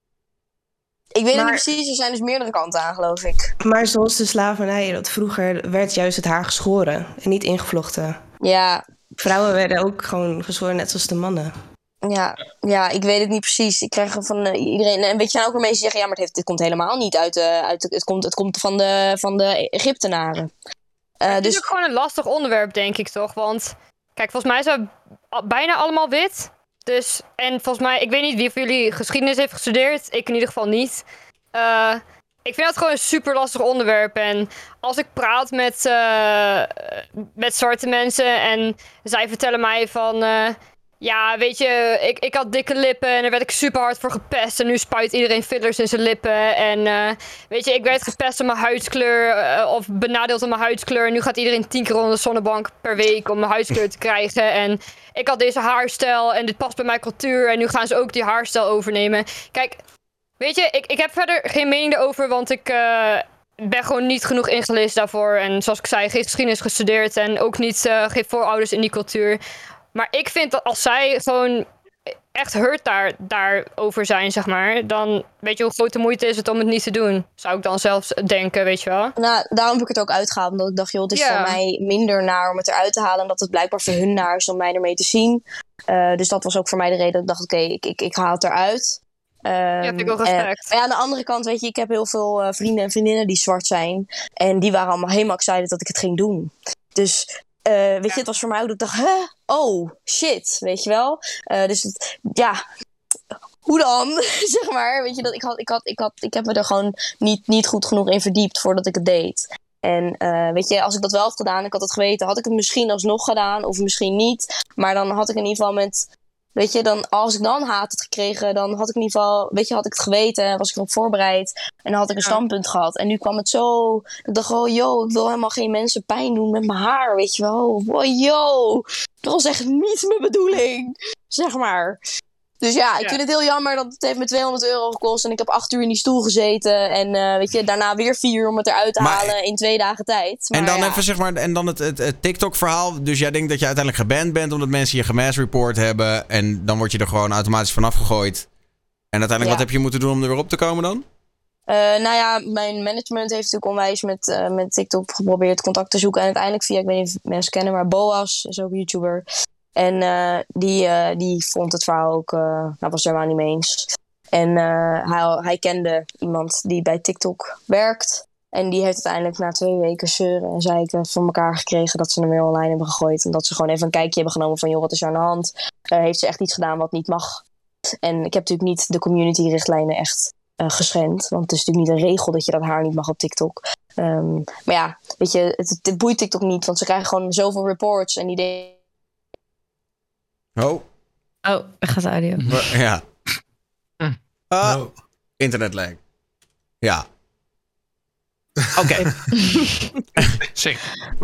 Speaker 4: ik weet maar, het niet precies. Er zijn dus meerdere kanten aan, geloof ik.
Speaker 8: Maar zoals de slavernij, dat vroeger werd juist het haar geschoren. En niet ingevlochten.
Speaker 4: Ja.
Speaker 8: Vrouwen werden ook gewoon geschoren, net zoals de mannen.
Speaker 4: Ja, ja, ik weet het niet precies. Ik krijg er van uh, iedereen... En weet je nou ook weer mensen zeggen... Ja, maar het, heeft, het komt helemaal niet uit... Uh, uit het, komt, het komt van de, van de Egyptenaren.
Speaker 1: Uh, het is dus... ook gewoon een lastig onderwerp, denk ik toch? Want, kijk, volgens mij zijn we bijna allemaal wit. Dus, en volgens mij... Ik weet niet wie van jullie geschiedenis heeft gestudeerd. Ik in ieder geval niet. Uh, ik vind dat gewoon een super lastig onderwerp. En als ik praat met, uh, met zwarte mensen... En zij vertellen mij van... Uh, Ja, weet je, ik, ik had dikke lippen en daar werd ik super hard voor gepest. En nu spuit iedereen fillers in zijn lippen. En uh, weet je, ik werd gepest om mijn huidskleur uh, of benadeeld om mijn huidskleur. En nu gaat iedereen tien keer onder de zonnebank per week om mijn huidskleur te krijgen. En ik had deze haarstijl en dit past bij mijn cultuur. En nu gaan ze ook die haarstijl overnemen. Kijk, weet je, ik, ik heb verder geen mening erover, want ik... Uh, ben gewoon niet genoeg ingelezen daarvoor. En zoals ik zei, geen geschiedenis gestudeerd. En ook niet, uh, geen voorouders in die cultuur. Maar ik vind dat als zij gewoon echt hurt daar, daarover zijn, zeg maar... dan weet je hoe grote moeite is het om het niet te doen. Zou ik dan zelfs denken, weet je wel.
Speaker 4: Nou, daarom heb ik het ook uitgehaald. Omdat ik dacht, joh, het is ja. voor mij minder naar om het eruit te halen... en dat het blijkbaar voor hun naar is om mij ermee te zien. Uh, dus dat was ook voor mij de reden dat ik dacht, oké, okay, ik, ik, ik haal het eruit. Um,
Speaker 1: ja, vind ik ook respect.
Speaker 4: Uh, maar ja, aan de andere kant, weet je, ik heb heel veel uh, vrienden en vriendinnen die zwart zijn. En die waren allemaal helemaal excited dat ik het ging doen. Dus... Uh, weet je, het was voor mij ook dat ik dacht, huh? Oh, shit, weet je wel. Uh, dus het, ja, hoe dan? zeg maar, weet je, dat ik had, ik had, ik had, ik heb me er gewoon niet, niet goed genoeg in verdiept voordat ik het deed. En uh, weet je, als ik dat wel had gedaan, ik had het geweten, had ik het misschien alsnog gedaan of misschien niet. Maar dan had ik in ieder geval met, weet je, dan, als ik dan haat had gekregen, dan had ik in ieder geval, weet je, had ik het geweten, was ik erop voorbereid en dan had ik een standpunt gehad. En nu kwam het zo, ik dacht, oh, yo, ik wil helemaal geen mensen pijn doen met mijn haar, weet je wel. Oh, yo, dat was echt niet mijn bedoeling, zeg maar. Dus ja, ik ja. vind het heel jammer dat het heeft me tweehonderd euro gekost en ik heb acht uur in die stoel gezeten en uh, weet je, daarna weer vier uur om het eruit te maar, halen in twee dagen tijd. Maar
Speaker 2: en dan
Speaker 4: ja.
Speaker 2: even zeg maar, en dan het, het, het TikTok-verhaal. Dus jij denkt dat je uiteindelijk geband bent omdat mensen je gemassreport hebben en dan word je er gewoon automatisch vanaf gegooid. En uiteindelijk, ja. wat heb je moeten doen om er weer op te komen dan?
Speaker 4: Uh, nou ja, mijn management heeft natuurlijk onwijs met, uh, met TikTok geprobeerd contact te zoeken en uiteindelijk via, ik weet niet of mensen kennen, maar Boas is ook een YouTuber. En uh, die, uh, die vond het verhaal ook, uh, nou was het helemaal niet mee eens. En uh, hij, hij kende iemand die bij TikTok werkt. En die heeft uiteindelijk na twee weken zeuren en zeiken van elkaar gekregen dat ze hem weer online hebben gegooid. En dat ze gewoon even een kijkje hebben genomen van, joh, wat is er aan de hand? Uh, heeft ze echt iets gedaan wat niet mag? En ik heb natuurlijk niet de community richtlijnen echt uh, geschend. Want het is natuurlijk niet een regel dat je dat haar niet mag op TikTok. Um, maar ja, weet je, het, het boeit TikTok niet. Want ze krijgen gewoon zoveel reports en die denken...
Speaker 2: Oh.
Speaker 3: Oh, er gaat de audio.
Speaker 2: Ja. Uh, no. Internetlag. Ja. Oké. Okay.
Speaker 5: Zeg.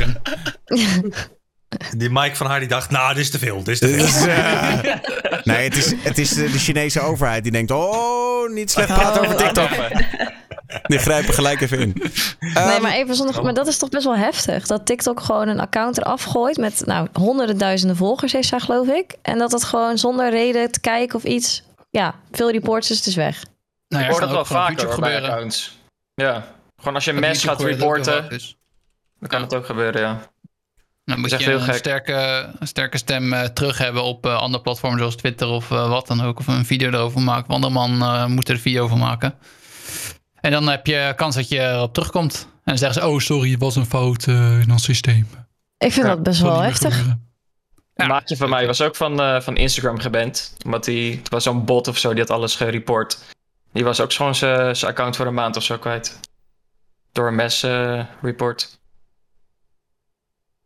Speaker 5: Die Mike van haar die dacht, nou, dit is te veel. Dit is te veel. Is, uh...
Speaker 2: nee, het is, het is de Chinese overheid die denkt, oh, niet slecht praten over TikTok. Die grijpen gelijk even in.
Speaker 3: Nee, um, maar even zonder, maar dat is toch best wel heftig. Dat TikTok gewoon een account eraf gooit met nou, honderden duizenden volgers heeft zij, geloof ik. En dat het gewoon zonder reden te kijken of iets... Ja, veel reports, dus het is weg.
Speaker 6: Nou ja, ik hoor dat wel vaker hoor, bij accounts. Ja, gewoon als je een mens gaat reporten, dus. dan kan het ook gebeuren, ja.
Speaker 9: Dan moet je een sterke, een sterke stem uh, terug hebben op uh, andere platformen zoals Twitter of uh, wat dan ook. Of een video erover maken. Want anderman uh, moet er een video over maken. En dan heb je kans dat je erop terugkomt. En dan zeggen ze, oh sorry, het was een fout uh, in ons systeem.
Speaker 3: Ik vind ja, dat best wel heftig.
Speaker 6: Een maatje van mij was ook van, uh, van Instagram geband. Omdat hij, het was zo'n bot of zo, die had alles gereport. Die was ook gewoon zijn account voor een maand of zo kwijt. Door een mes uh, report.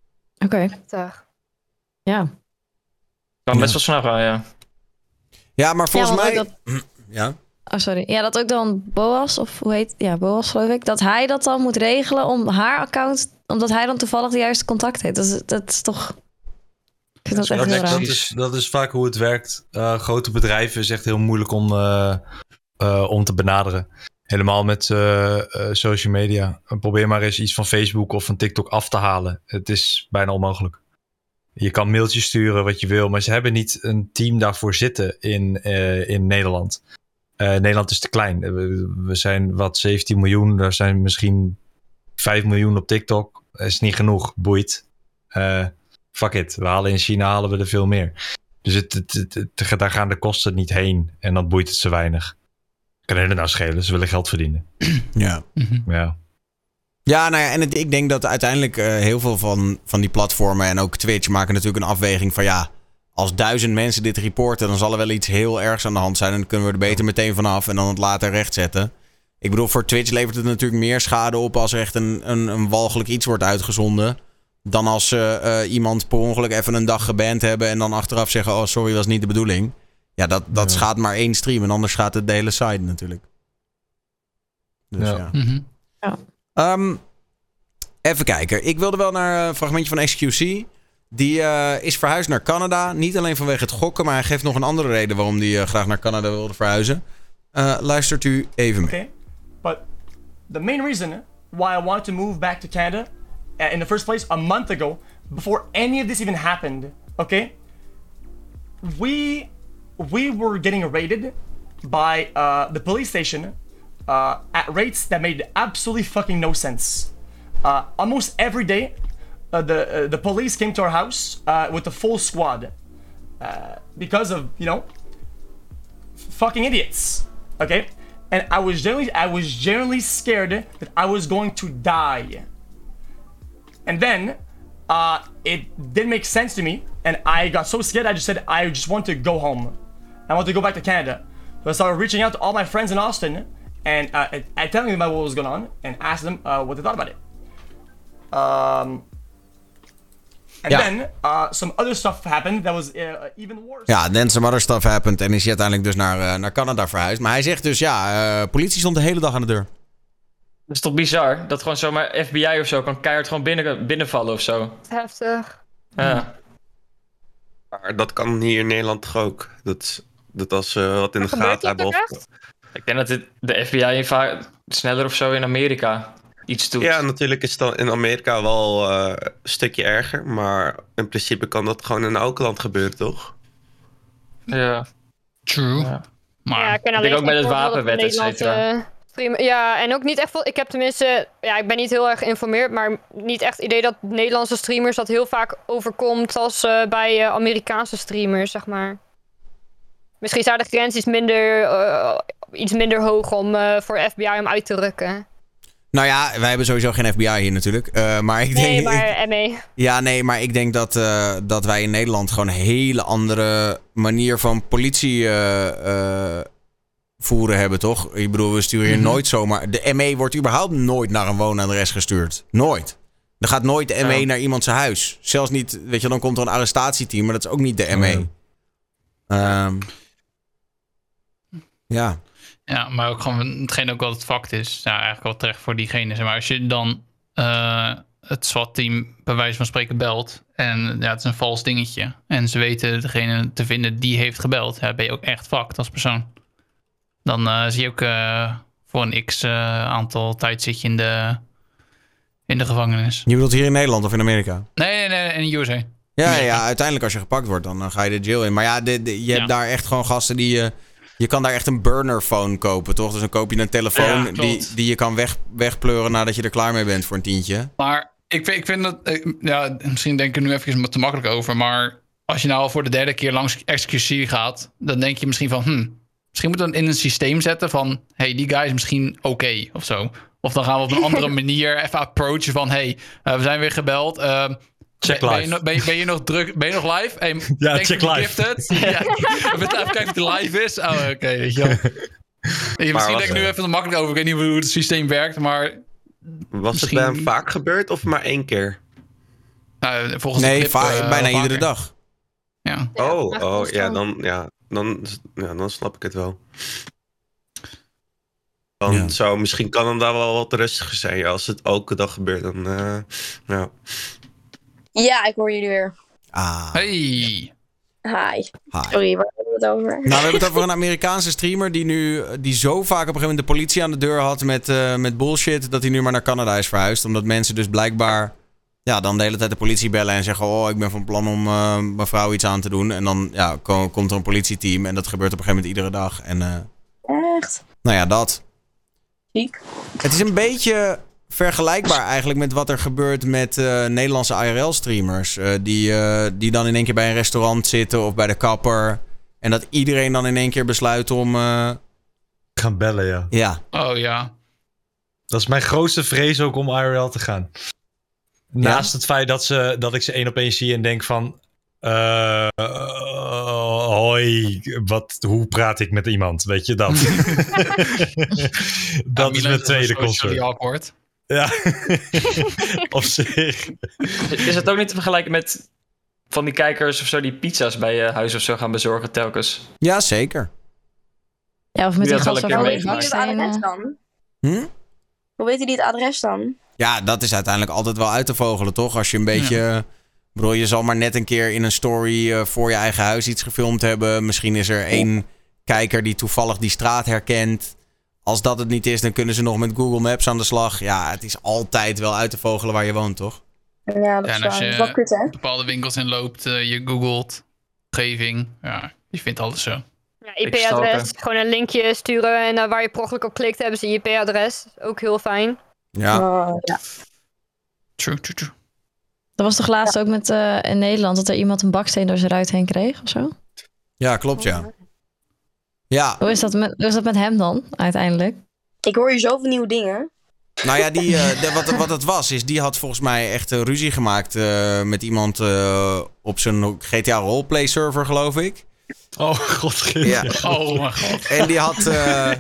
Speaker 3: Oké.
Speaker 1: Okay.
Speaker 3: Ja.
Speaker 6: Kan best wel snel gaan, ja.
Speaker 2: Ja, maar volgens
Speaker 3: ja,
Speaker 2: mij...
Speaker 3: Dat...
Speaker 2: Ja.
Speaker 3: Oh, sorry. Ja, dat ook dan Boas, of hoe heet... Ja, Boas geloof ik. Dat hij dat dan moet regelen om haar account... Omdat hij dan toevallig de juiste contact heeft. Dat is, dat is toch... Ik vind dat echt heel raar.
Speaker 5: Dat is, dat is vaak hoe het werkt. Uh, grote bedrijven is echt heel moeilijk om, uh, uh, om te benaderen. Helemaal met uh, uh, social media. Probeer maar eens iets van Facebook of van TikTok af te halen. Het is bijna onmogelijk. Je kan mailtjes sturen wat je wil, maar ze hebben niet een team daarvoor zitten in, uh, in Nederland. Uh, Nederland is te klein. We, we zijn wat zeventien miljoen. Er zijn misschien vijf miljoen op TikTok. Dat is niet genoeg. Boeit. Uh, fuck it. We halen in China halen we er veel meer. Dus het, het, het, het, daar gaan de kosten niet heen. En dan boeit het ze weinig. Kan hen nou schelen. Ze willen geld verdienen.
Speaker 2: Ja.
Speaker 5: Mm-hmm. Ja.
Speaker 2: Ja, nou ja, en het, ik denk dat uiteindelijk uh, heel veel van, van die platformen en ook Twitch maken natuurlijk een afweging van ja, als duizend mensen dit reporten, dan zal er wel iets heel ergs aan de hand zijn en dan kunnen we er beter meteen vanaf en dan het later rechtzetten. Ik bedoel, voor Twitch levert het natuurlijk meer schade op als er echt een, een, een walgelijk iets wordt uitgezonden, dan als ze uh, iemand per ongeluk even een dag geband hebben en dan achteraf zeggen, oh sorry, was niet de bedoeling. Ja, dat, dat ja. schaadt maar één stream en anders gaat het de hele site natuurlijk. Dus ja. ja.
Speaker 9: Mm-hmm.
Speaker 3: ja.
Speaker 2: Um, even kijken. Ik wilde wel naar een fragmentje van X Q C. Die uh, is verhuisd naar Canada. Niet alleen vanwege het gokken, maar hij geeft nog een andere reden waarom hij uh, graag naar Canada wilde verhuizen. Uh, luistert u even mee.
Speaker 10: Okay. But the main reason why I wanted to move back to Canada uh, in the first place a month ago, before any of this even happened, okay? We we were getting raided by uh, the police station. Uh, at rates that made absolutely fucking no sense. Uh, almost every day, uh, the uh, the police came to our house uh, with a full squad uh, because of you know fucking idiots. Okay, and I was generally I was generally scared that I was going to die. And then uh, it didn't make sense to me, and I got so scared I just said I just want to go home. I want to go back to Canada. So I started reaching out to all my friends in Austin. And uh, I, I telling them about what was going on and asked them uh, what they thought about it. Um, and yeah. then uh, some other stuff happened that was uh, even worse.
Speaker 2: Ja, then some other stuff happened en is hij uiteindelijk dus naar, uh, naar Canada verhuisd. Maar hij zegt dus ja, uh, politie stond de hele dag aan de deur.
Speaker 6: Dat is toch bizar? Dat gewoon zomaar F B I of zo kan keihard gewoon binnen, binnenvallen of zo.
Speaker 1: Heftig.
Speaker 6: Ja.
Speaker 7: Maar dat kan hier in Nederland toch ook? Dat, dat als uh, wat in de gaten hebben of...
Speaker 6: Ik denk dat dit, de F B I vaak sneller of zo in Amerika iets doet.
Speaker 7: Ja, natuurlijk is het dan in Amerika wel uh, een stukje erger. Maar in principe kan dat gewoon in elk land gebeuren, toch?
Speaker 6: Ja.
Speaker 9: True.
Speaker 6: Ja.
Speaker 9: Maar
Speaker 1: ja, ik,
Speaker 6: ik denk ook met het wapenwet, et cetera.
Speaker 1: Ja, en ook niet echt... Ik heb tenminste... Ja, ik ben niet heel erg geïnformeerd, maar niet echt het idee dat Nederlandse streamers dat heel vaak overkomt als uh, bij uh, Amerikaanse streamers, zeg maar. Misschien zou de grens iets minder, uh, iets minder hoog om, uh, voor F B I om uit te rukken.
Speaker 2: Nou ja, wij hebben sowieso geen F B I hier natuurlijk. Uh, maar ik
Speaker 1: nee,
Speaker 2: denk,
Speaker 1: maar
Speaker 2: ik,
Speaker 1: M E.
Speaker 2: Ja, nee, maar ik denk dat, uh, dat wij in Nederland gewoon een hele andere manier van politie uh, uh, voeren hebben, toch? Ik bedoel, we sturen hier mm-hmm. nooit zomaar... De M E wordt überhaupt nooit naar een woonadres gestuurd. Nooit. Er gaat nooit de M E ja. naar iemand zijn huis. Zelfs niet, weet je, dan komt er een arrestatieteam, maar dat is ook niet de M E. Ja. Um, Ja.
Speaker 9: Ja, maar ook gewoon hetgeen ook wat het fact is. Ja, eigenlijk wel terecht voor diegene. Maar als je dan uh, het SWAT-team bij wijze van spreken belt. En ja, het is een vals dingetje. En ze weten degene te vinden die heeft gebeld. Ja, ben je ook echt fucked als persoon. Dan uh, zie je ook uh, voor een x uh, aantal tijd zit je in de, in de gevangenis.
Speaker 2: Je bedoelt hier in Nederland of in Amerika?
Speaker 9: Nee, nee, nee, in de U S A.
Speaker 2: Ja, ja, uiteindelijk als je gepakt wordt, dan ga je de jail in. Maar ja, de, de, je hebt ja. daar echt gewoon gasten die... Uh, Je kan daar echt een burnerphone kopen, toch? Dus dan koop je een telefoon ja, die, die je kan weg, wegpleuren nadat je er klaar mee bent voor een tientje.
Speaker 9: Maar ik vind, ik vind dat... Ja, misschien denk ik er nu even te makkelijk over. Maar als je nou al voor de derde keer langs X Q C gaat... dan denk je misschien van... Hm, misschien moeten we dan in een systeem zetten van... hey, die guy is misschien oké okay, of zo. Of dan gaan we op een andere manier even approachen van... hey, uh, we zijn weer gebeld... Uh,
Speaker 5: Check
Speaker 9: ben,
Speaker 5: live.
Speaker 9: Ben je, ben, je, ben je nog druk? Ben je nog live? Hey,
Speaker 5: ja, check live.
Speaker 9: ja, even kijken of het live is. Oh, oké, okay, weet je wel. Ja, misschien denk ik nu even te makkelijk over. Ik weet niet hoe het systeem werkt, maar...
Speaker 7: Was
Speaker 9: misschien...
Speaker 7: het bij hem vaak gebeurd of maar één keer?
Speaker 9: Nou, volgens
Speaker 2: nee,
Speaker 9: de clip,
Speaker 2: va-
Speaker 9: uh,
Speaker 2: bijna
Speaker 9: vaker.
Speaker 2: iedere dag.
Speaker 9: Ja.
Speaker 7: Oh, oh ja, dan, ja, dan, ja, dan snap ik het wel. Dan
Speaker 2: Ja.
Speaker 7: zou misschien Canada wel wat rustiger zijn. Ja, als het elke dag gebeurt, dan... Uh, ja.
Speaker 4: Ja, ik hoor jullie weer.
Speaker 2: Ah.
Speaker 9: Hey.
Speaker 4: Hi.
Speaker 2: Hi.
Speaker 4: Sorry, waar hebben we het over?
Speaker 2: Nou, we hebben het over een Amerikaanse streamer die nu die zo vaak op een gegeven moment de politie aan de deur had met, uh, met bullshit, dat hij nu maar naar Canada is verhuisd. Omdat mensen dus blijkbaar ja, dan de hele tijd de politie bellen en zeggen, oh, ik ben van plan om uh, mijn vrouw iets aan te doen. En dan ja, ko- komt er een politieteam en dat gebeurt op een gegeven moment iedere dag. En uh,
Speaker 4: Echt?
Speaker 2: nou ja, dat.
Speaker 4: Ziek.
Speaker 2: Het is een beetje vergelijkbaar eigenlijk met wat er gebeurt met uh, Nederlandse I R L-streamers. Uh, die, uh, die dan in één keer bij een restaurant zitten of bij de kapper. En dat iedereen dan in één keer besluit om... Uh...
Speaker 5: Gaan bellen, ja.
Speaker 2: Ja.
Speaker 9: Oh ja.
Speaker 5: Dat is mijn grootste vrees ook om I R L te gaan. Naast ja? het feit dat, ze, dat ik ze één op één zie en denk van... Uh, uh, hoi, wat, hoe praat ik met iemand? Weet je dat? dat ja, is mijn tweede concern. Ja, op zich.
Speaker 6: Is het ook niet te vergelijken met van die kijkers of zo die pizza's bij je huis of zo gaan bezorgen telkens?
Speaker 2: Ja, zeker.
Speaker 3: Ja, of met die gasten
Speaker 4: Hoe weet hij het adres dan?
Speaker 2: Hm?
Speaker 4: Hoe weet hij het adres dan?
Speaker 2: Ja, dat is uiteindelijk altijd wel uit te vogelen, toch? Als je een beetje... Ja. Bro, je zal maar net een keer in een story uh, voor je eigen huis iets gefilmd hebben. Misschien is er één kijker die toevallig die straat herkent. Als dat het niet is, dan kunnen ze nog met Google Maps aan de slag. Ja, het is altijd wel uit te vogelen waar je woont, toch?
Speaker 4: Ja, dat
Speaker 9: ja,
Speaker 4: is
Speaker 9: en als
Speaker 4: waar.
Speaker 9: je
Speaker 4: Dat is kut, hè?
Speaker 9: bepaalde winkels in loopt, uh, je googelt, omgeving. Ja, je vindt alles zo.
Speaker 1: Ja, I P-adres. Gewoon een linkje sturen en uh, waar je per ongeluk op klikt hebben ze je I P-adres. Ook heel fijn.
Speaker 2: Ja.
Speaker 4: Uh, ja.
Speaker 9: True, true, true.
Speaker 3: Dat was toch laatst ja. ook met uh, in Nederland dat er iemand een baksteen door zijn ruit heen kreeg of zo?
Speaker 2: Ja, klopt, ja. Ja.
Speaker 3: Hoe is dat met, hoe is dat met hem dan, uiteindelijk?
Speaker 4: Ik hoor hier zoveel nieuwe dingen.
Speaker 2: Nou ja, die, uh, de, wat, wat het was, is die had volgens mij echt uh, ruzie gemaakt uh, met iemand uh, op zijn G T A roleplay server, geloof ik.
Speaker 5: Oh, god.
Speaker 2: Ja.
Speaker 9: Oh, mijn god.
Speaker 2: En die had... Uh,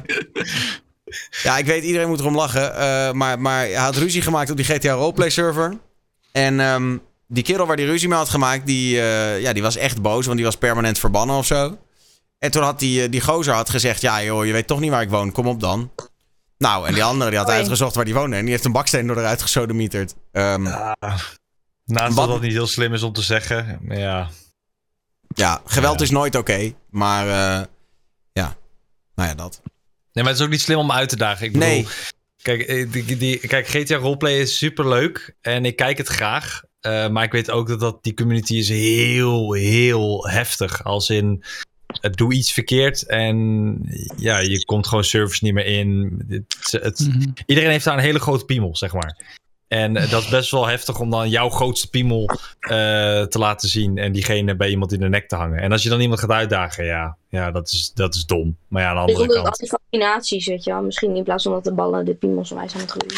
Speaker 2: ja, ik weet, iedereen moet erom lachen. Uh, maar, maar hij had ruzie gemaakt op die G T A roleplay server. En um, die kerel waar die ruzie mee had gemaakt, die, uh, ja, die was echt boos, want die was permanent verbannen of zo. En toen had die, die gozer had gezegd, ja joh, je weet toch niet waar ik woon, kom op dan. Nou, en die andere die had Oei. uitgezocht waar die woonde en die heeft een baksteen door eruit gesodemieterd. Um,
Speaker 5: ja, naast wat... dat dat niet heel slim is om te zeggen, ja.
Speaker 2: Ja, geweld ja. is nooit oké, okay, maar uh, ja, nou ja, dat.
Speaker 5: Nee, maar het is ook niet slim om uit te dagen. Ik bedoel, nee. Kijk, die, die, kijk, G T A roleplay is super leuk en ik kijk het graag. Uh, maar ik weet ook dat, dat die community is heel, heel heftig. Als in, uh, doe iets verkeerd en ja, je komt gewoon servers niet meer in. Het, het, mm-hmm. Iedereen heeft daar een hele grote piemel, zeg maar. En uh, dat is best wel heftig om dan jouw grootste piemel uh, te laten zien en diegene bij iemand in de nek te hangen. En als je dan iemand gaat uitdagen, ja, ja dat, is, dat is dom. Maar ja, aan de andere
Speaker 4: kant...
Speaker 5: kant...
Speaker 4: al die fascinaties, weet je wel. Misschien in plaats van dat de ballen de piemels van mij zijn groeien.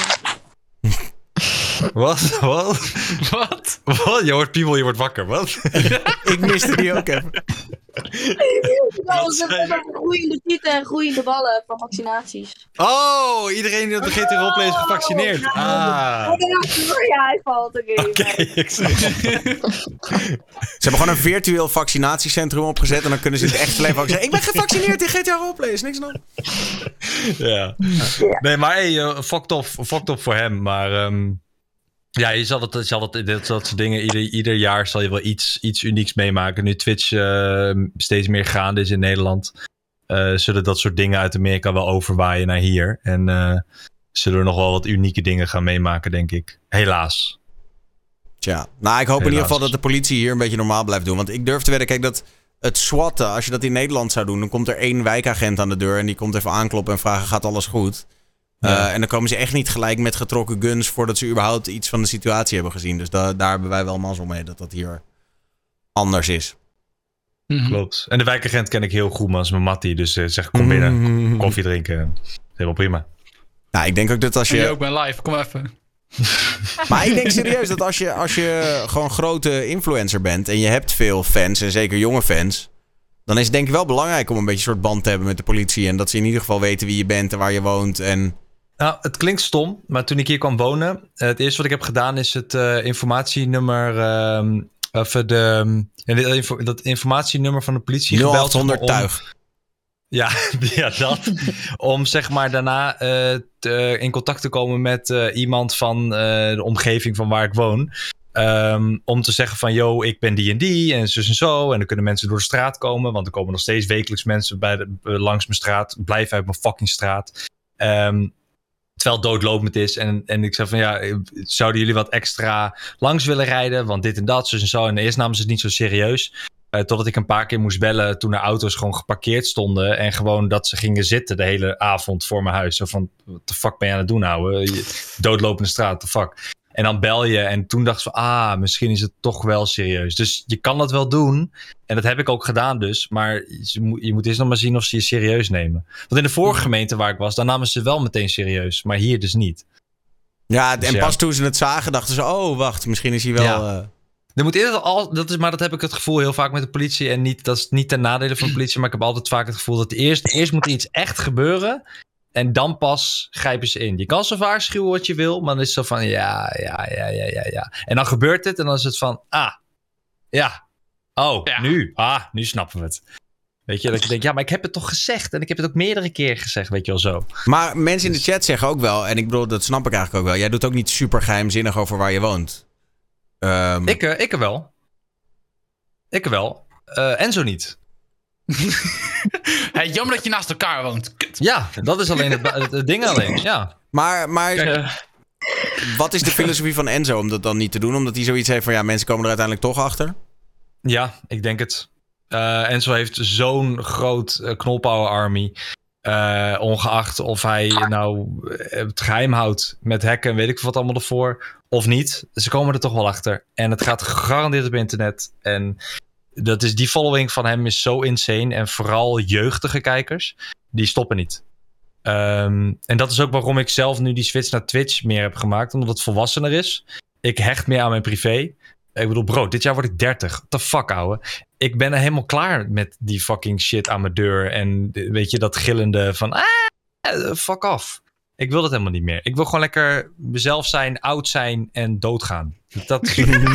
Speaker 5: Wat? Wat?
Speaker 9: Wat?
Speaker 5: Wat? Je hoort piemel, je wordt wakker. Wat?
Speaker 2: Ik miste die ook even.
Speaker 4: Ja, ze hebben groeiende tieten en groeiende ballen van vaccinaties.
Speaker 5: Oh, iedereen die op de G T A roleplay is gevaccineerd. Ah.
Speaker 4: Ja, hij valt. Oké,
Speaker 5: okay, okay, ik zie het.
Speaker 2: Ze hebben gewoon een virtueel vaccinatiecentrum opgezet en dan kunnen ze in het echte leven ook zeggen, ik ben gevaccineerd in G T A roleplay, is niks dan.
Speaker 5: Ja. Nee, maar hey, uh, fucked off, fucked off voor hem, maar... Um... Ja, je zal het, je zal het dat, dat soort dingen. Ieder, ieder jaar zal je wel iets, iets unieks meemaken. Nu Twitch uh, steeds meer gaande is in Nederland, uh, zullen dat soort dingen uit Amerika wel overwaaien naar hier. En uh, zullen we nog wel wat unieke dingen gaan meemaken, denk ik. Helaas.
Speaker 2: Tja, nou, ik hoop Helaas. in ieder geval dat de politie hier een beetje normaal blijft doen. Want ik durf te wedden, kijk, dat het swatten, als je dat in Nederland zou doen, dan komt er één wijkagent aan de deur en die komt even aankloppen en vragen, gaat alles goed? Ja. Uh, en dan komen ze echt niet gelijk met getrokken guns voordat ze überhaupt iets van de situatie hebben gezien. Dus da- daar hebben wij wel mazzel mee dat dat hier anders is.
Speaker 5: Mm-hmm. Klopt. En de wijkagent ken ik heel goed, man. Dat is mijn mattie. Dus uh, zeg, kom binnen, mm-hmm. koffie drinken. Helemaal prima.
Speaker 2: Nou, ik denk ook dat als je...
Speaker 9: En je ook ben live, kom even.
Speaker 2: Maar ik denk serieus dat als je, als je gewoon grote influencer bent en je hebt veel fans, en zeker jonge fans, dan is het denk ik wel belangrijk om een beetje een soort band te hebben met de politie. En dat ze in ieder geval weten wie je bent en waar je woont en...
Speaker 5: Nou, het klinkt stom, maar toen ik hier kwam wonen... Uh, het eerste wat ik heb gedaan is het uh, informatienummer... Uh, of de, uh, dat informatienummer van de politie
Speaker 2: nul
Speaker 5: gebeld.
Speaker 2: achthonderd
Speaker 5: om,
Speaker 2: tuig.
Speaker 5: Ja, ja, dat. Om zeg maar daarna uh, te, in contact te komen met uh, iemand van uh, de omgeving van waar ik woon. Um, om te zeggen van, yo, ik ben die en die en zus en zo. En dan kunnen mensen door de straat komen. Want er komen nog steeds wekelijks mensen bij de, langs mijn straat. Blijf uit mijn fucking straat. Um, terwijl het doodlopend is. En, en ik zei van, ja, zouden jullie wat extra langs willen rijden? Want dit en dat, zus en zo. En eerst namen ze het niet zo serieus. Uh, totdat ik een paar keer moest bellen toen de auto's gewoon geparkeerd stonden. En gewoon dat ze gingen zitten de hele avond voor mijn huis. Zo van, wat de fuck ben je aan het doen nou? Doodlopende straat, the fuck. En dan bel je en toen dacht ze van, ah, misschien is het toch wel serieus. Dus je kan dat wel doen. En dat heb ik ook gedaan dus. Maar je, je moet eerst nog maar zien of ze je serieus nemen. Want in de vorige gemeente waar ik was, daar namen ze wel meteen serieus. Maar hier dus niet.
Speaker 2: Ja,
Speaker 5: dus
Speaker 2: en
Speaker 5: ja.
Speaker 2: pas toen ze het zagen, dachten ze, oh, wacht, misschien is hij wel...
Speaker 5: Ja.
Speaker 2: Uh...
Speaker 5: Er moet eerder al, dat is, maar dat heb ik het gevoel heel vaak met de politie. En niet, dat is niet ten nadele van de politie. Maar ik heb altijd vaak het gevoel dat eerst, eerst moet er iets echt gebeuren. En dan pas grijpen ze in. Je kan ze waarschuwen wat je wil. Maar dan is het zo van ja, ja, ja, ja, ja, ja. En dan gebeurt het. En dan is het van ah, ja. Oh, ja. nu. Ah, nu snappen we het. Weet je, dat je denkt, ja, maar ik heb het toch gezegd. En ik heb het ook meerdere keren gezegd, weet je wel zo.
Speaker 2: Maar mensen in de chat zeggen ook wel. En ik bedoel, dat snap ik eigenlijk ook wel. Jij doet ook niet super geheimzinnig over waar je woont. Um...
Speaker 5: Ik, uh, ik er wel. Ik er wel. Uh, Enzo niet.
Speaker 9: Hey, jammer dat je naast elkaar woont. Kut.
Speaker 5: Ja, dat is alleen het, het, het ding alleen. Ja.
Speaker 2: Maar, maar
Speaker 9: uh,
Speaker 2: wat is de filosofie van Enzo om dat dan niet te doen? Omdat hij zoiets heeft van, ja, mensen komen er uiteindelijk toch achter?
Speaker 5: Ja, ik denk het. Uh, Enzo heeft zo'n groot uh, knolpower army. Uh, ongeacht of hij nou het geheim houdt met hacken en weet ik wat allemaal ervoor. Of niet. Ze komen er toch wel achter. En het gaat gegarandeerd op internet. En dat is, die following van hem is zo insane. En vooral jeugdige kijkers, die stoppen niet. Um, en dat is ook waarom ik zelf nu die switch naar Twitch meer heb gemaakt. Omdat het volwassener is. Ik hecht meer aan mijn privé. Ik bedoel, bro, dit jaar word ik dertig. What the fuck, ouwe. Ik ben er helemaal klaar met die fucking shit aan mijn deur. En weet je, dat gillende van, ah, fuck off. Ik wil dat helemaal niet meer. Ik wil gewoon lekker mezelf zijn, oud zijn en doodgaan. Dat...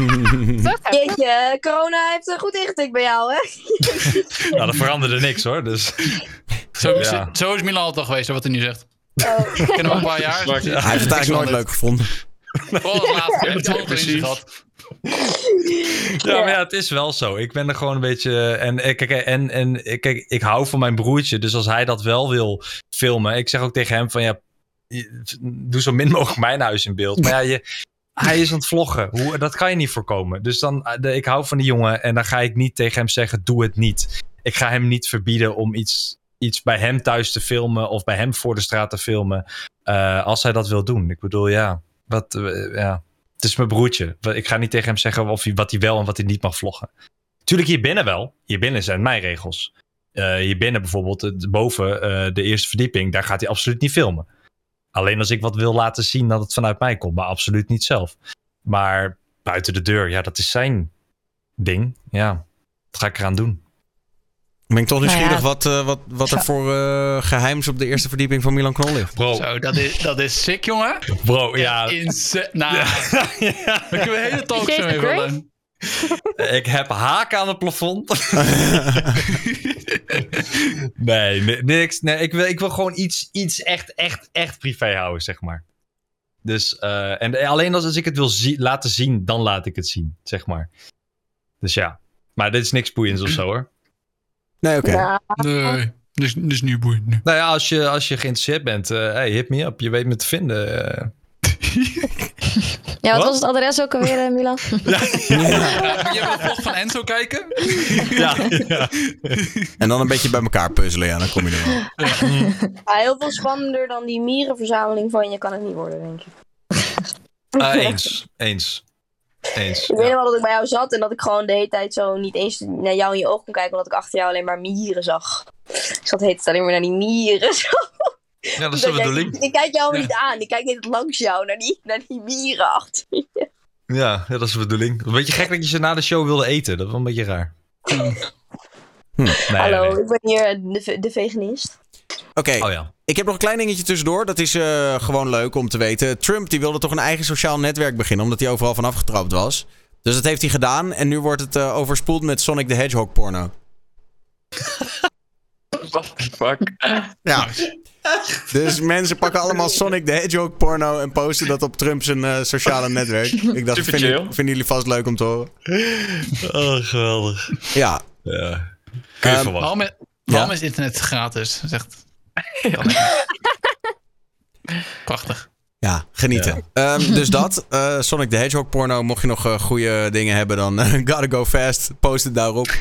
Speaker 4: Jeetje, corona heeft er goed ingetikt bij jou, hè?
Speaker 5: Nou, dat veranderde niks, hoor. Dus...
Speaker 9: Zo, ja. zo is Milan altijd geweest, wat hij nu zegt. Oh. Ik ken hem al een paar jaar.
Speaker 2: Hij heeft het eigenlijk nooit leuk gevonden.
Speaker 9: Vooral het laatste keer. Het is precies gehad.
Speaker 5: Ja, maar ja, het is wel zo. Ik ben er gewoon een beetje... En, kijk, en, en kijk, ik hou van mijn broertje. Dus als hij dat wel wil filmen... Ik zeg ook tegen hem van... ja, doe zo min mogelijk mijn huis in beeld. Maar ja, je, hij is aan het vloggen. Hoe, dat kan je niet voorkomen. Dus dan, de, ik hou van die jongen... en dan ga ik niet tegen hem zeggen... doe het niet. Ik ga hem niet verbieden om iets, iets bij hem thuis te filmen... of bij hem voor de straat te filmen... Uh, als hij dat wil doen. Ik bedoel, ja... Wat, uh, ja... Het is mijn broertje. Ik ga niet tegen hem zeggen of hij, wat hij wel en wat hij niet mag vloggen. Tuurlijk hier binnen wel. Hier binnen zijn mijn regels. Uh, hier binnen bijvoorbeeld, boven uh, de eerste verdieping... daar gaat hij absoluut niet filmen. Alleen als ik wat wil laten zien dat het vanuit mij komt. Maar absoluut niet zelf. Maar buiten de deur, ja, dat is zijn ding. Ja, wat ga ik eraan doen?
Speaker 2: Ben ik toch nieuwsgierig nou ja. wat, uh, wat, wat er voor uh, geheims op de eerste verdieping van Milan Knol ligt.
Speaker 5: Bro.
Speaker 9: Zo, dat is, dat is sick, jongen.
Speaker 5: Bro, ja.
Speaker 9: Inse- nou, ja. ja. Dan kunnen we een hele talkshow mee vullen.
Speaker 5: Ik heb haken aan het plafond. nee, niks. Nee, ik wil, ik wil gewoon iets, iets echt, echt, echt privé houden, zeg maar. Dus, uh, en alleen als, als ik het wil zie- laten zien, dan laat ik het zien, zeg maar. Dus ja. Maar dit is niks boeiends of zo, hoor.
Speaker 2: Nee, oké. Okay.
Speaker 9: Nee, dus, dus niet boeiend. Nee.
Speaker 5: Nou ja, als je, als je geïnteresseerd bent, uh, hey, hit me up. Je weet me te vinden. Uh.
Speaker 3: Ja, wat, wat was het adres ook alweer, uh, Milan?
Speaker 9: Ja. Ja. Ja, je wil de vlog van Enzo kijken?
Speaker 5: Ja, ja.
Speaker 2: En dan een beetje bij elkaar puzzelen, ja, dan kom je er wel.
Speaker 4: Ja. Ja, heel veel spannender dan die mierenverzameling van je kan het niet worden, denk ik.
Speaker 5: Uh, eens, eens. Eens,
Speaker 4: ik weet
Speaker 5: ja.
Speaker 4: wel dat ik bij jou zat en dat ik gewoon de hele tijd zo niet eens naar jou in je ogen kon kijken, omdat ik achter jou alleen maar mieren zag. Ik zat de hele tijd alleen maar naar die mieren. Zo.
Speaker 5: Ja, dat is de bedoeling.
Speaker 4: Ik, ik kijk jou ja. niet aan, ik kijk niet langs jou, naar die, naar die mieren achter je.
Speaker 5: Ja, ja, dat is de bedoeling. Een beetje gek dat je ze na de show wilde eten, dat is wel een beetje raar. Hm.
Speaker 2: Hm.
Speaker 5: Nee,
Speaker 4: Hallo,
Speaker 5: nee.
Speaker 4: ik ben hier de, de veganist.
Speaker 2: Oké,
Speaker 5: Oh ja.
Speaker 2: ik heb nog een klein dingetje tussendoor. Dat is uh, gewoon leuk om te weten. Trump die wilde toch een eigen sociaal netwerk beginnen, omdat hij overal vanaf getrapt was. Dus dat heeft hij gedaan. En nu wordt het uh, overspoeld met Sonic the Hedgehog porno.
Speaker 6: What the fuck?
Speaker 2: Ja. Dus mensen pakken allemaal Sonic the Hedgehog porno en posten dat op Trump zijn uh, sociale netwerk. Ik dacht,
Speaker 6: Super
Speaker 2: vinden,
Speaker 6: chill.
Speaker 2: vinden jullie vast leuk om te horen.
Speaker 5: Oh, geweldig.
Speaker 2: Ja.
Speaker 5: Ja. Kun je
Speaker 2: Um,
Speaker 5: verwachten.
Speaker 9: Waarom, is- waarom
Speaker 2: Ja.
Speaker 9: is internet gratis? Zegt. Prachtig.
Speaker 2: Ja, genieten. Ja. Um, dus dat. Uh, Sonic the Hedgehog porno. Mocht je nog uh, goede dingen hebben, dan uh, gotta go fast. Post het daarop.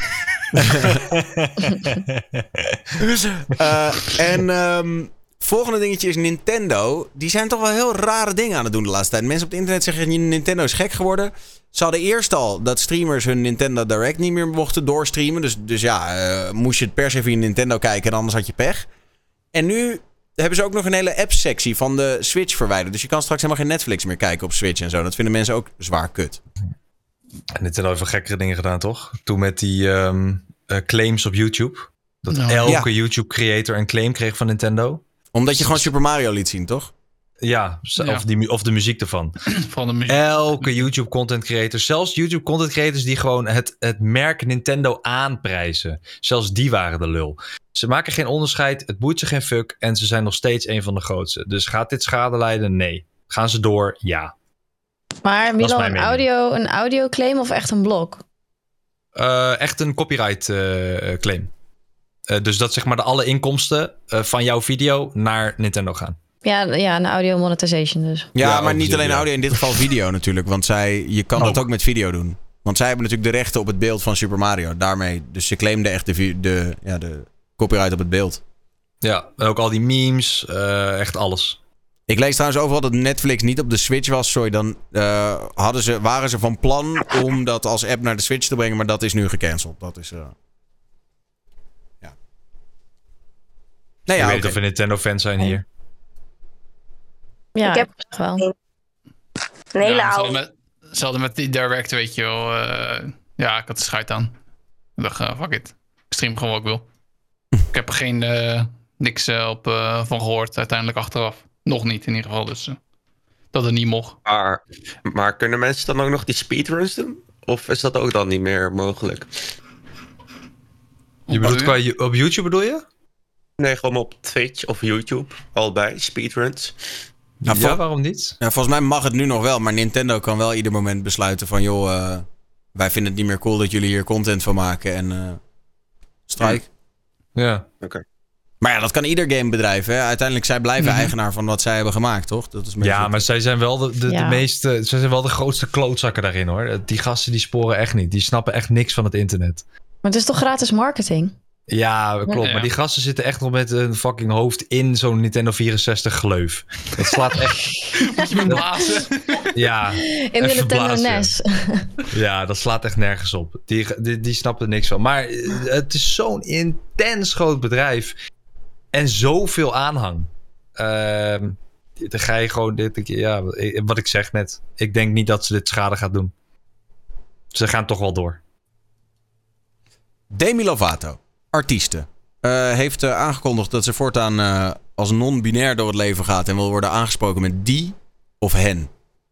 Speaker 2: uh, en um, volgende dingetje is Nintendo. Die zijn toch wel heel rare dingen aan het doen de laatste tijd. Mensen op het internet zeggen Nintendo is gek geworden. Ze hadden eerst al dat streamers hun Nintendo Direct niet meer mochten doorstreamen. Dus, dus ja, uh, moest je het per se via Nintendo kijken en anders had je pech. En nu hebben ze ook nog een hele app-sectie van de Switch verwijderd. Dus je kan straks helemaal geen Netflix meer kijken op Switch en zo. Dat vinden mensen ook zwaar kut.
Speaker 5: En Nintendo heeft wel gekkere dingen gedaan, toch? Toen met die um, uh, claims op YouTube. Dat
Speaker 9: Nou,
Speaker 5: elke
Speaker 2: ja.
Speaker 5: YouTube-creator een claim kreeg van Nintendo.
Speaker 2: Omdat je gewoon Super Mario liet zien, toch?
Speaker 5: Ja, z-
Speaker 9: Ja.
Speaker 5: Of, die, mu- of de muziek ervan.
Speaker 9: Van de muziek.
Speaker 5: Elke YouTube-content creator, zelfs YouTube-content creators die gewoon het, het merk Nintendo aanprijzen. Zelfs die waren de lul. Ze maken geen onderscheid, het boeit ze geen fuck en ze zijn nog steeds een van de grootste. Dus gaat dit schade leiden? Nee. Gaan ze door? Ja.
Speaker 3: Maar Milan,
Speaker 5: mijn
Speaker 3: een
Speaker 5: mening.
Speaker 3: audio, een audio claim of echt een blok?
Speaker 5: Uh, echt een copyright uh, claim. Uh, dus dat zeg maar de alle inkomsten uh, van jouw video naar Nintendo gaan.
Speaker 3: Ja, ja, een audio monetization dus.
Speaker 2: Ja,
Speaker 5: Ja,
Speaker 2: maar
Speaker 5: ook
Speaker 2: niet
Speaker 5: zo,
Speaker 2: alleen
Speaker 5: ja.
Speaker 2: audio, in dit geval video natuurlijk. Want zij, je kan dat
Speaker 5: Ook.
Speaker 2: ook met video doen. Want zij hebben natuurlijk de rechten op het beeld van Super Mario. Daarmee, dus ze claimden echt de, vi- de, ja, de copyright op het beeld.
Speaker 5: Ja, ook al die memes, uh, echt alles.
Speaker 2: Ik lees trouwens overal dat Netflix niet op de Switch was. Sorry, dan uh, hadden ze, waren ze van plan om dat als app naar de Switch te brengen. Maar dat is nu gecanceld. Dat is... Uh... Ja. Nee,
Speaker 5: Ik
Speaker 2: ja,
Speaker 5: weet
Speaker 2: oké.
Speaker 5: niet of we Nintendo-fans zijn hier.
Speaker 3: Ja,
Speaker 4: Ik heb-
Speaker 3: echt wel.
Speaker 4: Een hele
Speaker 9: Ja, ze
Speaker 4: oude.
Speaker 9: hadden met, ze hadden met die direct, weet je wel. eh, ja, ik had de scheid aan. Ik dacht, uh, fuck it. Ik stream gewoon wat ik wil. Ik heb er geen, uh, niks uh, op, uh, van gehoord, uiteindelijk achteraf. Nog niet in ieder geval, dus uh, dat het niet mocht.
Speaker 7: Maar, maar kunnen mensen dan ook nog die speedruns doen? Of is dat ook dan niet meer mogelijk?
Speaker 5: Je bedoelt qua, je- op YouTube bedoel je?
Speaker 7: Nee, gewoon op Twitch of YouTube. Allebei, speedruns.
Speaker 2: Nou,
Speaker 5: ja,
Speaker 2: vol-
Speaker 5: waarom niet?
Speaker 2: Ja, volgens mij mag het nu nog wel. Maar Nintendo kan wel ieder moment besluiten van... joh, uh, wij vinden het niet meer cool dat jullie hier content van maken. En uh, strike.
Speaker 5: Ja.
Speaker 7: Oké.
Speaker 2: Maar ja, dat kan ieder gamebedrijf. Hè? Uiteindelijk, zij blijven
Speaker 9: Mhm.
Speaker 2: eigenaar van wat zij hebben gemaakt, toch? Dat is een beetje-
Speaker 5: Ja, maar zij zijn wel de, de,
Speaker 3: Ja.
Speaker 5: de meeste, zij zijn wel de grootste klootzakken daarin hoor. Die gasten die sporen echt niet. Die snappen echt niks van het internet.
Speaker 3: Maar het is toch gratis marketing?
Speaker 5: Ja, klopt.
Speaker 9: Ja.
Speaker 5: Maar die gasten zitten echt nog met een fucking hoofd in zo'n Nintendo vierenzestig gleuf. Dat slaat echt...
Speaker 9: Moet je me blazen?
Speaker 5: Ja,
Speaker 3: In de
Speaker 5: even
Speaker 3: Nintendo
Speaker 5: blazen.
Speaker 3: N E S.
Speaker 5: ja, dat slaat echt nergens op. Die, die, die snappen er niks van. Maar eh, het is zo'n intens groot bedrijf. En zoveel aanhang. Ehm dan ga je gewoon... Dit, ja, wat ik zeg net. Ik denk niet dat ze dit schade gaat doen. Ze gaan toch wel door.
Speaker 2: Demi Lovato, artieste, uh, heeft uh, aangekondigd dat ze voortaan uh, als non-binair door het leven gaat en wil worden aangesproken met die of hen.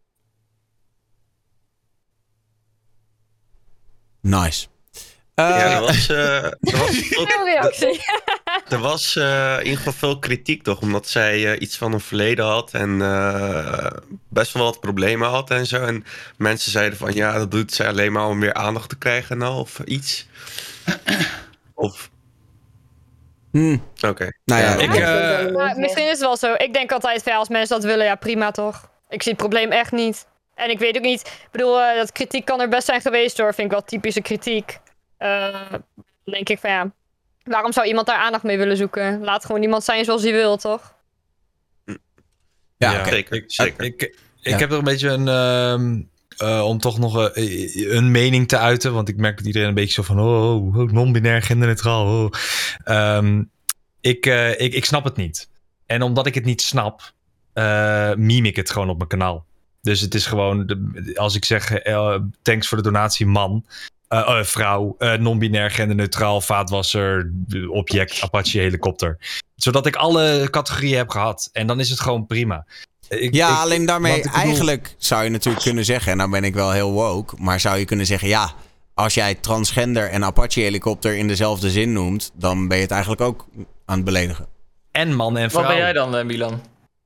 Speaker 2: Nice. Uh,
Speaker 7: Ja, er was, uh, er was,
Speaker 1: Veel reactie.
Speaker 7: er was uh, in ieder geval veel kritiek toch, omdat zij uh, iets van een verleden had en uh, best wel wat problemen had en zo. En mensen zeiden van ja, dat doet zij alleen maar om weer aandacht te krijgen nou, of iets. Of...
Speaker 2: Hmm.
Speaker 7: Oké. Okay.
Speaker 2: Nou ja,
Speaker 5: ik, uh,
Speaker 1: Maar misschien is het wel zo. Ik denk altijd van ja, als mensen dat willen, ja prima toch. Ik zie het probleem echt niet. En ik weet ook niet, ik bedoel, uh, dat kritiek kan er best zijn geweest hoor. Vind ik wel typische kritiek. Uh, dan denk ik van ja, waarom zou iemand daar aandacht mee willen zoeken? Laat gewoon iemand zijn zoals hij wil, toch?
Speaker 2: ja,
Speaker 5: Ja,
Speaker 2: okay.
Speaker 7: Zeker, zeker.
Speaker 5: Ik, ik
Speaker 2: Ja.
Speaker 5: heb er een beetje een... Um, uh, om toch nog uh, een mening te uiten. Want ik merk dat iedereen een beetje zo van... Oh, oh non-binair, genderneutraal. Oh. Um, ik, uh, ik, ik snap het niet. En omdat ik het niet snap... Uh, meme ik het gewoon op mijn kanaal. Dus het is gewoon... De, als ik zeg... Uh, thanks voor de donatie, man... Uh, uh, vrouw, uh, non-binair, genderneutraal, vaatwasser, object, Apache, helikopter. Zodat ik alle categorieën heb gehad. En dan is het gewoon prima. Ik,
Speaker 2: ja,
Speaker 5: ik,
Speaker 2: alleen daarmee
Speaker 5: bedoel...
Speaker 2: eigenlijk zou je natuurlijk kunnen zeggen... en nou ben ik wel heel woke... maar zou je kunnen zeggen, ja... als jij transgender en Apache-helikopter in dezelfde zin noemt... dan ben je het eigenlijk ook aan het beledigen.
Speaker 5: En man en vrouw.
Speaker 6: Wat ben jij dan, uh, Milan?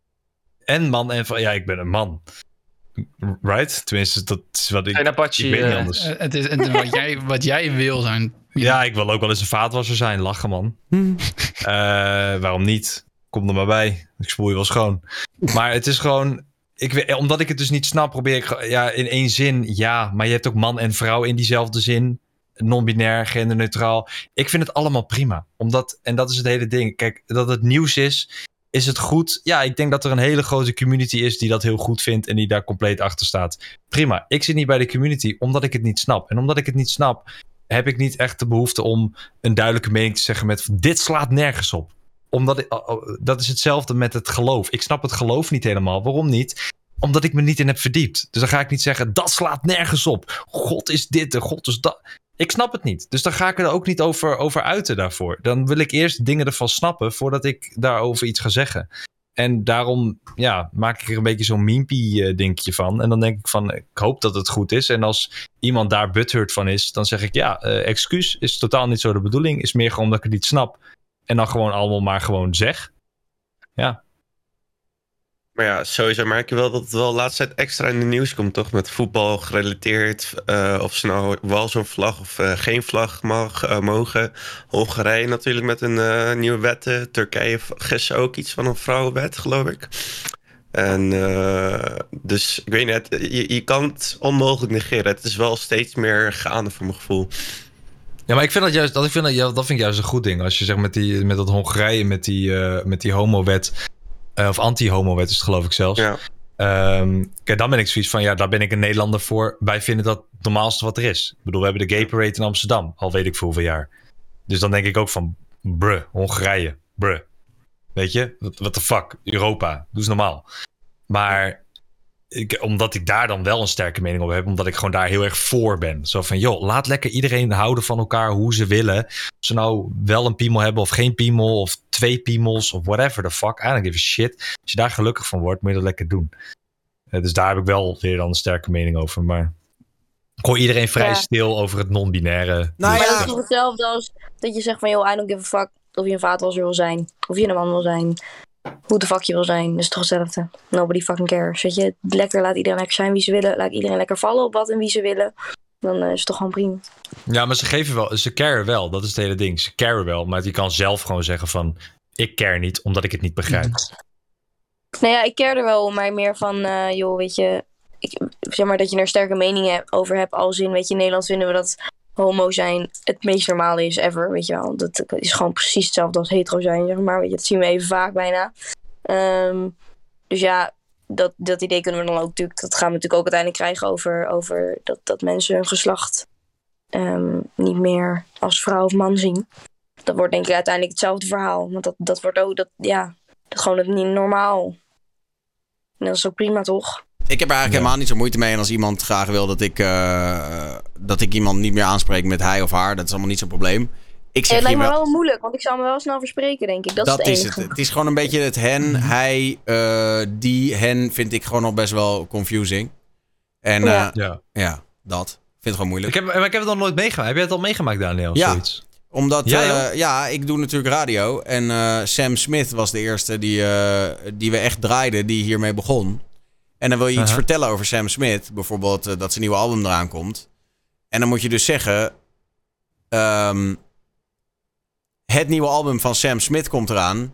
Speaker 5: En man en vrouw. Ja, ik ben een man. Right? Tenminste, dat is wat ik...
Speaker 6: Geen Apache.
Speaker 5: Ik weet niet
Speaker 6: uh,
Speaker 5: anders.
Speaker 9: Uh, het is, het is wat, jij, wat jij wil zijn.
Speaker 5: Ja, ik wil ook wel eens een vaatwasser zijn. Lachen, man. uh, waarom niet? Kom er maar bij. Ik spoel je wel schoon. Maar het is gewoon... Ik weet, omdat ik het dus niet snap, probeer ik... Ja, in één zin, ja. Maar je hebt ook man en vrouw in diezelfde zin. Non-binair, genderneutraal. Ik vind het allemaal prima. Omdat, en dat is het hele ding. Kijk, dat het nieuws is... Is het goed? Ja, ik denk dat er een hele grote community is die dat heel goed vindt en die daar compleet achter staat. Prima. Ik zit niet bij de community omdat ik het niet snap. En omdat ik het niet snap, heb ik niet echt de behoefte om een duidelijke mening te zeggen met dit slaat nergens op. Omdat ik, dat is hetzelfde met het geloof. Ik snap het geloof niet helemaal. Waarom niet? Omdat ik me niet in heb verdiept. Dus dan ga ik niet zeggen, dat slaat nergens op. God is dit en God is dat. Ik snap het niet. Dus dan ga ik er ook niet over, over uiten daarvoor. Dan wil ik eerst dingen ervan snappen voordat ik daarover iets ga zeggen. En daarom ja, maak ik er een beetje zo'n meme-dingetje van. En dan denk ik van, ik hoop dat het goed is. En als iemand daar butthurt van is, dan zeg ik ja, uh, excuus is totaal niet zo de bedoeling. Is meer gewoon dat ik het niet snap. En dan gewoon allemaal maar gewoon zeg. Ja.
Speaker 7: Maar ja, sowieso merk je wel dat het wel de laatste tijd extra in de nieuws komt, toch? Met voetbal gerelateerd. Uh, of ze nou wel zo'n vlag of uh, geen vlag mag, uh, mogen. Hongarije natuurlijk met een uh, nieuwe wetten. Turkije gisteren ook iets van een vrouwenwet, geloof ik. En uh, dus, ik weet niet, je, je kan het onmogelijk negeren. Het is wel steeds meer gaande voor mijn gevoel.
Speaker 5: Ja, maar ik vind dat juist, dat, ik vind dat, dat vind ik juist een goed ding. Als je zegt met, die, met dat Hongarije, met die, uh, met die homo-wet... Uh, of anti-homo-wet is het geloof ik zelfs.
Speaker 7: Ja.
Speaker 5: Um, kijk, dan ben ik zoiets van, ja, daar ben ik een Nederlander voor. Wij vinden dat het normaalste wat er is. Ik bedoel, we hebben de Gay Parade in Amsterdam. Al weet ik voor hoeveel jaar. Dus dan denk ik ook van, bruh, Hongarije, bruh. Weet je, what the fuck, Europa, doe eens normaal. Maar ik, omdat ik daar dan wel een sterke mening over heb, omdat ik gewoon daar heel erg voor ben. Zo van, joh, laat lekker iedereen houden van elkaar hoe ze willen. Of ze nou wel een piemel hebben of geen piemel, of twee piemels, of whatever the fuck. I don't give a shit. Als je daar gelukkig van wordt, moet je dat lekker doen. Uh, dus daar heb ik wel weer dan een sterke mening over. Maar ik hoor iedereen vrij
Speaker 4: Ja.
Speaker 5: stil over het non-binaire.
Speaker 2: Nou
Speaker 5: Dus-
Speaker 4: Maar
Speaker 2: ja.
Speaker 4: dat is toch hetzelfde als dat je zegt van, joh, I don't give a fuck of je een vaatwasser wil zijn. Of je een man wil zijn. Hoe de fuck je wil zijn. Dat is toch hetzelfde. Nobody fucking cares. Weet je, lekker laat iedereen lekker zijn wie ze willen. Laat iedereen lekker vallen op wat en wie ze willen. Dan uh, is het toch gewoon prima.
Speaker 5: Ja, maar ze geven wel, ze caren wel. Dat is het hele ding. Ze caren wel, maar je kan zelf gewoon zeggen van, ik care niet, omdat ik het niet begrijp.
Speaker 4: Nou ja, ik care er wel om, maar meer van, uh, joh, weet je, ik, zeg maar dat je er sterke meningen heb, over hebt. Als in, weet je, in Nederland vinden we dat homo zijn het meest normale is ever, weet je wel. Dat is gewoon precies hetzelfde als hetero zijn, zeg maar. Weet je, dat zien we even vaak bijna. Um, dus ja, dat, dat idee kunnen we dan ook natuurlijk, dat gaan we natuurlijk ook uiteindelijk krijgen over, over dat, dat mensen hun geslacht um, niet meer als vrouw of man zien. Dat wordt denk ik uiteindelijk hetzelfde verhaal. Want dat, dat wordt ook, dat, ja, dat is gewoon het niet normaal. En dat is ook prima, toch?
Speaker 2: Ik heb er eigenlijk
Speaker 5: Ja.
Speaker 2: helemaal niet zo moeite mee. En als iemand graag wil dat ik, uh, dat ik iemand niet meer aanspreek met hij of haar, dat is allemaal niet zo'n probleem. Ik
Speaker 4: Ja,
Speaker 2: zeg
Speaker 4: het lijkt
Speaker 2: je
Speaker 4: me
Speaker 2: wel,
Speaker 4: wel moeilijk, want ik zou me wel snel verspreken, denk ik. Dat,
Speaker 2: dat
Speaker 4: is het
Speaker 2: is
Speaker 4: enige.
Speaker 2: het. Het is gewoon een beetje het hen, hij, uh, die, hen vind ik gewoon nog best wel confusing. En uh, ja.
Speaker 4: Ja.
Speaker 5: Ja.
Speaker 2: dat. Ik vind het gewoon moeilijk.
Speaker 5: Ik heb, maar ik heb het nog nooit meegemaakt. Heb jij het al meegemaakt, Daniel?
Speaker 2: Ja.
Speaker 5: Zoiets?
Speaker 2: Omdat,
Speaker 5: Ja,
Speaker 2: ja,
Speaker 5: joh.
Speaker 2: ja, ik doe natuurlijk radio. En uh, Sam Smith was de eerste die, uh, die we echt draaiden, die hiermee begon. En dan wil je iets
Speaker 5: Aha.
Speaker 2: vertellen over Sam Smith. Bijvoorbeeld uh, dat zijn nieuwe album eraan komt. En dan moet je dus zeggen, Um, het nieuwe album van Sam Smith komt eraan.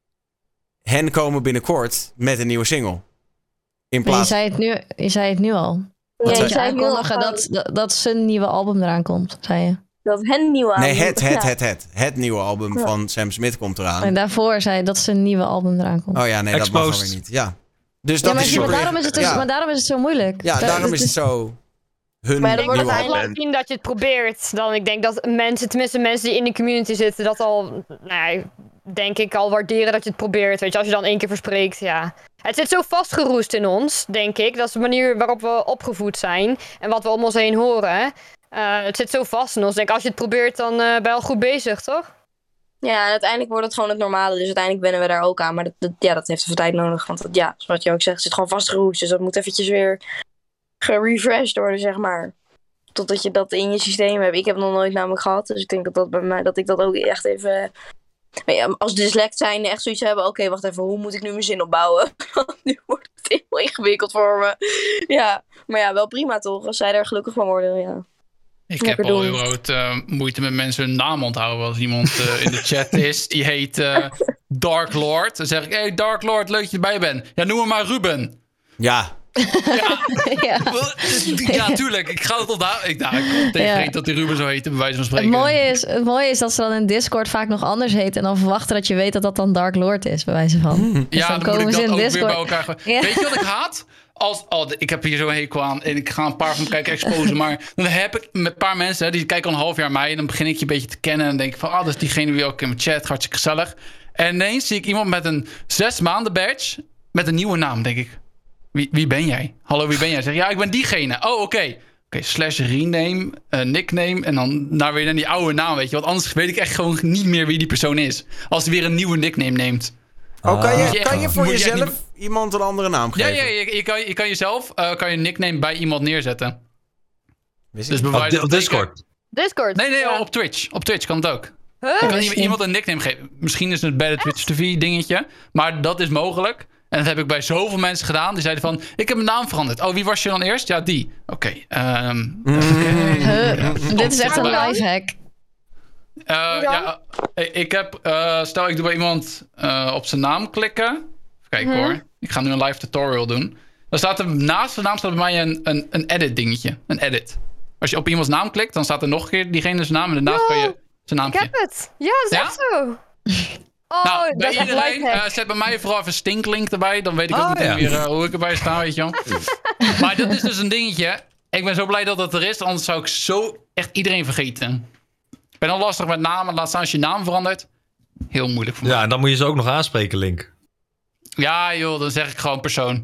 Speaker 2: Hen komen binnenkort met een nieuwe single. In
Speaker 3: Maar je
Speaker 2: plaats...
Speaker 3: zei het nu, je zei het nu al.
Speaker 4: Ja,
Speaker 3: Dat
Speaker 2: zei-
Speaker 3: je
Speaker 4: zei het nu al
Speaker 3: aankondigen
Speaker 4: gewoon.
Speaker 3: dat, dat, dat zijn nieuwe album eraan komt, zei je.
Speaker 4: Dat hen nieuwe
Speaker 2: Nee,
Speaker 4: album-
Speaker 2: het, het,
Speaker 4: ja.
Speaker 2: het, het. Het nieuwe album
Speaker 4: Ja.
Speaker 2: van Sam Smith komt eraan.
Speaker 3: En daarvoor zei je dat zijn nieuwe album eraan komt.
Speaker 2: Oh ja, nee, dat mag
Speaker 5: Exposed.
Speaker 2: alweer niet. Ja. Dus
Speaker 3: ja,
Speaker 2: dat
Speaker 3: maar,
Speaker 2: is
Speaker 3: maar,
Speaker 2: super-
Speaker 3: daarom is het dus,
Speaker 2: ja.
Speaker 3: maar daarom is het zo moeilijk.
Speaker 2: Ja,
Speaker 3: Da-
Speaker 2: daarom
Speaker 3: dat
Speaker 2: is het zo hun
Speaker 4: Maar dat
Speaker 1: Ik denk
Speaker 4: wordt
Speaker 1: dat
Speaker 2: nieuwe
Speaker 1: het
Speaker 2: album.
Speaker 1: laat zien dat je het probeert. Dan ik denk dat mensen, tenminste mensen die in de community zitten, dat al, nou ja, denk ik al waarderen dat je het probeert. Weet je, als je dan één keer verspreekt, ja. Het zit zo vastgeroest in ons, denk ik. Dat is de manier waarop we opgevoed zijn. En wat we om ons heen horen. Uh, het zit zo vast in ons. Denk, als je het probeert, dan uh, ben je al goed bezig, toch?
Speaker 4: Ja, en uiteindelijk wordt het gewoon het normale. Dus uiteindelijk wennen we daar ook aan. Maar dat, dat, ja, dat heeft even tijd nodig. Want dat, ja, zoals je ook zegt, het zit gewoon vastgeroest. Dus dat moet eventjes weer gerefreshed worden, zeg maar. Totdat je dat in je systeem hebt. Ik heb het nog nooit namelijk gehad. Dus ik denk dat, dat, bij mij, dat ik dat ook echt even... Ja, als dyslect zijn echt zoiets hebben. Oké, okay, wacht even. Hoe moet ik nu mijn zin opbouwen? Nu wordt het heel ingewikkeld voor me. Ja, maar ja, wel prima toch? Als zij daar gelukkig van worden, ja.
Speaker 9: Ik heb al heel groot uh, moeite met mensen hun naam onthouden. Als iemand uh, in de chat is, die heet uh, Dark Lord. Dan zeg ik, hey Dark Lord, leuk dat je erbij bent. Ja, noem me maar Ruben.
Speaker 2: Ja.
Speaker 9: Ja,
Speaker 3: ja.
Speaker 9: ja, tuurlijk. Ik ga het onthouden. Ik, nou, ik kon tegen ja. dat die Ruben zo heet, bij wijze van spreken.
Speaker 3: Het mooie, is, het mooie is dat ze dan in Discord vaak nog anders heet. En dan verwachten dat je weet dat dat dan Dark Lord is, bij wijze van.
Speaker 9: Mm. Dus ja, dan, dan moet ik dat ook
Speaker 3: Discord.
Speaker 9: weer bij elkaar... Ja. Weet je wat ik haat? Als, oh, ik heb hier zo'n hekel aan en ik ga een paar van me kijken exposen. Maar dan heb ik met een paar mensen, hè, die kijken al een half jaar mij. En dan begin ik je een beetje te kennen. En dan denk ik van, ah, oh, dat is diegene die ook in mijn chat. Hartstikke gezellig. En ineens zie ik iemand met een zes maanden badge. Met een nieuwe naam, denk ik. Wie, wie ben jij? Hallo, wie ben jij? Zeg, ja, ik ben diegene. Oh, oké. Okay. Oké, okay, slash rename, uh, nickname. En dan naar weer naar die oude naam, weet je. Want anders weet ik echt gewoon niet meer wie die persoon is. Als hij weer een nieuwe nickname neemt.
Speaker 2: Oh, kan je, kan je voor je jezelf niet... iemand een andere naam geven?
Speaker 9: Ja, ja je, je, kan, je kan jezelf uh, kan je een nickname bij iemand neerzetten.
Speaker 2: Wist
Speaker 9: dus
Speaker 5: op, op Discord?
Speaker 1: Discord?
Speaker 9: Nee, nee,
Speaker 1: ja.
Speaker 9: op Twitch. Op Twitch kan het ook.
Speaker 1: Huh?
Speaker 9: Je kan iemand een nickname geven. Misschien is het bij de Twitch T V dingetje. Maar dat is mogelijk. En dat heb ik bij zoveel mensen gedaan. Die zeiden van, ik heb mijn naam veranderd. Oh, wie was je dan eerst? Ja, die. Oké. Okay, um,
Speaker 3: mm. okay. uh, dit is echt een lifehack.
Speaker 9: Uh, ja, ik heb, uh, stel ik doe bij iemand uh, op zijn naam klikken. Kijk hmm. hoor, ik ga nu een live tutorial doen. Dan staat er naast de naam staat bij mij een, een, een edit dingetje. Een edit. Als je op iemands naam klikt, dan staat er nog een keer diegene zijn naam. En daarnaast kan je zijn naamje.
Speaker 1: Ik heb het. Ja, dat is ja? echt zo. Oh,
Speaker 9: nou,
Speaker 1: dat
Speaker 9: bij
Speaker 1: is
Speaker 9: iedereen uh, zet bij mij vooral even stinklink erbij. Dan weet ik ook oh, meteen ja. weer uh, hoe ik erbij sta, weet je wel. Maar dat is dus een dingetje. Ik ben zo blij dat dat er is. Anders zou ik zo echt iedereen vergeten. Ik ben al lastig met namen. Laat staan als je naam verandert. Heel moeilijk voor mij.
Speaker 5: Ja, en dan moet je ze ook nog aanspreken, Link.
Speaker 9: Ja, joh, dan zeg ik gewoon persoon.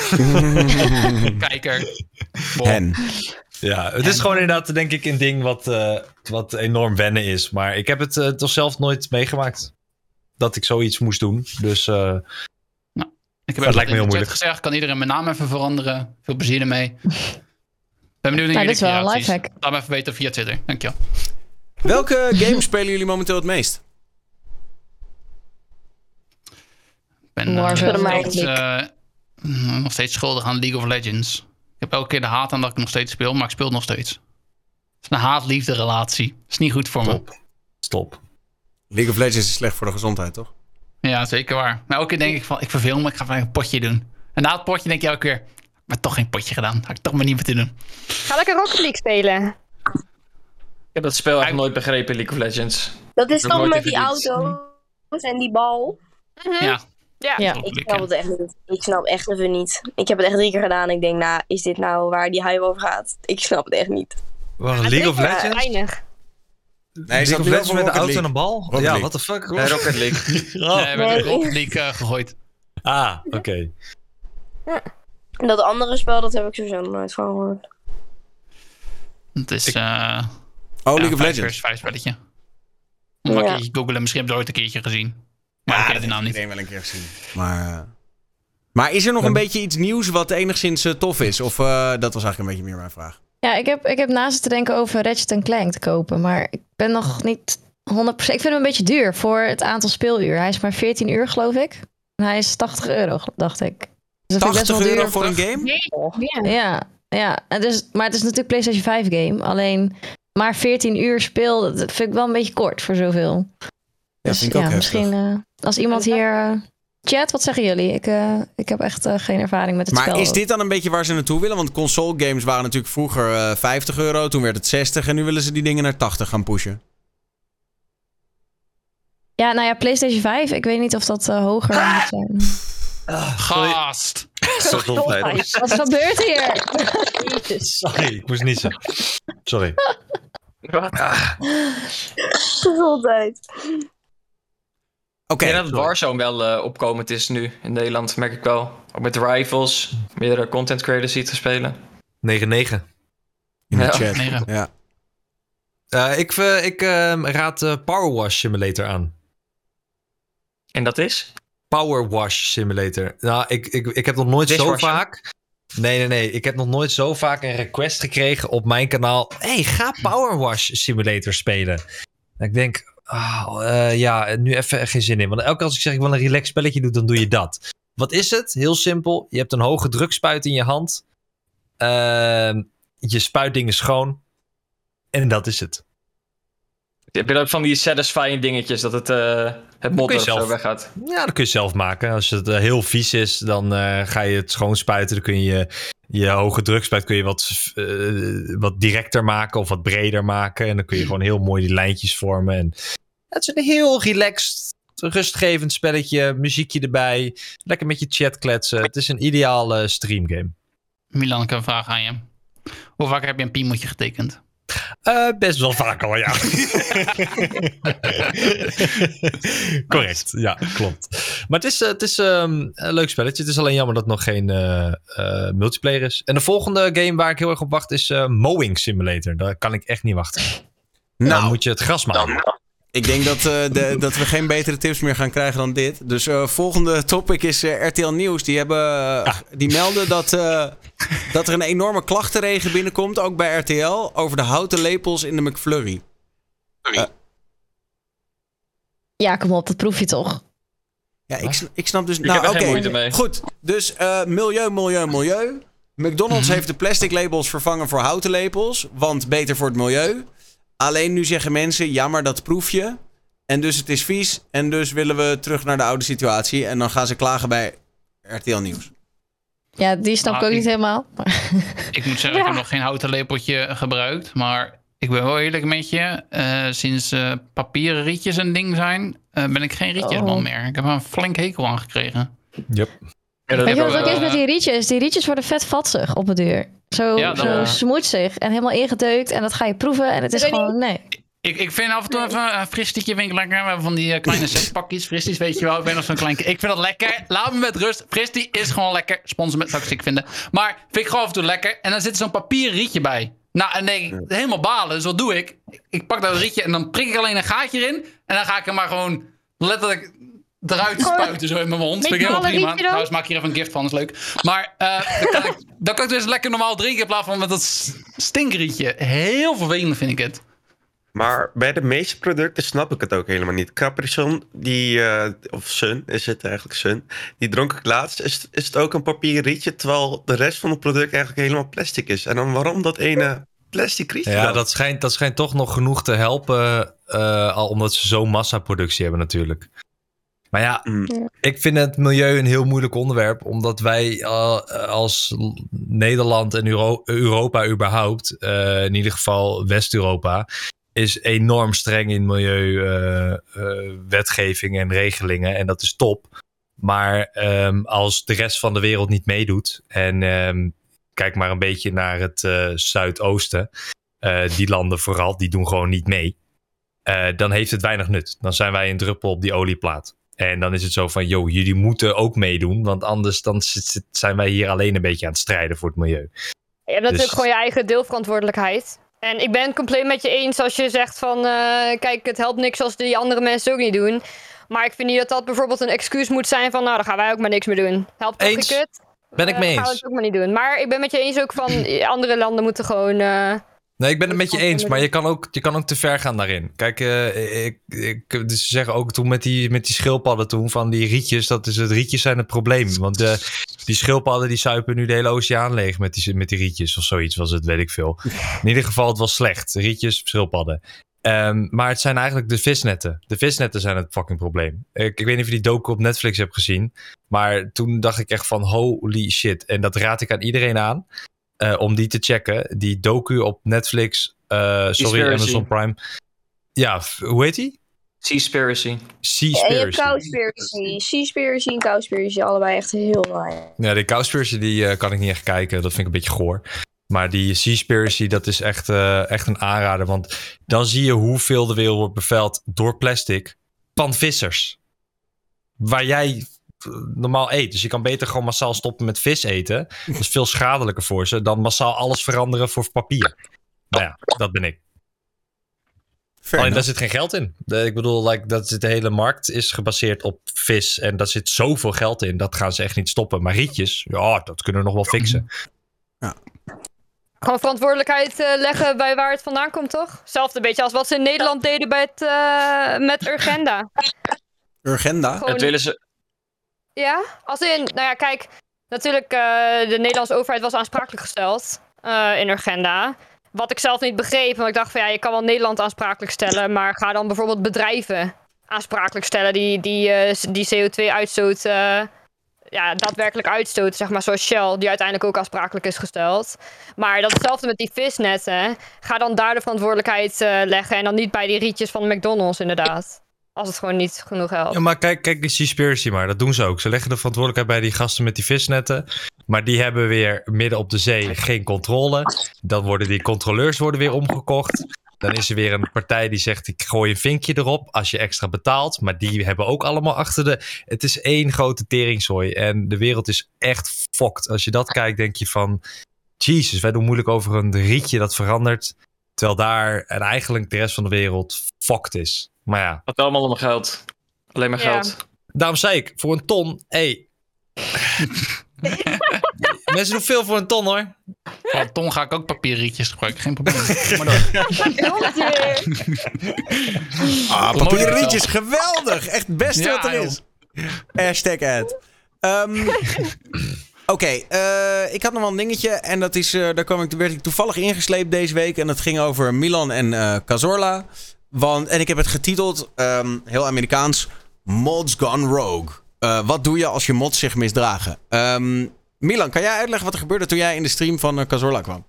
Speaker 9: Kijker.
Speaker 2: Hen.
Speaker 5: Ja, het is gewoon inderdaad, denk ik, een ding wat, uh, wat enorm wennen is. Maar ik heb het uh, toch zelf nooit meegemaakt. Dat ik zoiets moest doen. Dus uh,
Speaker 9: nou, ik heb dat lijkt me heel moeilijk. Gezegd, kan iedereen mijn naam even veranderen. Veel plezier ermee. Ben benieuwd naar jullie creaties. Laat me even weten via Twitter. Dankjewel.
Speaker 2: Welke games spelen jullie momenteel het meest?
Speaker 9: Ik ben uh, nog, steeds, uh, nog steeds schuldig aan League of Legends. Ik heb elke keer de haat aan dat ik nog steeds speel, maar ik speel nog steeds. Het is een haat-liefde relatie. Dat is niet goed voor
Speaker 5: Stop.
Speaker 9: me.
Speaker 5: Stop.
Speaker 2: League of Legends is slecht voor de gezondheid, toch?
Speaker 9: Ja, zeker waar. Maar elke keer denk ik van, ik verveel me, ik ga even een potje doen. En na het potje denk je elke keer, ik heb toch geen potje gedaan. Had ik toch maar niet moeten doen.
Speaker 1: Ga lekker Rocket League spelen.
Speaker 6: Ik heb dat spel echt nooit begrepen, League of Legends.
Speaker 4: Dat is toch met die auto en die bal?
Speaker 1: Mm-hmm.
Speaker 9: Ja.
Speaker 1: Ja.
Speaker 4: ja, ik snap het echt niet. Ik snap echt even niet. Ik heb het echt drie keer gedaan en ik denk, nou, is dit nou waar die hype over gaat? Ik snap het echt niet.
Speaker 5: Wow, League of Legends?
Speaker 1: Weinig.
Speaker 2: Nee, League of Legends met de auto
Speaker 5: en een bal?
Speaker 2: Rocket
Speaker 5: ja,
Speaker 2: what
Speaker 5: the fuck?
Speaker 6: Nee, Rocket League.
Speaker 9: oh. Nee, we hebben Rocket League uh, gegooid.
Speaker 5: Ah, oké. Okay.
Speaker 4: Ja. En dat andere spel, dat heb ik sowieso nog nooit van gehoord.
Speaker 9: Het is... Uh,
Speaker 2: oh,
Speaker 9: ja,
Speaker 2: League of Legends.
Speaker 9: Vijf spelletje. Moet ja. een keertje googlen. Misschien heb je het ooit een keertje gezien. Maar
Speaker 2: ja,
Speaker 9: ik heb het nou niet.
Speaker 2: Ik wel een keer gezien. Maar, uh... maar is er nog een ja. beetje iets nieuws wat enigszins uh, tof is? Of uh, dat was eigenlijk een beetje meer mijn vraag.
Speaker 3: Ja, ik heb, ik heb naast te denken over Ratchet and Clank te kopen. Maar ik ben nog niet honderd procent... Ik vind hem een beetje duur voor het aantal speeluur. Hij is maar veertien uur, geloof ik. En hij is tachtig euro, dacht ik. Dus dat
Speaker 2: tachtig euro
Speaker 3: duur.
Speaker 2: voor een game?
Speaker 3: Nee. Ja, ja. En dus, maar het is natuurlijk PlayStation vijf game. Alleen maar veertien uur speel, dat vind ik wel een beetje kort voor zoveel.
Speaker 2: Ja,
Speaker 3: dus
Speaker 2: vind ik
Speaker 3: ja,
Speaker 2: ook
Speaker 3: misschien uh, als iemand hier... Uh, chat, wat zeggen jullie? Ik, uh, ik heb echt uh, geen ervaring met het
Speaker 2: maar
Speaker 3: spel.
Speaker 2: Maar is dit dan een beetje waar ze naartoe willen? Want console games waren natuurlijk vroeger uh, vijftig euro. Toen werd het zestig. En nu willen ze die dingen naar tachtig gaan pushen.
Speaker 3: Ja, nou ja, PlayStation vijf. Ik weet niet of dat uh, hoger ah! moet zijn.
Speaker 9: Uh, Gast!
Speaker 3: Wat gebeurt hier?
Speaker 5: Sorry, ik moest niet zeggen. Sorry.
Speaker 6: Wat?
Speaker 4: Gezondheid.
Speaker 2: Oké.
Speaker 6: Ik denk dat Warzone wel uh, opkomend is nu in Nederland, merk ik wel. Ook met Rivals, meerdere content creators die het spelen.
Speaker 5: negen negen.
Speaker 2: In de
Speaker 6: Ja.
Speaker 2: chat.
Speaker 9: negen.
Speaker 2: Ja.
Speaker 5: Uh, ik uh, ik uh, raad uh, Power Wash Simulator aan.
Speaker 6: En dat is?
Speaker 5: Power Wash Simulator. Nou, ik, ik, ik heb nog nooit
Speaker 6: Dishwasher.
Speaker 5: zo vaak... Nee, nee, nee. Ik heb nog nooit zo vaak een request gekregen op mijn kanaal. Hey, ga Power Wash Simulator spelen. En ik denk, oh, uh, ja, nu even geen zin in. Want elke keer als ik zeg ik wil een relaxed spelletje doen, dan doe je dat. Wat is het? Heel simpel. Je hebt een hoge drukspuit in je hand. Uh, je spuit dingen schoon. En dat is het.
Speaker 6: Heb je ook van die satisfying dingetjes dat het, uh, het modder of zo weggaat?
Speaker 5: Ja, dat kun je zelf maken. Als het uh, heel vies is, dan uh, ga je het schoon spuiten. Dan kun je je hoge drukspuit kun je wat, uh, wat directer maken of wat breder maken. En dan kun je gewoon heel mooi die lijntjes vormen. En het is een heel relaxed, rustgevend spelletje. Muziekje erbij. Lekker met je chat kletsen. Het is een ideaal uh, streamgame.
Speaker 9: Milan, ik heb een vraag aan je. Hoe vaak heb je een piemotje getekend?
Speaker 5: Uh, best wel vaak al, ja. Correct, ja, klopt. Maar het is, uh, het is um, een leuk spelletje. Het is alleen jammer dat het nog geen uh, uh, multiplayer is. En de volgende game waar ik heel erg op wacht is uh, Mowing Simulator. Daar kan ik echt niet wachten. Nou, dan moet je het gras maken.
Speaker 2: Ik denk dat, uh, de, dat we geen betere tips meer gaan krijgen dan dit. Dus uh, volgende topic is uh, R T L Nieuws. Die, hebben, uh, ah. die melden dat, uh, dat er een enorme klachtenregen binnenkomt, ook bij R T L, over de houten lepels in de McFlurry. Uh,
Speaker 3: ja, kom op, dat proef je toch?
Speaker 2: Ja, ik, ik snap dus...
Speaker 6: Ik
Speaker 2: nou,
Speaker 6: heb er
Speaker 2: oké,
Speaker 6: geen moeite mee.
Speaker 2: Goed, dus uh, milieu, milieu, milieu. McDonald's mm-hmm. heeft de plastic labels vervangen voor houten lepels, want beter voor het milieu. Alleen nu zeggen mensen, ja, maar dat proef je. En dus het is vies. En dus willen we terug naar de oude situatie. En dan gaan ze klagen bij R T L Nieuws.
Speaker 3: Ja, die snap
Speaker 9: Ah,
Speaker 3: ik ook
Speaker 9: ik,
Speaker 3: niet helemaal.
Speaker 9: Ik moet zeggen, ja. ik heb nog geen houten lepeltje gebruikt. Maar ik ben wel eerlijk met je. Uh, sinds uh, papieren rietjes een ding zijn, uh, ben ik geen rietjesman oh. meer. Ik heb er een flink hekel aan gekregen.
Speaker 5: Yep.
Speaker 3: Ja, Weet je wat het ook is met die rietjes? Die rietjes worden vet vatsig op het duur. Zo, ja, zo uh... smoetsig en helemaal ingedeukt. En dat ga je proeven en het is gewoon, nee.
Speaker 9: Ik, ik vind af en toe even een fristietje vind ik lekker. We hebben van die uh, kleine setpakjes. Fristies, weet je wel. Ik ben nog zo'n klein... Ik vind dat lekker. Laat me met rust. Fristie is gewoon lekker. Sponsor met, zou ik ziek vinden. Maar vind ik gewoon af en toe lekker. En dan zit er zo'n papieren rietje bij. Nou, en denk ik, helemaal balen. Dus wat doe ik? Ik pak dat rietje en dan prik ik alleen een gaatje erin. En dan ga ik er maar gewoon letterlijk eruit spuiten zo in mijn mond. Vind ik helemaal prima. Trouwens, maak hier even een gift van. Dat is leuk. Maar uh, dan, kan ik, dan kan ik dus lekker normaal drinken in plaats van met dat stinkrietje. Heel vervelend vind ik het.
Speaker 7: Maar bij de meeste producten snap ik het ook helemaal niet. Capri-Sun, die, uh, of Sun is het eigenlijk, Sun. Die dronk ik laatst. Is, is het ook een papieren rietje, terwijl de rest van het product eigenlijk helemaal plastic is. En dan waarom dat ene plastic rietje
Speaker 5: Ja,
Speaker 7: dan?
Speaker 5: dat schijnt, dat schijnt toch nog genoeg te helpen. Uh, al omdat ze zo'n massaproductie hebben natuurlijk. Maar ja, mm. ik vind het milieu een heel moeilijk onderwerp. Omdat wij uh, als Nederland en Euro- Europa überhaupt, uh, in ieder geval West-Europa, is enorm streng in milieuwetgeving uh, uh, en regelingen. En dat is top. Maar um, als de rest van de wereld niet meedoet, en um, kijk maar een beetje naar het uh, Zuidoosten. Uh, die landen vooral, die doen gewoon niet mee. Uh, dan heeft het weinig nut. Dan zijn wij een druppel op die olieplaat. En dan is het zo van, joh, jullie moeten ook meedoen. Want anders dan zijn wij hier alleen een beetje aan het strijden voor het milieu.
Speaker 1: Je hebt natuurlijk dus gewoon je eigen deelverantwoordelijkheid. En ik ben het compleet met je eens als je zegt van... Uh, kijk, het helpt niks als die andere mensen ook niet doen. Maar ik vind niet dat dat bijvoorbeeld een excuus moet zijn van... nou, dan gaan wij ook maar niks meer doen. Helpt toch
Speaker 5: eens.
Speaker 1: gekut?
Speaker 5: Ben ik mee eens.
Speaker 1: Uh, gaan we het ook maar niet doen. Maar ik ben met je eens ook van... andere landen moeten gewoon... Uh,
Speaker 5: Nee, ik ben het met je eens, maar je kan ook, je kan ook te ver gaan daarin. Kijk, uh, ik, ik, dus ze zeggen ook toen met die, met die schildpadden toen van die rietjes, dat is het rietjes zijn het probleem. Want uh, die schildpadden die suipen nu de hele oceaan leeg met die, met die rietjes of zoiets was het, weet ik veel. In ieder geval, het was slecht. Rietjes, schildpadden. Um, maar het zijn eigenlijk de visnetten. De visnetten zijn het fucking probleem. Ik, ik weet niet of je die docu op Netflix hebt gezien, maar toen dacht ik echt van holy shit. En dat raad ik aan iedereen aan. Uh, om die te checken. Die docu op Netflix. Uh, sorry, Amazon Prime. Ja, f- hoe heet die?
Speaker 6: Seaspiracy.
Speaker 4: Seaspiracy. Ja, je hebt Cowspiracy. Seaspiracy en Cowspiracy. Allebei echt heel nice.
Speaker 5: Ja, de Cowspiracy die uh, kan ik niet echt kijken. Dat vind ik een beetje goor. Maar die Seaspiracy, dat is echt, uh, echt een aanrader. Want dan zie je hoeveel de wereld wordt beveld door plastic van vissers. waar jij normaal eet. Dus je kan beter gewoon massaal stoppen met vis eten. Dat is veel schadelijker voor ze dan massaal alles veranderen voor papier. Nou ja, dat ben ik.
Speaker 2: Fair
Speaker 5: Alleen daar
Speaker 2: enough.
Speaker 5: zit geen geld in. De, ik bedoel, like, dat zit, de hele markt is gebaseerd op vis. En daar zit zoveel geld in. Dat gaan ze echt niet stoppen. Maar rietjes, ja, dat kunnen we nog wel fixen.
Speaker 1: Gewoon verantwoordelijkheid uh, leggen bij waar het vandaan komt, toch? Hetzelfde beetje als wat ze in Nederland deden bij het, uh, met Urgenda.
Speaker 2: Urgenda?
Speaker 1: Gewoon-
Speaker 6: Dat willen ze...
Speaker 1: Ja, als in, nou ja, kijk, natuurlijk, uh, de Nederlandse overheid was aansprakelijk gesteld uh, in Urgenda. Wat ik zelf niet begreep, want ik dacht van ja, je kan wel Nederland aansprakelijk stellen, maar ga dan bijvoorbeeld bedrijven aansprakelijk stellen die, die, uh, die C O twee uitstoot, uh, ja, daadwerkelijk uitstoten, zeg maar, zoals Shell, die uiteindelijk ook aansprakelijk is gesteld. Maar dat hetzelfde met die visnetten, ga dan daar de verantwoordelijkheid uh, leggen en dan niet bij die rietjes van de McDonald's, inderdaad. Als het gewoon niet genoeg helpt.
Speaker 5: Ja, maar kijk, kijk die Seaspiracy maar. Dat doen ze ook. Ze leggen de verantwoordelijkheid bij die gasten met die visnetten. Maar die hebben weer midden op de zee geen controle. Dan worden die controleurs worden weer omgekocht. Dan is er weer een partij die zegt, ik gooi een vinkje erop als je extra betaalt. Maar die hebben ook allemaal achter de... Het is één grote teringzooi. En de wereld is echt fokt. Als je dat kijkt, denk je van... Jezus, wij doen moeilijk over een rietje dat verandert. Terwijl daar en eigenlijk de rest van de wereld fokt is. Maar ja.
Speaker 6: Het gaat allemaal om geld. Alleen maar
Speaker 1: Ja.
Speaker 6: geld.
Speaker 5: Daarom zei ik, voor een ton, hé. Mensen doen veel voor een ton, hoor.
Speaker 9: Voor een ton ga ik ook papierrietjes gebruiken. Geen probleem. Maar door.
Speaker 2: Ah,
Speaker 9: Promotie
Speaker 2: papieren
Speaker 9: zelf.
Speaker 2: rietjes, geweldig! Echt het beste
Speaker 9: Ja,
Speaker 2: wat er
Speaker 9: joh.
Speaker 2: is. Hashtag ad. Ehm, Oké, eh, ik had nog wel een dingetje. En dat is, eh, daar kwam ik, werd ik toevallig ingesleept deze week. En dat ging over Milan en eh Cazorla. Want, en ik heb het getiteld, ehm, heel Amerikaans, Mods Gone Rogue. Uh, wat doe je als je mods zich misdragen? Um, Milan, kan jij uitleggen wat er gebeurde toen jij in de stream van uh, Cazorla kwam?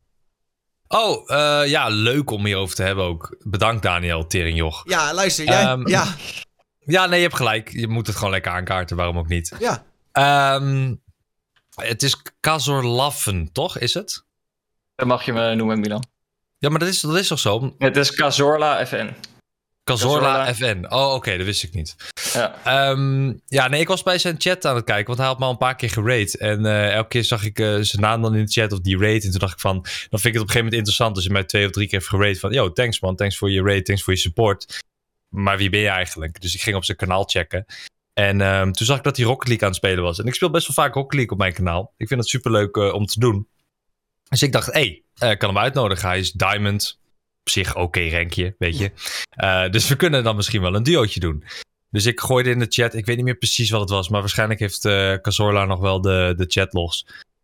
Speaker 5: Oh, uh, ja, leuk om hierover te hebben ook. Bedankt Daniel, teringjoch.
Speaker 2: Ja, luister, jij...
Speaker 5: Um,
Speaker 2: ja.
Speaker 5: Ja, nee, je hebt gelijk. Je moet het gewoon lekker aankaarten, waarom ook niet.
Speaker 2: Ja.
Speaker 5: Um, het is Cazorlaven, toch? Is het?
Speaker 6: Dat mag je me noemen, Milan.
Speaker 5: Ja, maar dat is, dat is toch zo?
Speaker 6: Het is Cazorla F N.
Speaker 5: Cazorla
Speaker 6: Cazorla.
Speaker 5: F N. Oh, oké, okay, dat wist ik niet.
Speaker 6: Ja.
Speaker 5: Um, ja, nee, ik was bij zijn chat aan het kijken, want hij had me al een paar keer gerate. En uh, elke keer zag ik uh, zijn naam dan in de chat of die rate. En toen dacht ik van, dan vind ik het op een gegeven moment interessant als je mij twee of drie keer heeft gerate van, yo, thanks man, thanks voor je rate, thanks voor je support. Maar wie ben je eigenlijk? Dus ik ging op zijn kanaal checken. En um, toen zag ik dat hij Rocket League aan het spelen was. En ik speel best wel vaak Rocket League op mijn kanaal. Ik vind het superleuk uh, om te doen. Dus ik dacht, hé, hey, ik kan hem uitnodigen. Hij is Diamond. Op zich oké okay, rankje, weet je. Uh, dus we kunnen dan misschien wel een duootje doen. Dus ik gooide in de chat. Ik weet niet meer precies wat het was. Maar waarschijnlijk heeft uh, Cazorla nog wel de, de chatlogs.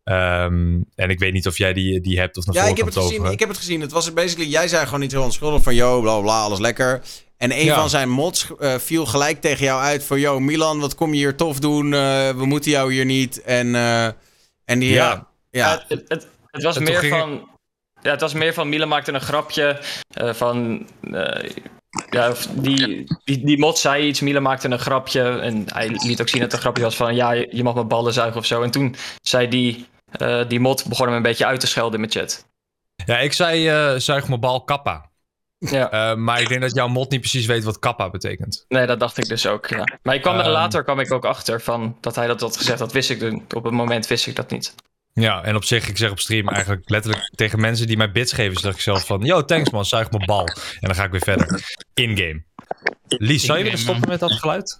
Speaker 5: Um, en ik weet niet of jij die, die hebt of naar
Speaker 2: ja,
Speaker 5: voren
Speaker 2: ik heb
Speaker 5: kan
Speaker 2: het gezien.
Speaker 5: toveren.
Speaker 2: Ik heb het gezien. Het was basically, jij zei gewoon niet heel onschuldig van, yo, bla bla, alles lekker. En een
Speaker 5: Ja.
Speaker 2: van zijn mods uh, viel gelijk tegen jou uit voor, yo, Milan, wat kom je hier tof doen? Uh, we moeten jou hier niet. En, uh, en die, ja.
Speaker 5: Ja.
Speaker 2: ja.
Speaker 6: Ja, het, het, het was
Speaker 5: En
Speaker 6: meer
Speaker 5: toen ging
Speaker 6: van... Ja, het was meer van Milan maakte een grapje uh, van... Uh, ja, die, die, die mod zei iets, Milan maakte een grapje. En hij liet ook zien dat het een grapje was van... Ja, je, je mag mijn ballen zuigen of zo. En toen zei die, uh, die mod, begon hem een beetje uit te schelden in mijn chat.
Speaker 5: Ja, ik zei uh, zuig mijn bal kappa.
Speaker 6: Ja.
Speaker 5: Uh, maar ik denk dat jouw mod niet precies weet wat kappa betekent.
Speaker 6: Nee, dat dacht ik dus ook, ja. Maar ik kwam er
Speaker 5: Um,
Speaker 6: later kwam ik ook achter van dat hij dat had gezegd. Dat wist ik dus. Op het moment wist ik dat niet.
Speaker 5: Ja, en op zich, ik zeg op stream eigenlijk letterlijk tegen mensen die mij bits geven, zeg ik zelf van, yo, thanks man, zuig mijn bal. En dan ga ik weer verder. In-game. Lies, zou je willen stoppen met dat geluid?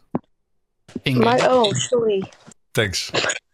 Speaker 4: Maar oh, sorry.
Speaker 5: Thanks.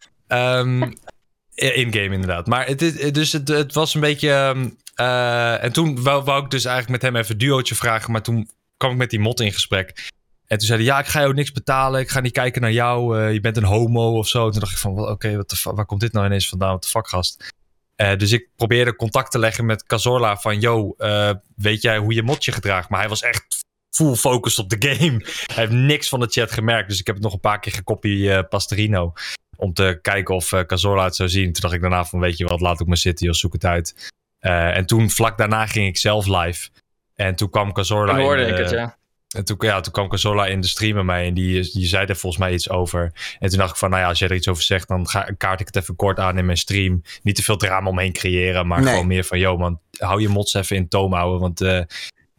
Speaker 5: Um, in-game inderdaad. Maar het, is, dus het, het was een beetje... Um, uh, en toen wou, wou ik dus eigenlijk met hem even een duootje vragen, maar toen kwam ik met die mod in gesprek. En toen zei hij, ja, ik ga jou niks betalen. Ik ga niet kijken naar jou. Uh, je bent een homo of zo. Toen dacht ik van, oké, okay, waar komt dit nou ineens vandaan? Wat de fuck, gast? Uh, dus ik probeerde contact te leggen met Cazorla van, yo, uh, weet jij hoe je modje gedraagt? Maar hij was echt full focused op de game. Hij heeft niks van de chat gemerkt. Dus ik heb het nog een paar keer gekopie uh, Pasterino. Om te kijken of uh, Cazorla het zou zien. Toen dacht ik daarna van, weet je wat, laat ik maar zitten, joh, zoek het uit. Uh, en toen, vlak daarna ging ik zelf live. En toen kwam Cazorla
Speaker 6: Toen hoorde
Speaker 5: in,
Speaker 6: ik
Speaker 5: uh,
Speaker 6: het, ja.
Speaker 5: En toen, ja, toen kwam Cazorla in de stream met mij en die, die zei er volgens mij iets over. En toen dacht ik van, nou ja, als jij er iets over zegt, dan ga, kaart ik het even kort aan in mijn stream. Niet te veel drama omheen creëren, maar
Speaker 2: Nee.
Speaker 5: gewoon meer van, yo man, hou je mods even in toom houden, want uh,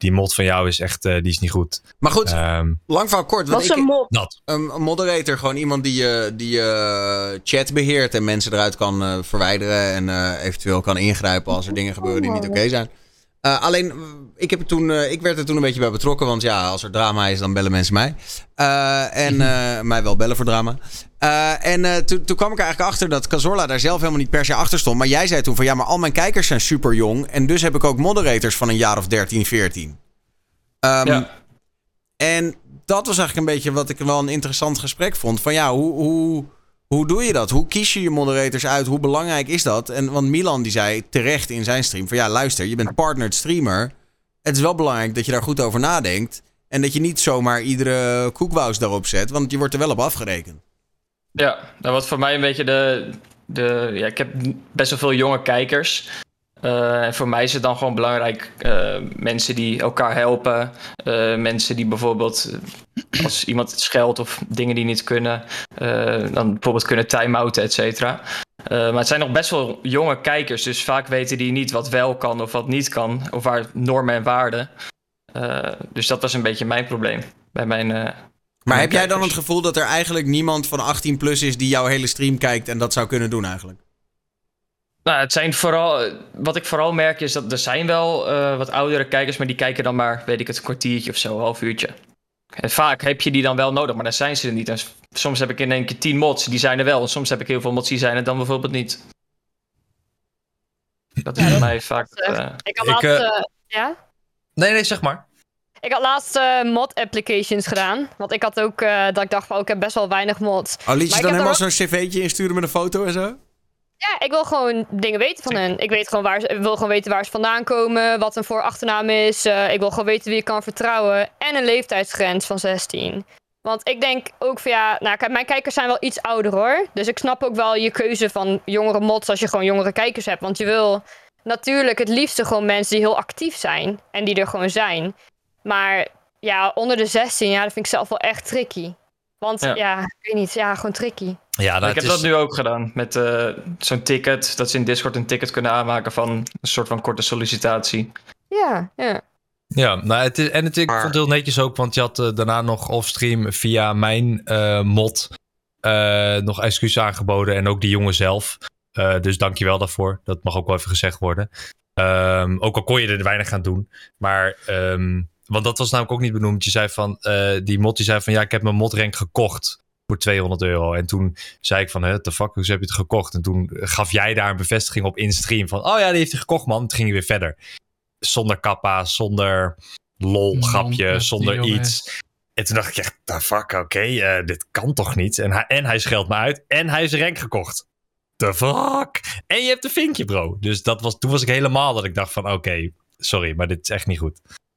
Speaker 5: die mod van jou is echt, uh, die is niet goed.
Speaker 2: Maar goed,
Speaker 5: um,
Speaker 2: lang van kort.
Speaker 4: Wat is een mod?
Speaker 5: Dat.
Speaker 2: Een, een moderator, gewoon iemand die je uh, die, uh, chat beheert en mensen eruit kan uh, verwijderen en uh, eventueel kan ingrijpen als er dingen gebeuren die niet oké okay zijn. Uh, alleen, ik, heb er toen, uh, ik werd er toen een beetje bij betrokken, want ja, als er drama is, dan bellen mensen mij. Uh, en uh, mij wel bellen voor drama. Uh, en uh, toen, toen kwam ik er eigenlijk achter dat Cazorla daar zelf helemaal niet per se achter stond. Maar jij zei toen van ja, maar al mijn kijkers zijn super jong. En dus heb ik ook moderators van een jaar of dertien, veertien. Um,
Speaker 6: ja.
Speaker 2: En dat was eigenlijk een beetje wat ik wel een interessant gesprek vond. Van ja, hoe, hoe, hoe doe je dat? Hoe kies je je moderators uit? Hoe belangrijk is dat? En, want Milan die zei terecht in zijn stream van ja, luister, je bent partnered streamer. Het is wel belangrijk dat je daar goed over nadenkt. En dat je niet zomaar iedere koekwous daarop zet. Want je wordt er wel op afgerekend.
Speaker 6: Ja, nou wat voor mij een beetje de... de ja, ik heb best wel veel jonge kijkers. Uh, en voor mij is het dan gewoon belangrijk... Uh, mensen die elkaar helpen. Uh, mensen die bijvoorbeeld... Uh, als iemand het scheldt of dingen die niet kunnen... Uh, dan bijvoorbeeld kunnen time-outen, et cetera. Uh, maar het zijn nog best wel jonge kijkers. Dus vaak weten die niet wat wel kan of wat niet kan. Of waar normen en waarden. Uh, dus dat was een beetje mijn probleem. Bij mijn... Uh,
Speaker 2: Maar heb jij dan het gevoel dat er eigenlijk niemand van achttien plus is die jouw hele stream kijkt en dat zou kunnen doen eigenlijk?
Speaker 6: Nou, het zijn vooral, wat ik vooral merk is dat er zijn wel uh, wat oudere kijkers, maar die kijken dan maar, weet ik het, een kwartiertje of zo, een half uurtje. En vaak heb je die dan wel nodig, maar dan zijn ze er niet. En soms heb ik in één keer tien mods, die zijn er wel. En soms heb ik heel veel mods, die zijn er dan bijvoorbeeld niet. Dat is ja, voor mij vaak... Uh,
Speaker 1: ik had laatst... Uh, uh, ja?
Speaker 5: Nee, nee, zeg maar.
Speaker 1: Ik had laatst uh, mod applications gedaan. Want ik had ook uh, dat ik dacht van, oh, ik heb best wel weinig mods.
Speaker 2: Oh, liet je dan helemaal ook... zo'n cv'tje insturen met een foto en zo?
Speaker 1: Ja, ik wil gewoon dingen weten van hen. Ik weet gewoon waar ze, ik wil gewoon weten waar ze vandaan komen, wat een voorachternaam is. Uh, ik wil gewoon weten wie ik kan vertrouwen. En een leeftijdsgrens van zestien. Want ik denk ook van ja, nou kijk, mijn kijkers zijn wel iets ouder hoor. Dus ik snap ook wel je keuze van jongere mods als je gewoon jongere kijkers hebt. Want je wil natuurlijk het liefste gewoon mensen die heel actief zijn. En die er gewoon zijn. Maar ja, onder de zestien, ja, dat vind ik zelf wel echt tricky. Want ja, ja ik weet niet, ja, gewoon tricky.
Speaker 6: Ja, ik heb is... dat nu ook gedaan met uh, zo'n ticket. Dat ze in Discord een ticket kunnen aanmaken van een soort van korte sollicitatie.
Speaker 1: Ja, ja.
Speaker 5: Ja, nou, het is, en het, ik vond het heel netjes ook, want je had uh, daarna nog offstream via mijn uh, mod uh, nog excuses aangeboden. En ook die jongen zelf. Uh, dus dank je wel daarvoor. Dat mag ook wel even gezegd worden. Um, ook al kon je er weinig aan doen. Maar... Um, want dat was namelijk ook niet benoemd. Je zei van, uh, die mod die zei van, ja, ik heb mijn modrank gekocht voor tweehonderd euro. En toen zei ik van, what the fuck, hoe heb je het gekocht? En toen gaf jij daar een bevestiging op in stream van, oh ja, die heeft hij gekocht, man. Toen ging je weer verder. Zonder kappa, zonder lol grapje, ja, zonder iets. En toen dacht ik echt, the fuck, oké, okay, uh, dit kan toch niet? En hij, en hij scheldt me uit en hij is een rank gekocht. The fuck? En je hebt een vinkje, bro. Dus dat was, toen was ik helemaal dat ik dacht van, oké, okay, sorry, maar dit is echt niet goed.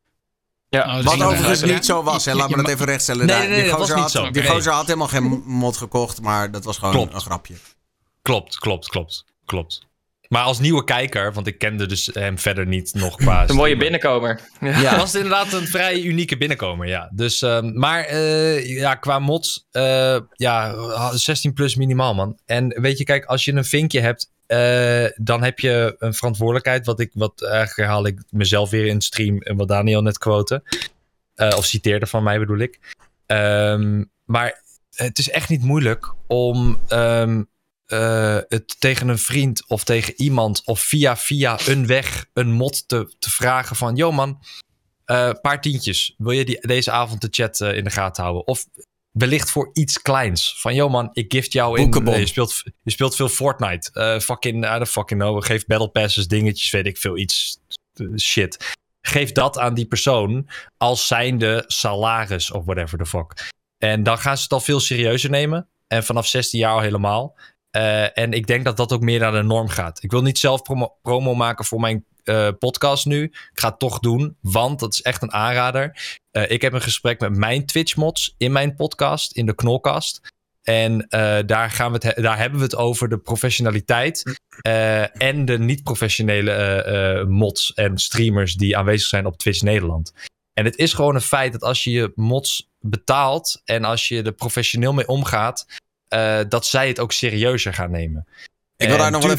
Speaker 2: Ja, oh, wat overigens niet zo was, hè? Laat me dat even rechtstellen.
Speaker 5: Nee, nee, nee,
Speaker 2: die
Speaker 5: dat was niet
Speaker 2: had,
Speaker 5: zo.
Speaker 2: Die
Speaker 5: nee.
Speaker 2: gozer had helemaal geen mod gekocht, maar dat was gewoon klopt. een grapje.
Speaker 5: Klopt, klopt, klopt, klopt. Maar als nieuwe kijker, want ik kende dus hem verder niet nog qua...
Speaker 6: Een mooie binnenkomer.
Speaker 5: Ja, ja. Was het inderdaad een vrij unieke binnenkomer, ja. Dus, uh, maar uh, ja, qua mods, uh, ja, zestien plus minimaal, man. En weet je, kijk, als je een vinkje hebt, uh, dan heb je een verantwoordelijkheid. Wat ik, wat eigenlijk herhaal ik mezelf weer in het stream, en wat Daniel net quote. Uh, of citeerde van mij, bedoel ik. Um, maar het is echt niet moeilijk om... Um, Uh, het tegen een vriend of tegen iemand of via via een weg een mod te, te vragen van... Yo man, een uh, paar tientjes. Wil je die, deze avond de chat uh, in de gaten houden? Of wellicht voor iets kleins. Van yo man, ik gift jou in... Uh, je, speelt, je speelt veel Fortnite. Uh, fucking, I don't fucking know. Geef battle passes, dingetjes, weet ik veel, iets uh, shit. Geef dat aan die persoon als zijnde salaris of whatever the fuck. En dan gaan ze het al veel serieuzer nemen. En vanaf zestien jaar al helemaal... Uh, en ik denk dat dat ook meer naar de norm gaat. Ik wil niet zelf promo, promo maken voor mijn uh, podcast nu. Ik ga het toch doen, want dat is echt een aanrader. Uh, ik heb een gesprek met mijn Twitch-mods in mijn podcast, in de Knolkast. En uh, daar, gaan we het, daar hebben we het over de professionaliteit uh, en de niet-professionele uh, uh, mods en streamers die aanwezig zijn op Twitch Nederland. En het is gewoon een feit dat als je je mods betaalt en als je er professioneel mee omgaat... Uh, dat zij het ook serieuzer gaan nemen.
Speaker 2: Ik wil, daar nog wel even,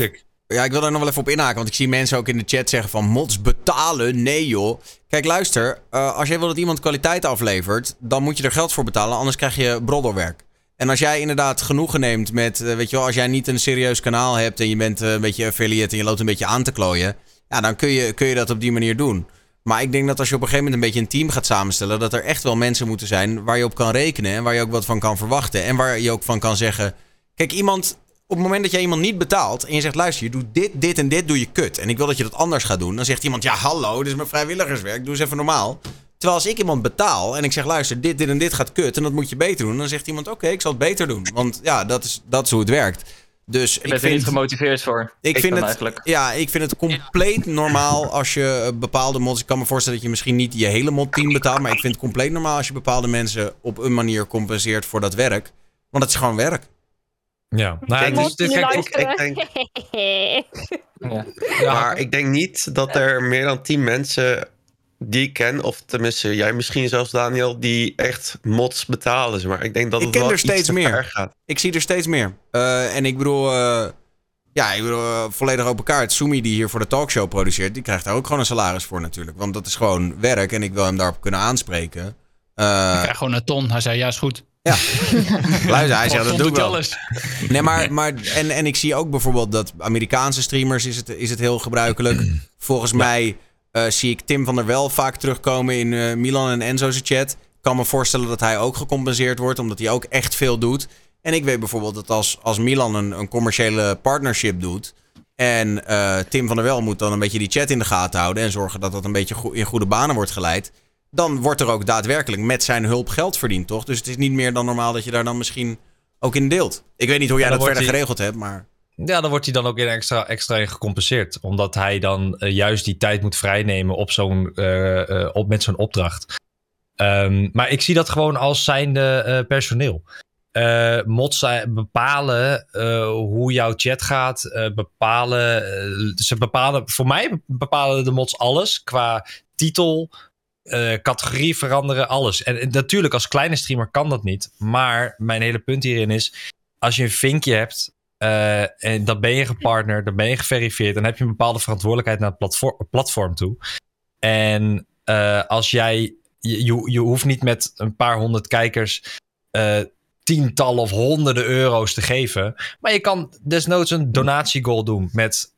Speaker 2: Ja, ik wil daar nog wel even op inhaken. Want ik zie mensen ook in de chat zeggen van... mods betalen? Nee joh. Kijk, luister. Uh, als jij wil dat iemand kwaliteit aflevert... dan moet je er geld voor betalen. Anders krijg je broddelwerk. En als jij inderdaad genoegen neemt met... Uh, weet je wel, als jij niet een serieus kanaal hebt... en je bent uh, een beetje affiliate en je loopt een beetje aan te klooien... ja, dan kun je, kun je dat op die manier doen. Maar ik denk dat als je op een gegeven moment een beetje een team gaat samenstellen... dat er echt wel mensen moeten zijn waar je op kan rekenen... en waar je ook wat van kan verwachten. En waar je ook van kan zeggen... Kijk, iemand... Op het moment dat jij iemand niet betaalt en je zegt... luister, je doet dit, dit en dit doe je kut. En ik wil dat je dat anders gaat doen. Dan zegt iemand, ja hallo, dit is mijn vrijwilligerswerk. Doe eens even normaal. Terwijl als ik iemand betaal en ik zeg... luister, dit, dit en dit gaat kut en dat moet je beter doen. Dan zegt iemand, oké, okay, ik zal het beter doen. Want ja, dat is, dat is hoe het werkt. Dus
Speaker 6: je bent
Speaker 2: ik vind,
Speaker 6: er niet gemotiveerd voor.
Speaker 2: Ik, ik vind het eigenlijk. Ja, ik vind het compleet normaal als je bepaalde mods... Ik kan me voorstellen dat je misschien niet je hele modteam betaalt... maar ik vind het compleet normaal als je bepaalde mensen... op een manier compenseert voor dat werk. Want het is gewoon werk.
Speaker 5: Ja, nou,
Speaker 7: ik,
Speaker 5: dus,
Speaker 7: dus,
Speaker 5: dus, kijk,
Speaker 7: ik, ik denk,
Speaker 6: ja.
Speaker 7: Ja, maar ik denk niet dat er meer dan tien mensen die ik ken, of tenminste jij misschien zelfs Daniel, die echt mods betalen. Zeg maar ik denk dat
Speaker 2: ik
Speaker 7: het
Speaker 2: ken
Speaker 7: wel
Speaker 2: er steeds
Speaker 7: iets te
Speaker 2: meer.
Speaker 7: ver gaat.
Speaker 2: Ik zie er steeds meer. Uh, en ik bedoel, uh, ja, ik bedoel, uh, volledig open kaart. Sumi die hier voor de talkshow produceert, die krijgt daar ook gewoon een salaris voor natuurlijk. Want dat is gewoon werk en ik wil hem daarop kunnen aanspreken. Uh,
Speaker 9: ik krijg gewoon een ton. Hij zei, ja, is goed.
Speaker 2: Ja, luister, hij zegt dat doe ik wel.
Speaker 9: Alles.
Speaker 2: Nee, maar, maar en, en ik zie ook bijvoorbeeld dat Amerikaanse streamers is het, is het heel gebruikelijk. Volgens ja. mij uh, zie ik Tim van der Wel vaak terugkomen in uh, Milan en Enzo's chat. Ik kan me voorstellen dat hij ook gecompenseerd wordt, omdat hij ook echt veel doet. En ik weet bijvoorbeeld dat als, als Milan een, een commerciële partnership doet... en uh, Tim van der Wel moet dan een beetje die chat in de gaten houden... en zorgen dat dat een beetje go- in goede banen wordt geleid... dan wordt er ook daadwerkelijk met zijn hulp geld verdiend, toch? Dus het is niet meer dan normaal dat je daar dan misschien ook in deelt. Ik weet niet hoe jij dat verder hij, geregeld hebt, maar...
Speaker 5: Ja, dan wordt hij dan ook in extra, extra in gecompenseerd. Omdat hij dan uh, juist die tijd moet vrijnemen op zo'n, uh, uh, op, met zo'n opdracht. Um, maar ik zie dat gewoon als zijnde uh, personeel. Uh, mods bepalen uh, hoe jouw chat gaat. Uh, bepalen, uh, ze bepalen, voor mij bepalen de mods alles qua titel... Uh, categorie veranderen, alles. En, en natuurlijk, als kleine streamer kan dat niet. Maar mijn hele punt hierin is... als je een vinkje hebt... Uh, en dan ben je gepartnerd, dan ben je geverifieerd... dan heb je een bepaalde verantwoordelijkheid naar het platform, platform toe. En uh, als jij... Je, je hoeft niet met een paar honderd kijkers... Uh, tientallen of honderden euro's te geven. Maar je kan desnoods een donatiegoal doen... met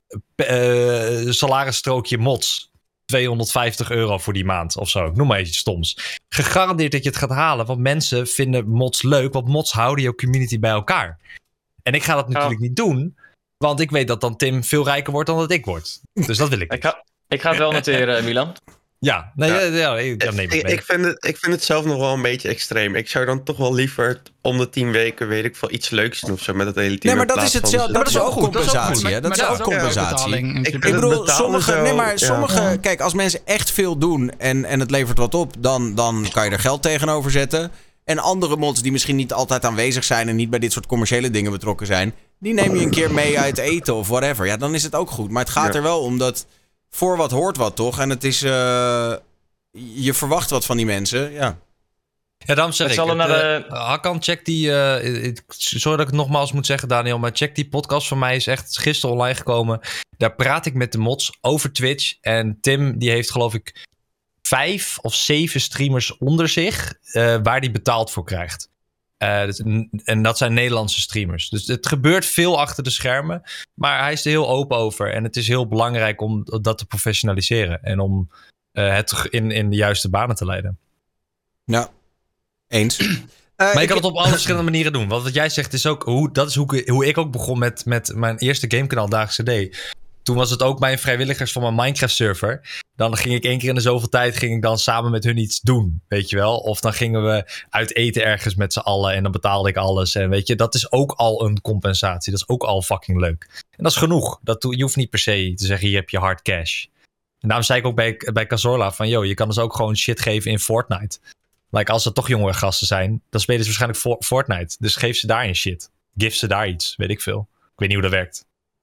Speaker 5: uh, salarisstrookje mods... tweehonderdvijftig euro voor die maand of zo. Ik noem maar iets stoms. Gegarandeerd dat je het gaat halen. Want mensen vinden mods leuk. Want mods houden jouw community bij elkaar. En ik ga dat natuurlijk oh. niet doen. Want ik weet dat dan Tim veel rijker wordt dan dat ik word. Dus dat wil ik niet.
Speaker 6: Ik ga, ik ga het wel noteren, Milan.
Speaker 5: Ja, nee, ja. Ja, ja, ja, neem
Speaker 7: ik, ik, vind het, ik vind het zelf nog wel een beetje extreem. Ik zou dan toch wel liever om de tien weken, weet ik veel, iets leuks doen of zo met het hele team.
Speaker 2: Nee, maar dat is hetzelfde. Dat is ook compensatie. Dat is ook compensatie. Ik bedoel, sommige, nee, maar sommige, ja. Kijk, als mensen echt veel doen en, en het levert wat op, dan, dan kan je er geld tegenover zetten. En andere mods die misschien niet altijd aanwezig zijn en niet bij dit soort commerciële dingen betrokken zijn, die neem je een keer mee uit eten of whatever. Ja, dan is het ook goed. Maar het gaat ja. er wel om dat voor wat hoort wat, toch? En het is... Uh, je verwacht wat van die mensen, ja.
Speaker 5: Ja, daarom zeg ik, het, naar de... uh, Hakan, check die... Uh, ik, sorry dat ik het nogmaals moet zeggen, Daniel, maar check die podcast van mij. Is echt gisteren online gekomen. Daar praat ik met de mods over Twitch. En Tim, die heeft geloof ik vijf of zeven streamers onder zich... Uh, waar die betaald voor krijgt. Uh, dus, en dat zijn Nederlandse streamers. Dus het gebeurt veel achter de schermen. Maar hij is er heel open over. En het is heel belangrijk om dat te professionaliseren. En om uh, het in, in de juiste banen te leiden.
Speaker 2: Ja, eens. Uh,
Speaker 5: maar je
Speaker 2: ik...
Speaker 5: kan het op alle verschillende manieren doen. Want wat jij zegt is ook... Hoe, dat is hoe, hoe ik ook begon met, met mijn eerste gamekanaal Daagse D. Toen was het ook mijn vrijwilligers van mijn Minecraft server. Dan ging ik één keer in de zoveel tijd... ging ik dan samen met hun iets doen, weet je wel. Of dan gingen we uit eten ergens met z'n allen... en dan betaalde ik alles. En weet je, dat is ook al een compensatie. Dat is ook al fucking leuk. En dat is genoeg. Dat, je hoeft niet per se te zeggen... hier heb je hard cash. En daarom zei ik ook bij, bij Cazorla van... yo, je kan dus ook gewoon shit geven in Fortnite. Like, als er toch jongere gasten zijn... dan spelen ze waarschijnlijk for, Fortnite. Dus geef ze daarin shit. Give ze daar iets, weet ik veel. Ik weet niet hoe dat werkt.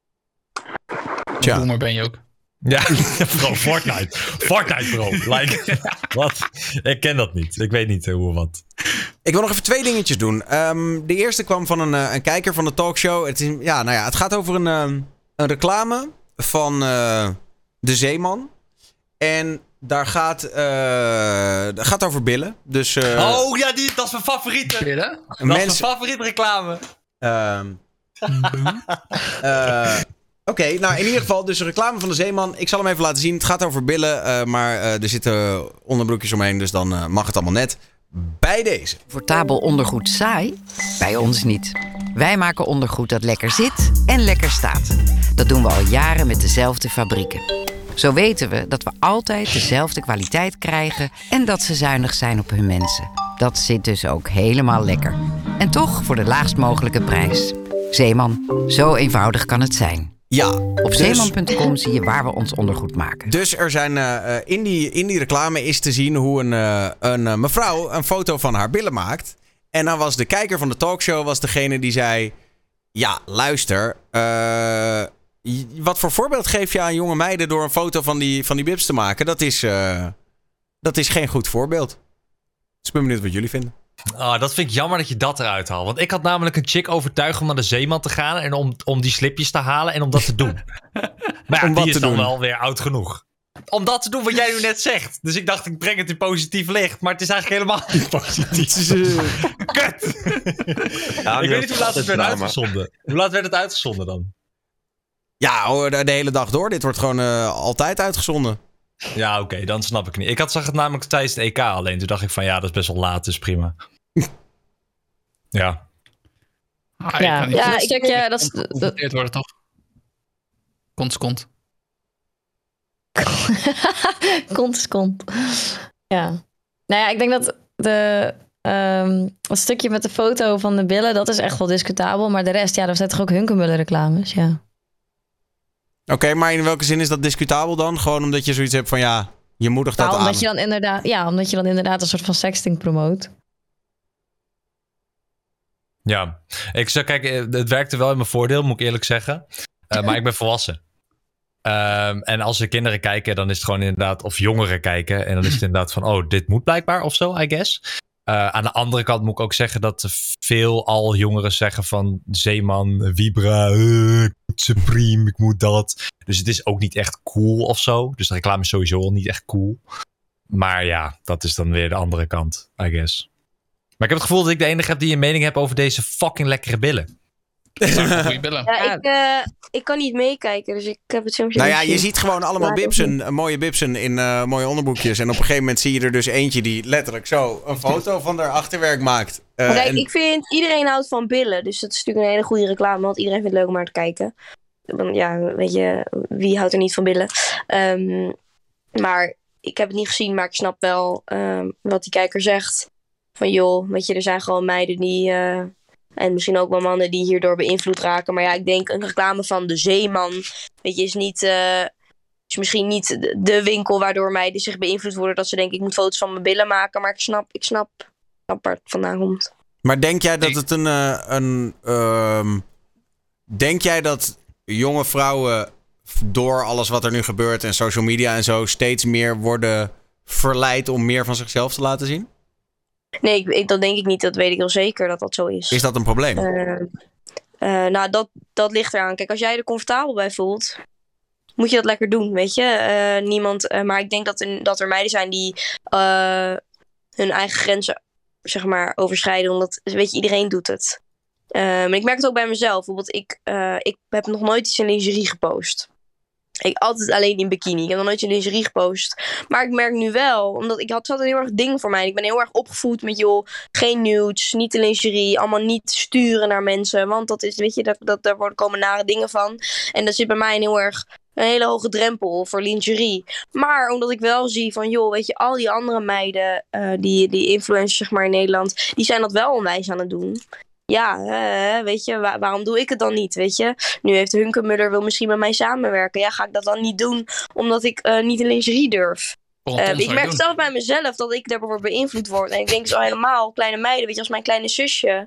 Speaker 9: Tja. Boomer ben je ook.
Speaker 5: Ja, bro, Fortnite. Fortnite, bro. Like, wat? Ik ken dat niet. Ik weet niet hoe of wat.
Speaker 2: Ik wil nog even twee dingetjes doen. Um, de eerste kwam van een, uh, een kijker van de talkshow. Het is, ja, nou ja, het gaat over een, um, een reclame van uh, de Zeeman. En daar gaat, uh, dat gaat over billen. Dus, uh,
Speaker 5: oh ja, die, dat is mijn favoriete. Billen? Dat mensen... is mijn favoriete reclame.
Speaker 2: Uh, uh, Oké, okay, nou in ieder geval, dus een reclame van de Zeeman. Ik zal hem even laten zien. Het gaat over billen, uh, maar uh, er zitten onderbroekjes omheen, dus dan uh, mag het allemaal net. Bij deze.
Speaker 11: Comfortabel ondergoed saai? Bij ons niet. Wij maken ondergoed dat lekker zit en lekker staat. Dat doen we al jaren met dezelfde fabrieken. Zo weten we dat we altijd dezelfde kwaliteit krijgen en dat ze zuinig zijn op hun mensen. Dat zit dus ook helemaal lekker. En toch voor de laagst mogelijke prijs. Zeeman, zo eenvoudig kan het zijn.
Speaker 2: Ja,
Speaker 11: op dus, zeeman punt com zie je waar we ons ondergoed maken.
Speaker 2: Dus er zijn uh, in, die, in die reclame is te zien hoe een, uh, een uh, mevrouw een foto van haar billen maakt. En dan was de kijker van de talkshow was degene die zei... Ja, luister. Uh, wat voor voorbeeld geef je aan jonge meiden door een foto van die, van die bibs te maken? Dat is, uh, dat is geen goed voorbeeld. Dus ik ben benieuwd wat jullie vinden.
Speaker 5: Oh, dat vind ik jammer dat je dat eruit haalt. Want ik had namelijk een chick overtuigd om naar de Zeeman te gaan... en om, om die slipjes te halen en om dat te doen. Maar ja, om die is dan doen? wel weer oud genoeg. Om dat te doen wat jij nu net zegt. Dus ik dacht, ik breng het in positief licht. Maar het is eigenlijk helemaal niet positief. Kut! Ja, ik weet niet hoe laat het werd uitgezonden. Hoe laat werd het uitgezonden dan?
Speaker 2: Ja, de, de hele dag door. Dit wordt gewoon uh, altijd uitgezonden.
Speaker 5: Ja, oké, okay, dan snap ik niet. Ik had, zag het namelijk tijdens het E K alleen. Toen dacht ik van ja, dat is best wel laat, dus prima. Ja.
Speaker 9: Ah,
Speaker 3: ja,
Speaker 9: ik
Speaker 3: ja, ik denk ja, dat is...
Speaker 9: Het wordt toch? Kont, kont.
Speaker 3: Kont is kont. Ja. Nou ja, ik denk dat de... Um, dat stukje met de foto van de billen, dat is echt wel discutabel. Maar de rest, ja, daar zijn toch ook Hunkemuller reclames, ja.
Speaker 2: Oké, okay, maar in welke zin is dat discutabel dan? Gewoon omdat je zoiets hebt van ja, je moedigt dat
Speaker 3: nou, omdat
Speaker 2: aan.
Speaker 3: Je dan inderdaad, ja, omdat je dan inderdaad een soort van sexting promoot.
Speaker 5: Ja, ik zou kijken, het werkte wel in mijn voordeel, moet ik eerlijk zeggen. Uh, maar ik ben volwassen. Um, en als er kinderen kijken, dan is het gewoon inderdaad, of jongeren kijken. En dan is het inderdaad van, oh, dit moet blijkbaar of zo, I guess. Uh, aan de andere kant moet ik ook zeggen dat veel al jongeren zeggen van Zeeman, Vibra, uh, ik moet Supreme, ik moet dat. Dus het is ook niet echt cool of zo. Dus de reclame is sowieso al niet echt cool. Maar ja, dat is dan weer de andere kant, I guess. Maar ik heb het gevoel dat ik de enige heb die een mening heeft over deze fucking lekkere billen.
Speaker 9: Goeie billen.
Speaker 4: Ja, ik, uh, ik kan niet meekijken, dus ik heb het soms
Speaker 2: Nou ja, je ziet gewoon allemaal bibsen, uh, mooie bibsen in uh, mooie onderbroekjes. En op een gegeven moment zie je er dus eentje die letterlijk zo een foto van haar achterwerk maakt. Uh,
Speaker 4: Kijk,
Speaker 2: en...
Speaker 4: ik vind, iedereen houdt van billen, dus dat is natuurlijk een hele goede reclame, want iedereen vindt het leuk om naar te kijken. Ja, weet je, wie houdt er niet van billen? Um, maar ik heb het niet gezien, maar ik snap wel um, wat die kijker zegt. Van joh, weet je, er zijn gewoon meiden die... Uh, En misschien ook wel mannen die hierdoor beïnvloed raken. Maar ja, ik denk een reclame van de Zeeman. Weet je, is niet... Uh, is misschien niet de winkel waardoor meiden zich beïnvloed worden. Dat ze denken, ik moet foto's van mijn billen maken. Maar ik snap, ik snap, ik snap waar het vandaan komt.
Speaker 2: Maar denk jij dat het een... Uh, een uh, denk jij dat jonge vrouwen door alles wat er nu gebeurt en social media en zo steeds meer worden verleid om meer van zichzelf te laten zien?
Speaker 4: Nee, ik, ik, dat denk ik niet. Dat weet ik heel zeker dat dat zo is.
Speaker 2: Is dat een probleem?
Speaker 4: Uh, uh, nou, dat, dat ligt eraan. Kijk, als jij er comfortabel bij voelt, moet je dat lekker doen, weet je. Uh, niemand, uh, maar ik denk dat, in, dat er meiden zijn die uh, hun eigen grenzen, zeg maar, overschrijden. Omdat, weet je, iedereen doet het. Uh, maar ik merk het ook bij mezelf. Bijvoorbeeld, ik, uh, ik heb nog nooit iets in lingerie gepost. Ik altijd alleen in bikini. Ik heb nog nooit in lingerie gepost. Maar ik merk nu wel, omdat ik had, had een heel erg ding voor mij. Ik ben heel erg opgevoed met, joh, geen nudes, niet de lingerie, allemaal niet sturen naar mensen. Want dat is, weet je, dat, dat, daar komen nare dingen van. En dat zit bij mij een heel erg, een hele hoge drempel voor lingerie. Maar omdat ik wel zie van, joh, weet je, al die andere meiden, uh, die, die influencers, zeg maar, in Nederland, die zijn dat wel onwijs aan het doen. Ja, uh, weet je, waar, waarom doe ik het dan niet, weet je? Nu heeft Hunkemuller wil misschien met mij samenwerken. Ja, ga ik dat dan niet doen omdat ik uh, niet in lingerie durf? Uh, ik merk zelf bij mezelf dat ik daardoor beïnvloed word. En ik denk zo helemaal, kleine meiden, weet je, als mijn kleine zusje.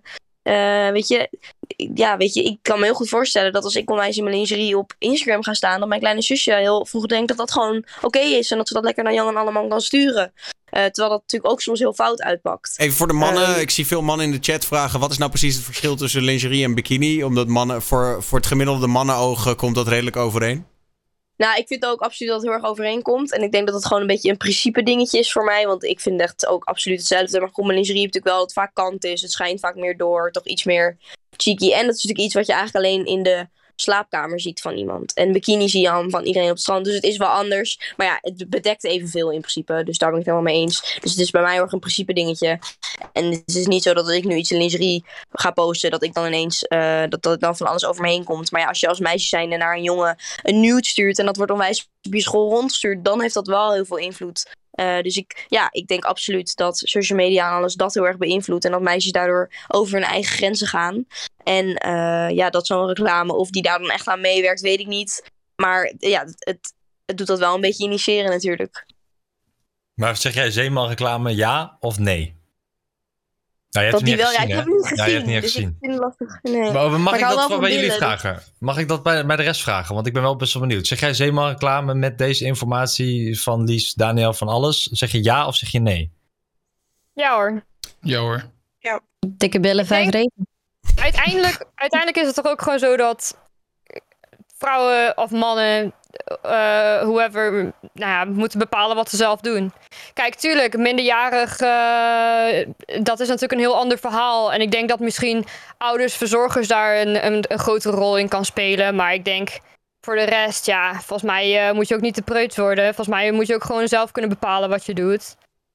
Speaker 4: Uh, weet je, ja, weet je, ik kan me heel goed voorstellen dat als ik onwijs in mijn lingerie op Instagram ga staan, dat mijn kleine zusje heel vroeg denkt dat dat gewoon oké okay is en dat ze dat lekker naar Jan en Alleman kan sturen. Uh, terwijl dat natuurlijk ook soms heel fout uitpakt.
Speaker 2: Even voor de mannen,
Speaker 4: Uh,
Speaker 2: ik zie veel mannen in de chat vragen, wat is nou precies het verschil tussen lingerie en bikini? Omdat mannen, voor, voor het gemiddelde mannenoog komt dat redelijk overeen.
Speaker 4: Nou, ik vind ook absoluut dat het heel erg overeenkomt. En ik denk dat het gewoon een beetje een principe dingetje is voor mij. Want ik vind echt ook absoluut hetzelfde. Maar goed, mijn lingerie heeft natuurlijk wel dat het vaak kant is. Het schijnt vaak meer door, toch iets meer cheeky. En dat is natuurlijk iets wat je eigenlijk alleen in de slaapkamer ziet van iemand. En bikini zie je dan van iedereen op het strand. Dus het is wel anders. Maar ja, het bedekt evenveel in principe. Dus daar ben ik het helemaal mee eens. Dus het is bij mij heel erg een principe dingetje. En het is niet zo dat als ik nu iets in lingerie ga posten, dat ik dan ineens, uh, dat, dat dan van alles over me heen komt. Maar ja, als je als meisje zijnde naar een jongen een nude stuurt en dat wordt onwijs op je school rondgestuurd, dan heeft dat wel heel veel invloed. Uh, dus ik, ja, ik denk absoluut dat social media en alles dat heel erg beïnvloedt. En dat meisjes daardoor over hun eigen grenzen gaan. En uh, ja, dat zo'n reclame, of die daar dan echt aan meewerkt, weet ik niet. Maar ja, het, het, het doet dat wel een beetje initiëren natuurlijk.
Speaker 5: Maar zeg jij zeemanreclame ja of nee? Nou, je hebt
Speaker 4: dat
Speaker 5: het niet
Speaker 4: die wel,
Speaker 5: gezien,
Speaker 4: ja, ik
Speaker 5: hè?
Speaker 4: heb het niet gezien.
Speaker 5: Ja, je hebt het niet
Speaker 4: dus
Speaker 5: gezien.
Speaker 4: ik vind het lastig. Nee.
Speaker 5: Maar mag
Speaker 4: maar
Speaker 5: ik
Speaker 4: ik
Speaker 5: dat
Speaker 4: wel
Speaker 5: bij jullie
Speaker 4: billen,
Speaker 5: vragen? Mag ik dat bij, bij de rest vragen? Want ik ben wel best wel benieuwd. Zeg jij zeemanreclame met deze informatie van Lies, Daniel, van alles? Zeg je ja of zeg je nee?
Speaker 1: Ja hoor.
Speaker 9: Ja hoor.
Speaker 4: Ja.
Speaker 3: Dikke billen, vijf regen.
Speaker 1: Uiteindelijk, uiteindelijk is het toch ook gewoon zo dat vrouwen of mannen, uh, whoever, nou ja, moeten bepalen wat ze zelf doen. Kijk, tuurlijk, minderjarig, uh, dat is natuurlijk een heel ander verhaal. En ik denk dat misschien ouders, verzorgers daar een, een, een grotere rol in kan spelen. Maar ik denk voor de rest, ja, volgens mij uh, moet je ook niet te preuts worden. Volgens mij moet je ook gewoon zelf kunnen bepalen wat je doet.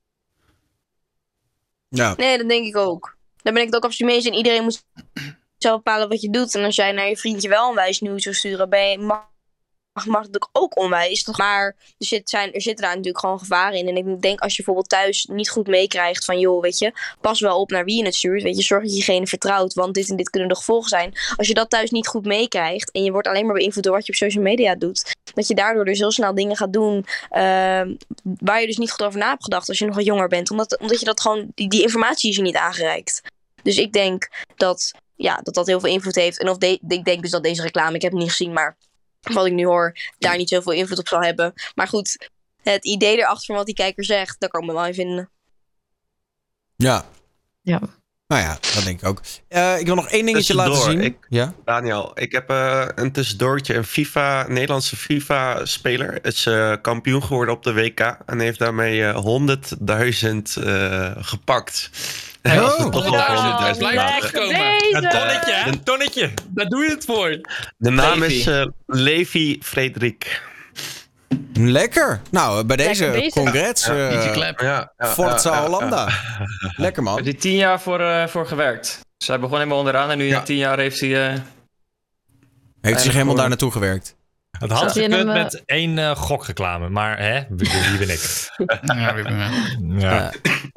Speaker 2: Ja.
Speaker 4: Nee, dat denk ik ook. Daar ben ik het ook absoluut mee eens. En iedereen moet zelf bepalen wat je doet. En als jij naar je vriendje wel onwijs nieuws zou sturen, ben je, mag, mag het natuurlijk ook onwijs. Toch? Maar er, zit, zijn, er zitten daar natuurlijk gewoon gevaren in. En ik denk als je bijvoorbeeld thuis niet goed meekrijgt van, joh, weet je, pas wel op naar wie je het stuurt. Weet je, zorg dat je diegene vertrouwt, want dit en dit kunnen de gevolgen zijn. Als je dat thuis niet goed meekrijgt en je wordt alleen maar beïnvloed door wat je op social media doet, dat je daardoor dus heel snel dingen gaat doen uh, waar je dus niet goed over na hebt gedacht als je nog wat jonger bent. Omdat, omdat je dat gewoon, die, die informatie is je niet aangereikt. Dus ik denk dat, ja, dat dat heel veel invloed heeft. En of de, ik denk dus dat deze reclame, ik heb het niet gezien, maar wat ik nu hoor, daar niet zoveel invloed op zal hebben. Maar goed, het idee erachter van wat die kijker zegt, daar kan ik me wel in vinden.
Speaker 2: Ja.
Speaker 3: Ja.
Speaker 2: Nou ja, dat denk ik ook. Uh, ik wil nog één dingetje laten zien.
Speaker 7: Ik,
Speaker 2: ja?
Speaker 7: Daniel, ik heb uh, een tussendoortje. Een FIFA, Nederlandse FIFA-speler is uh, kampioen geworden op de W K. En heeft daarmee uh, honderdduizend uh, gepakt.
Speaker 9: Hey,
Speaker 7: oh,
Speaker 9: oh,
Speaker 7: toch wel
Speaker 9: honderdduizend blijft terugkomen.
Speaker 5: Een tonnetje, hè? Een tonnetje. Daar doe je het voor.
Speaker 7: De naam
Speaker 6: Levi.
Speaker 7: is uh, Levi Frederik.
Speaker 2: Lekker. Nou, bij deze
Speaker 1: bezig.
Speaker 2: congrats.
Speaker 7: Ja,
Speaker 2: uh,
Speaker 9: easy clap.
Speaker 7: Ja, ja,
Speaker 2: Forza
Speaker 7: ja, ja,
Speaker 2: Hollanda.
Speaker 7: ja.
Speaker 2: Lekker man.
Speaker 6: Heb hij tien jaar voor, uh, voor gewerkt. Dus hij begon helemaal onderaan en nu
Speaker 7: Ja.
Speaker 6: in tien jaar heeft hij... Uh,
Speaker 2: Heeft zich helemaal daar naartoe gewerkt.
Speaker 5: Het had
Speaker 3: Zat je in
Speaker 5: gekund
Speaker 3: hem, uh,
Speaker 5: met één uh, gokreclame. Maar hè, wie wie ben ik?
Speaker 9: Ja, wie ben ik?
Speaker 5: Ja.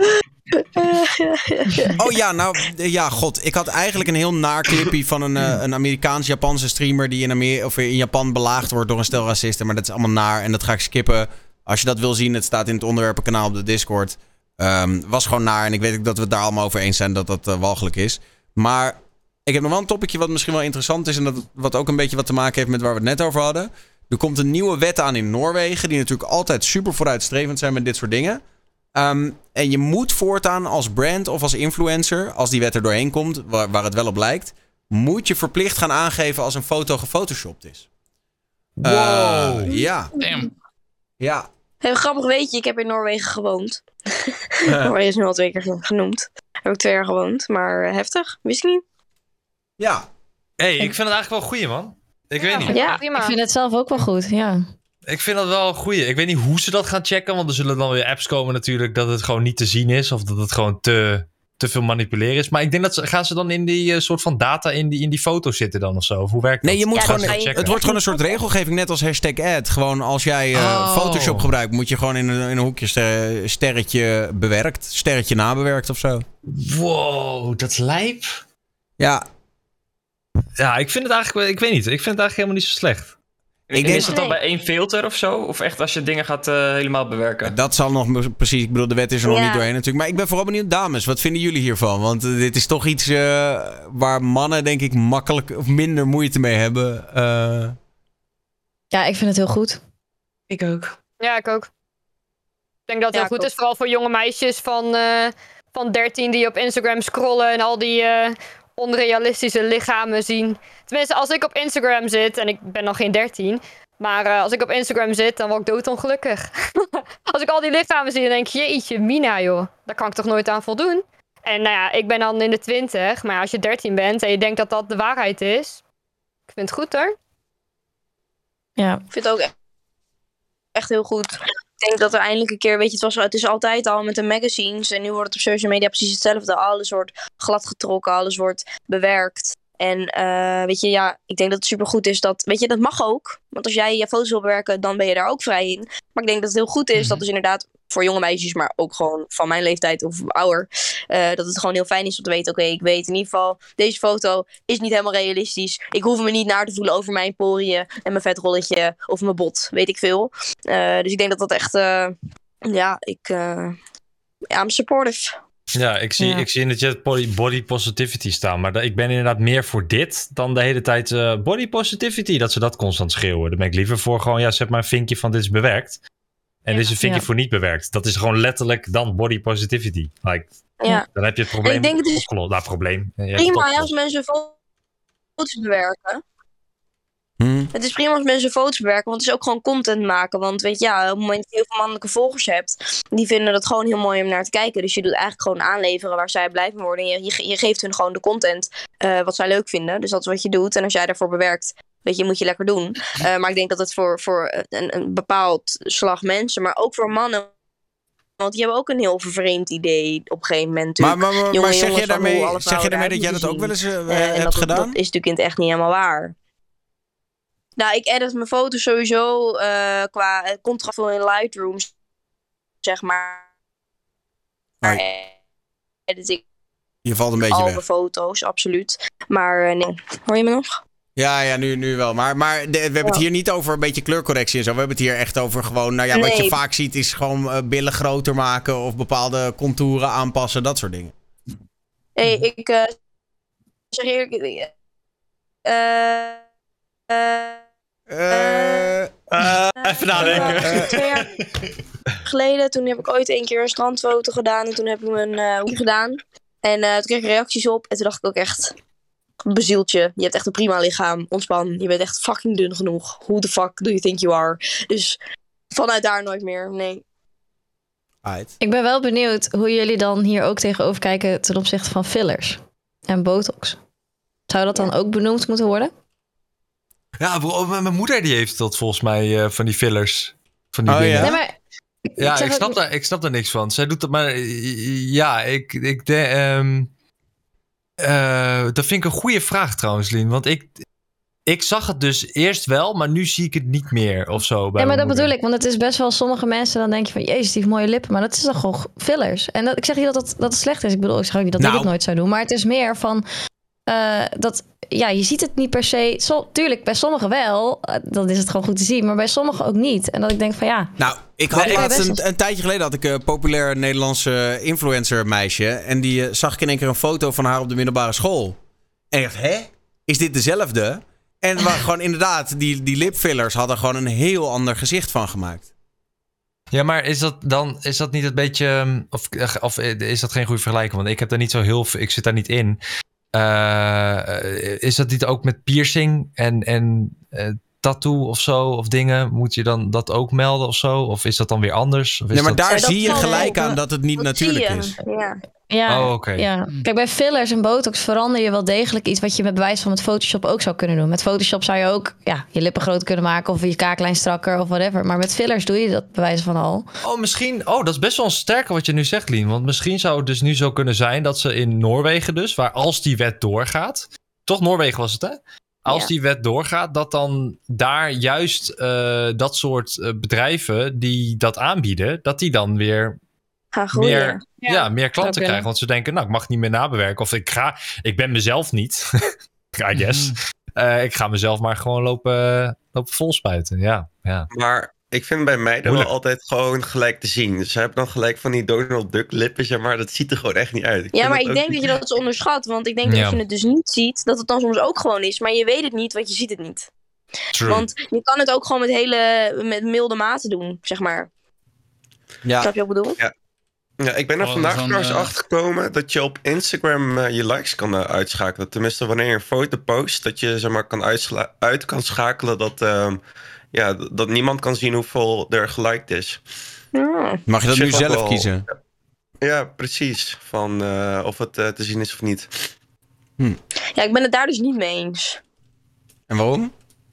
Speaker 2: Oh ja, nou, ja, god. Ik had eigenlijk een heel naar clipje van een, uh, een Amerikaans-Japanse streamer die in, Amer- of in Japan belaagd wordt door een stel racisten. Maar dat is allemaal naar en dat ga ik skippen. Als je dat wil zien, het staat in het onderwerpenkanaal op de Discord. Um, was gewoon naar en ik weet ook dat we het daar allemaal over eens zijn dat dat uh, walgelijk is. Maar ik heb nog wel een topicje wat misschien wel interessant is en dat wat ook een beetje wat te maken heeft met waar we het net over hadden. Er komt een nieuwe wet aan in Noorwegen, die natuurlijk altijd super vooruitstrevend zijn met dit soort dingen. Um, en je moet voortaan als brand of als influencer, als die wet er doorheen komt, waar, waar het wel op lijkt, moet je verplicht gaan aangeven als een foto gefotoshopt is.
Speaker 5: Wow.
Speaker 2: Uh, ja.
Speaker 9: Damn.
Speaker 2: Ja.
Speaker 4: Heel grappig weet je, ik heb in Noorwegen gewoond. Noorwegen is nu al twee keer genoemd. Heb ik twee jaar gewoond, maar uh, heftig, wist ik niet.
Speaker 2: Ja.
Speaker 5: Hey, ik vind het eigenlijk wel een goeie, man. Ik weet niet.
Speaker 4: Ja,
Speaker 3: Ik vind het zelf ook wel goed, ja.
Speaker 5: Ik vind dat wel een goeie. Ik weet niet hoe ze dat gaan checken, want er zullen dan weer apps komen natuurlijk dat het gewoon niet te zien is of dat het gewoon te, te veel manipuleren is. Maar ik denk dat ze, gaan ze dan in die uh, soort van data in die, in die foto's zitten dan of zo? Of hoe werkt dat?
Speaker 2: Nee, je moet
Speaker 4: Ja,
Speaker 2: gewoon,
Speaker 4: dat ga je-
Speaker 2: het wordt gewoon een soort regelgeving, net als hashtag ad. Gewoon als jij uh,
Speaker 5: Oh.
Speaker 2: Photoshop gebruikt, moet je gewoon in een, in een hoekje ster- sterretje bewerkt, sterretje nabewerkt of zo.
Speaker 5: Wow, dat is lijp.
Speaker 2: Ja,
Speaker 5: Ja, ik vind het eigenlijk, ik weet niet, ik vind het eigenlijk helemaal niet zo slecht.
Speaker 6: En is dat dan bij één filter of zo? Of echt als je dingen gaat uh, helemaal bewerken?
Speaker 2: Dat zal nog precies... Ik bedoel, de wet is er nog
Speaker 4: Ja.
Speaker 2: niet doorheen natuurlijk. Maar ik ben vooral benieuwd, dames. Wat vinden jullie hiervan? Want uh, dit is toch iets uh, waar mannen denk ik makkelijk of minder moeite mee hebben. Uh...
Speaker 3: Ja, ik vind het heel goed.
Speaker 8: Ik ook.
Speaker 1: Ja, ik ook. Ik denk dat het
Speaker 4: Ja,
Speaker 1: heel goed
Speaker 4: ik
Speaker 1: is. Vooral voor jonge meisjes van, uh, van dertien die op Instagram scrollen en al die uh, onrealistische lichamen zien. Tenminste, als ik op Instagram zit, en ik ben nog geen dertien, maar uh, als ik op Instagram zit, dan word ik doodongelukkig. Als ik al die lichamen zie, dan denk ik, jeetje, Mina joh, daar kan ik toch nooit aan voldoen. En nou ja, ik ben dan in de twintig, maar als je dertien bent en je denkt dat dat de waarheid is, ik vind het goed hoor.
Speaker 3: Ja.
Speaker 4: Ik vind het ook echt, echt heel goed. Ik denk dat er eindelijk een keer, weet je, het, was, het is altijd al met de magazines. En nu wordt het op social media precies hetzelfde. Alles wordt gladgetrokken, alles wordt bewerkt. En uh, weet je, ja, ik denk dat het supergoed is dat, weet je, dat mag ook. Want als jij je foto's wil bewerken, dan ben je daar ook vrij in. Maar ik denk dat het heel goed is, mm-hmm. dat dus inderdaad voor jonge meisjes, maar ook gewoon van mijn leeftijd of ouder, uh, dat het gewoon heel fijn is om te weten, oké, okay, ik weet in ieder geval, deze foto is niet helemaal realistisch. Ik hoef me niet naar te voelen over mijn poriën en mijn vetrolletje of mijn bot, weet ik veel. Uh, dus ik denk dat dat echt, uh, ja, ik, uh, ja, I'm supportive.
Speaker 5: Ja, ik zie,
Speaker 3: Ja.
Speaker 5: ik zie in de chat body, body positivity staan. Maar da- ik ben inderdaad meer voor dit dan de hele tijd uh, body positivity. Dat ze dat constant schreeuwen. Dan ben ik liever voor gewoon, ja, zet maar een vinkje van dit is bewerkt. En
Speaker 3: Ja,
Speaker 5: dit is een vinkje
Speaker 3: ja.
Speaker 5: voor niet bewerkt. Dat is gewoon letterlijk dan body positivity. Like,
Speaker 4: Ja.
Speaker 5: dan heb je het probleem
Speaker 4: En ik denk het is
Speaker 5: opgelost. Nou, probleem. Je hebt het
Speaker 4: prima ja,
Speaker 5: opgelost.
Speaker 4: als mensen foto's bewerken.
Speaker 2: Hmm.
Speaker 4: Het is prima als mensen foto's bewerken, want het is ook gewoon content maken. Want weet je, ja, op het moment dat je heel veel mannelijke volgers hebt, die vinden dat gewoon heel mooi om naar te kijken. Dus je doet eigenlijk gewoon aanleveren waar zij blij van worden. En je, je, je geeft hun gewoon de content uh, wat zij leuk vinden. Dus dat is wat je doet. En als jij daarvoor bewerkt, weet je, moet je lekker doen. Uh, maar ik denk dat het voor, voor een, een bepaald slag mensen, maar ook voor mannen. Want die hebben ook een heel vervreemd idee op een gegeven moment.
Speaker 2: Maar, maar, maar,
Speaker 4: Jonge
Speaker 2: maar zeg
Speaker 4: jongens
Speaker 2: je
Speaker 4: van
Speaker 2: daarmee,
Speaker 4: hoe alle
Speaker 2: zeg je
Speaker 4: vrouwen
Speaker 2: daarmee dat jij
Speaker 4: eruit
Speaker 2: dat ook wel
Speaker 4: moeten
Speaker 2: eens uh,
Speaker 4: zien. Uh, en
Speaker 2: hebt
Speaker 4: dat,
Speaker 2: gedaan?
Speaker 4: dat is natuurlijk in het echt niet helemaal waar. Nou, ik edit mijn foto's sowieso uh, qua uh, contrast veel in Lightroom, zeg maar. Maar
Speaker 2: Oh.
Speaker 4: edit ik
Speaker 2: Je valt een beetje
Speaker 4: al
Speaker 2: weg.
Speaker 4: mijn foto's, absoluut. Maar uh, nee, hoor je me nog?
Speaker 2: Ja, ja, nu, nu wel. Maar, maar de, we hebben het
Speaker 4: Ja.
Speaker 2: hier niet over een beetje kleurcorrectie en zo. We hebben het hier echt over gewoon, nou ja, wat
Speaker 4: Nee.
Speaker 2: je vaak ziet is gewoon uh, billen groter maken of bepaalde contouren aanpassen, dat soort dingen.
Speaker 4: Hey, ik uh, zeg eerlijk, uh, uh,
Speaker 2: Uh,
Speaker 5: Uh, even nadenken.
Speaker 4: Uh, twee jaar geleden, toen heb ik ooit een keer een strandfoto gedaan. En toen heb ik mijn uh, hoek gedaan. En uh, toen kreeg ik reacties op. En toen dacht ik ook echt, bezieltje, je hebt echt een prima lichaam. Ontspan, je bent echt fucking dun genoeg. Who the fuck do you think you are? Dus vanuit daar nooit meer, nee.
Speaker 2: Uit.
Speaker 3: Ik ben wel benieuwd hoe jullie dan hier ook tegenover kijken ten opzichte van fillers en botox. Zou dat dan ook benoemd moeten worden?
Speaker 5: Ja, bro, m- mijn moeder die heeft dat volgens mij uh, van die fillers. Van die
Speaker 2: Oh,
Speaker 5: dingen.
Speaker 2: ja?
Speaker 3: Nee, maar
Speaker 5: Ja,
Speaker 3: zeg
Speaker 5: ik
Speaker 3: ook
Speaker 5: snap,
Speaker 3: niet-
Speaker 5: daar, ik snap daar niks van. Zij doet dat maar... Ja, ik... ik de, um, uh, dat vind ik een goede vraag trouwens, Lien. Want ik... Ik zag het dus eerst wel, maar nu zie ik het niet meer of zo. Bij
Speaker 3: Ja, maar dat
Speaker 5: mijn
Speaker 3: bedoel
Speaker 5: moeder.
Speaker 3: ik. Want het is best wel sommige mensen, dan denk je van, jezus, die heeft mooie lippen. Maar dat is toch gewoon fillers. En dat, ik zeg niet dat het, dat het slecht is. Ik bedoel, ik zeg ook niet dat
Speaker 2: Nou.
Speaker 3: ik het nooit zou doen. Maar het is meer van, uh, dat, ja, je ziet het niet per se. Zo, tuurlijk, bij sommigen wel. Uh, dan is het gewoon goed te zien. Maar bij sommigen ook niet. En dat ik denk van, ja.
Speaker 2: Nou, ik had
Speaker 3: Nee,
Speaker 2: laatst
Speaker 3: best
Speaker 2: een,
Speaker 3: wel.
Speaker 2: een tijdje geleden had ik een populair Nederlandse influencer meisje. En die uh, zag ik in één keer een foto van haar op de middelbare school. En ik dacht, hè? Is dit dezelfde? En waar gewoon inderdaad, die, die lipfillers hadden gewoon een heel ander gezicht van gemaakt.
Speaker 5: Ja, maar is dat dan is dat niet een beetje... Of, of is dat geen goede vergelijking? Want ik heb daar niet zo heel... Ik zit daar niet in. Uh, is dat niet ook met piercing en, en uh, tattoo of zo? Of dingen? Moet je dan dat ook melden of zo? Of is dat dan weer anders? Of is
Speaker 2: Nee, maar
Speaker 5: dat...
Speaker 2: daar
Speaker 4: Ja, dat
Speaker 2: zie je
Speaker 4: zal
Speaker 2: gelijk
Speaker 4: wel-
Speaker 2: aan dat het niet
Speaker 4: Dat
Speaker 2: natuurlijk
Speaker 4: zie je.
Speaker 2: is.
Speaker 4: Ja.
Speaker 3: Ja,
Speaker 5: Oh, oké.
Speaker 3: ja. Kijk, bij fillers en botox verander je wel degelijk iets wat je met bewijs van met Photoshop ook zou kunnen doen. Met Photoshop zou je ook ja, je lippen groter kunnen maken of je kaaklijn strakker of whatever. Maar met fillers doe je dat bewijs van al.
Speaker 5: Oh, misschien... Oh, dat is best wel een sterke wat je nu zegt, Lien. Want misschien zou het dus nu zo kunnen zijn dat ze in Noorwegen dus, waar als die wet doorgaat... Toch Noorwegen was het, hè? Als
Speaker 4: Ja.
Speaker 5: die wet doorgaat, dat dan daar juist uh, dat soort uh, bedrijven die dat aanbieden, dat die dan weer
Speaker 4: Ga groeien.
Speaker 5: meer, ja. Ja, meer klanten
Speaker 3: kunnen.
Speaker 5: krijgen. Want ze denken, nou, ik mag niet meer nabewerken. Of ik ga, ik ben mezelf niet, I guess. uh, ik ga mezelf maar gewoon lopen, lopen volspuiten. Ja, ja.
Speaker 7: Maar ik vind bij meiden wel altijd gewoon gelijk te zien. Dus ze hebben dan gelijk van die Donald Duck lippen, zeg maar. Dat ziet er gewoon echt niet uit. Ik
Speaker 4: ja, maar ik
Speaker 7: dat
Speaker 4: denk
Speaker 7: niet...
Speaker 4: dat je dat eens onderschat. Want ik denk dat
Speaker 5: Ja.
Speaker 4: als je het dus niet ziet, dat het dan soms ook gewoon is. Maar je weet het niet, want je ziet het niet.
Speaker 5: True.
Speaker 4: Want je kan het ook gewoon met hele met milde mate doen, zeg maar.
Speaker 2: Ja.
Speaker 4: Snap je wat ik bedoel?
Speaker 7: Ja. Ja, ik ben er
Speaker 9: Oh,
Speaker 7: vandaag
Speaker 9: zo'n,
Speaker 7: trouwens
Speaker 9: uh...
Speaker 7: achter gekomen dat je op Instagram uh, je likes kan uh, uitschakelen. Tenminste, wanneer je een foto post, dat je zeg maar kan uitsla- uit kan schakelen dat, uh, ja, d- dat niemand kan zien hoeveel er geliked is.
Speaker 4: Ja.
Speaker 2: Mag je dat
Speaker 7: Op
Speaker 2: nu
Speaker 7: zich ook
Speaker 2: zelf
Speaker 7: wel-
Speaker 2: kiezen?
Speaker 7: Ja, precies. Van uh, of het uh, te zien is of niet.
Speaker 4: Ja, ik ben het daar dus niet mee eens.
Speaker 2: En waarom?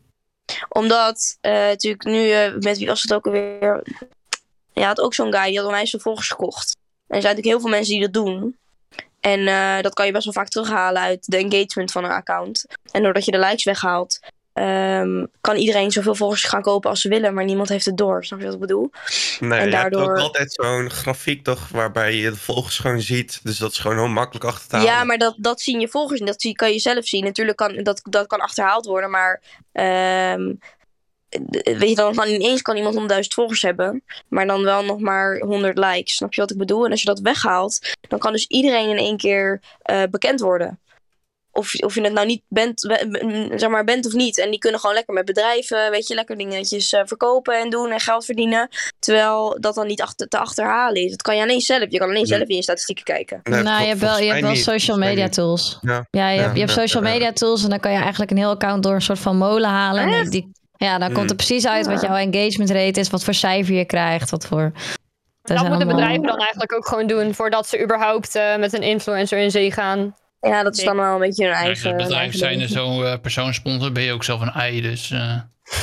Speaker 4: Omdat, uh, natuurlijk nu, uh, met wie was het ook alweer? Ja, had ook zo'n guy, die had onwijs veel volgers gekocht. En er zijn natuurlijk heel veel mensen die dat doen. En uh, dat kan je best wel vaak terughalen uit de engagement van een account. En doordat je de likes weghaalt, um, kan iedereen zoveel volgers gaan kopen als ze willen. Maar niemand heeft het door, snap je wat ik bedoel?
Speaker 7: Nee,
Speaker 4: en
Speaker 7: je
Speaker 4: daardoor...
Speaker 7: hebt ook altijd zo'n grafiek toch, waarbij je de volgers gewoon ziet. Dus dat is gewoon heel makkelijk achter te halen.
Speaker 4: Ja, maar dat, dat zien je volgers en dat zie, kan je zelf zien. Natuurlijk kan dat, dat kan achterhaald worden, maar... Um, weet je, dan kan ineens kan iemand honderdduizend volgers hebben, maar dan wel nog maar honderd likes. Snap je wat ik bedoel? En als je dat weghaalt, dan kan dus iedereen in één keer uh, bekend worden. Of, of je het nou niet bent, zeg maar, bent of niet. En die kunnen gewoon lekker met bedrijven, weet je, lekker dingetjes uh, verkopen en doen en geld verdienen. Terwijl dat dan niet achter, te achterhalen is. Dat kan je alleen zelf. Je kan alleen zelf in je statistieken kijken.
Speaker 3: Nee, nou, je hebt wel, je hebt wel social media tools.
Speaker 7: Ja,
Speaker 3: ja je,
Speaker 7: ja,
Speaker 3: hebt, je hebt
Speaker 7: ja,
Speaker 3: social
Speaker 7: ja.
Speaker 3: media tools en dan kan je eigenlijk een heel account door een soort van molen halen. En die, ja, dan komt er precies uit wat jouw engagement rate is, wat voor cijfer je krijgt, wat voor...
Speaker 1: Dat moeten
Speaker 3: allemaal...
Speaker 1: bedrijven dan eigenlijk ook gewoon doen voordat ze überhaupt uh, met een influencer in zee gaan.
Speaker 4: Ja, dat is dan wel een beetje hun
Speaker 9: Ja,
Speaker 4: eigen...
Speaker 9: als bedrijf
Speaker 4: eigen
Speaker 9: zijn er
Speaker 4: ding.
Speaker 9: zo'n uh, persoonssponsor, ben je ook zelf een ei, dus... Uh...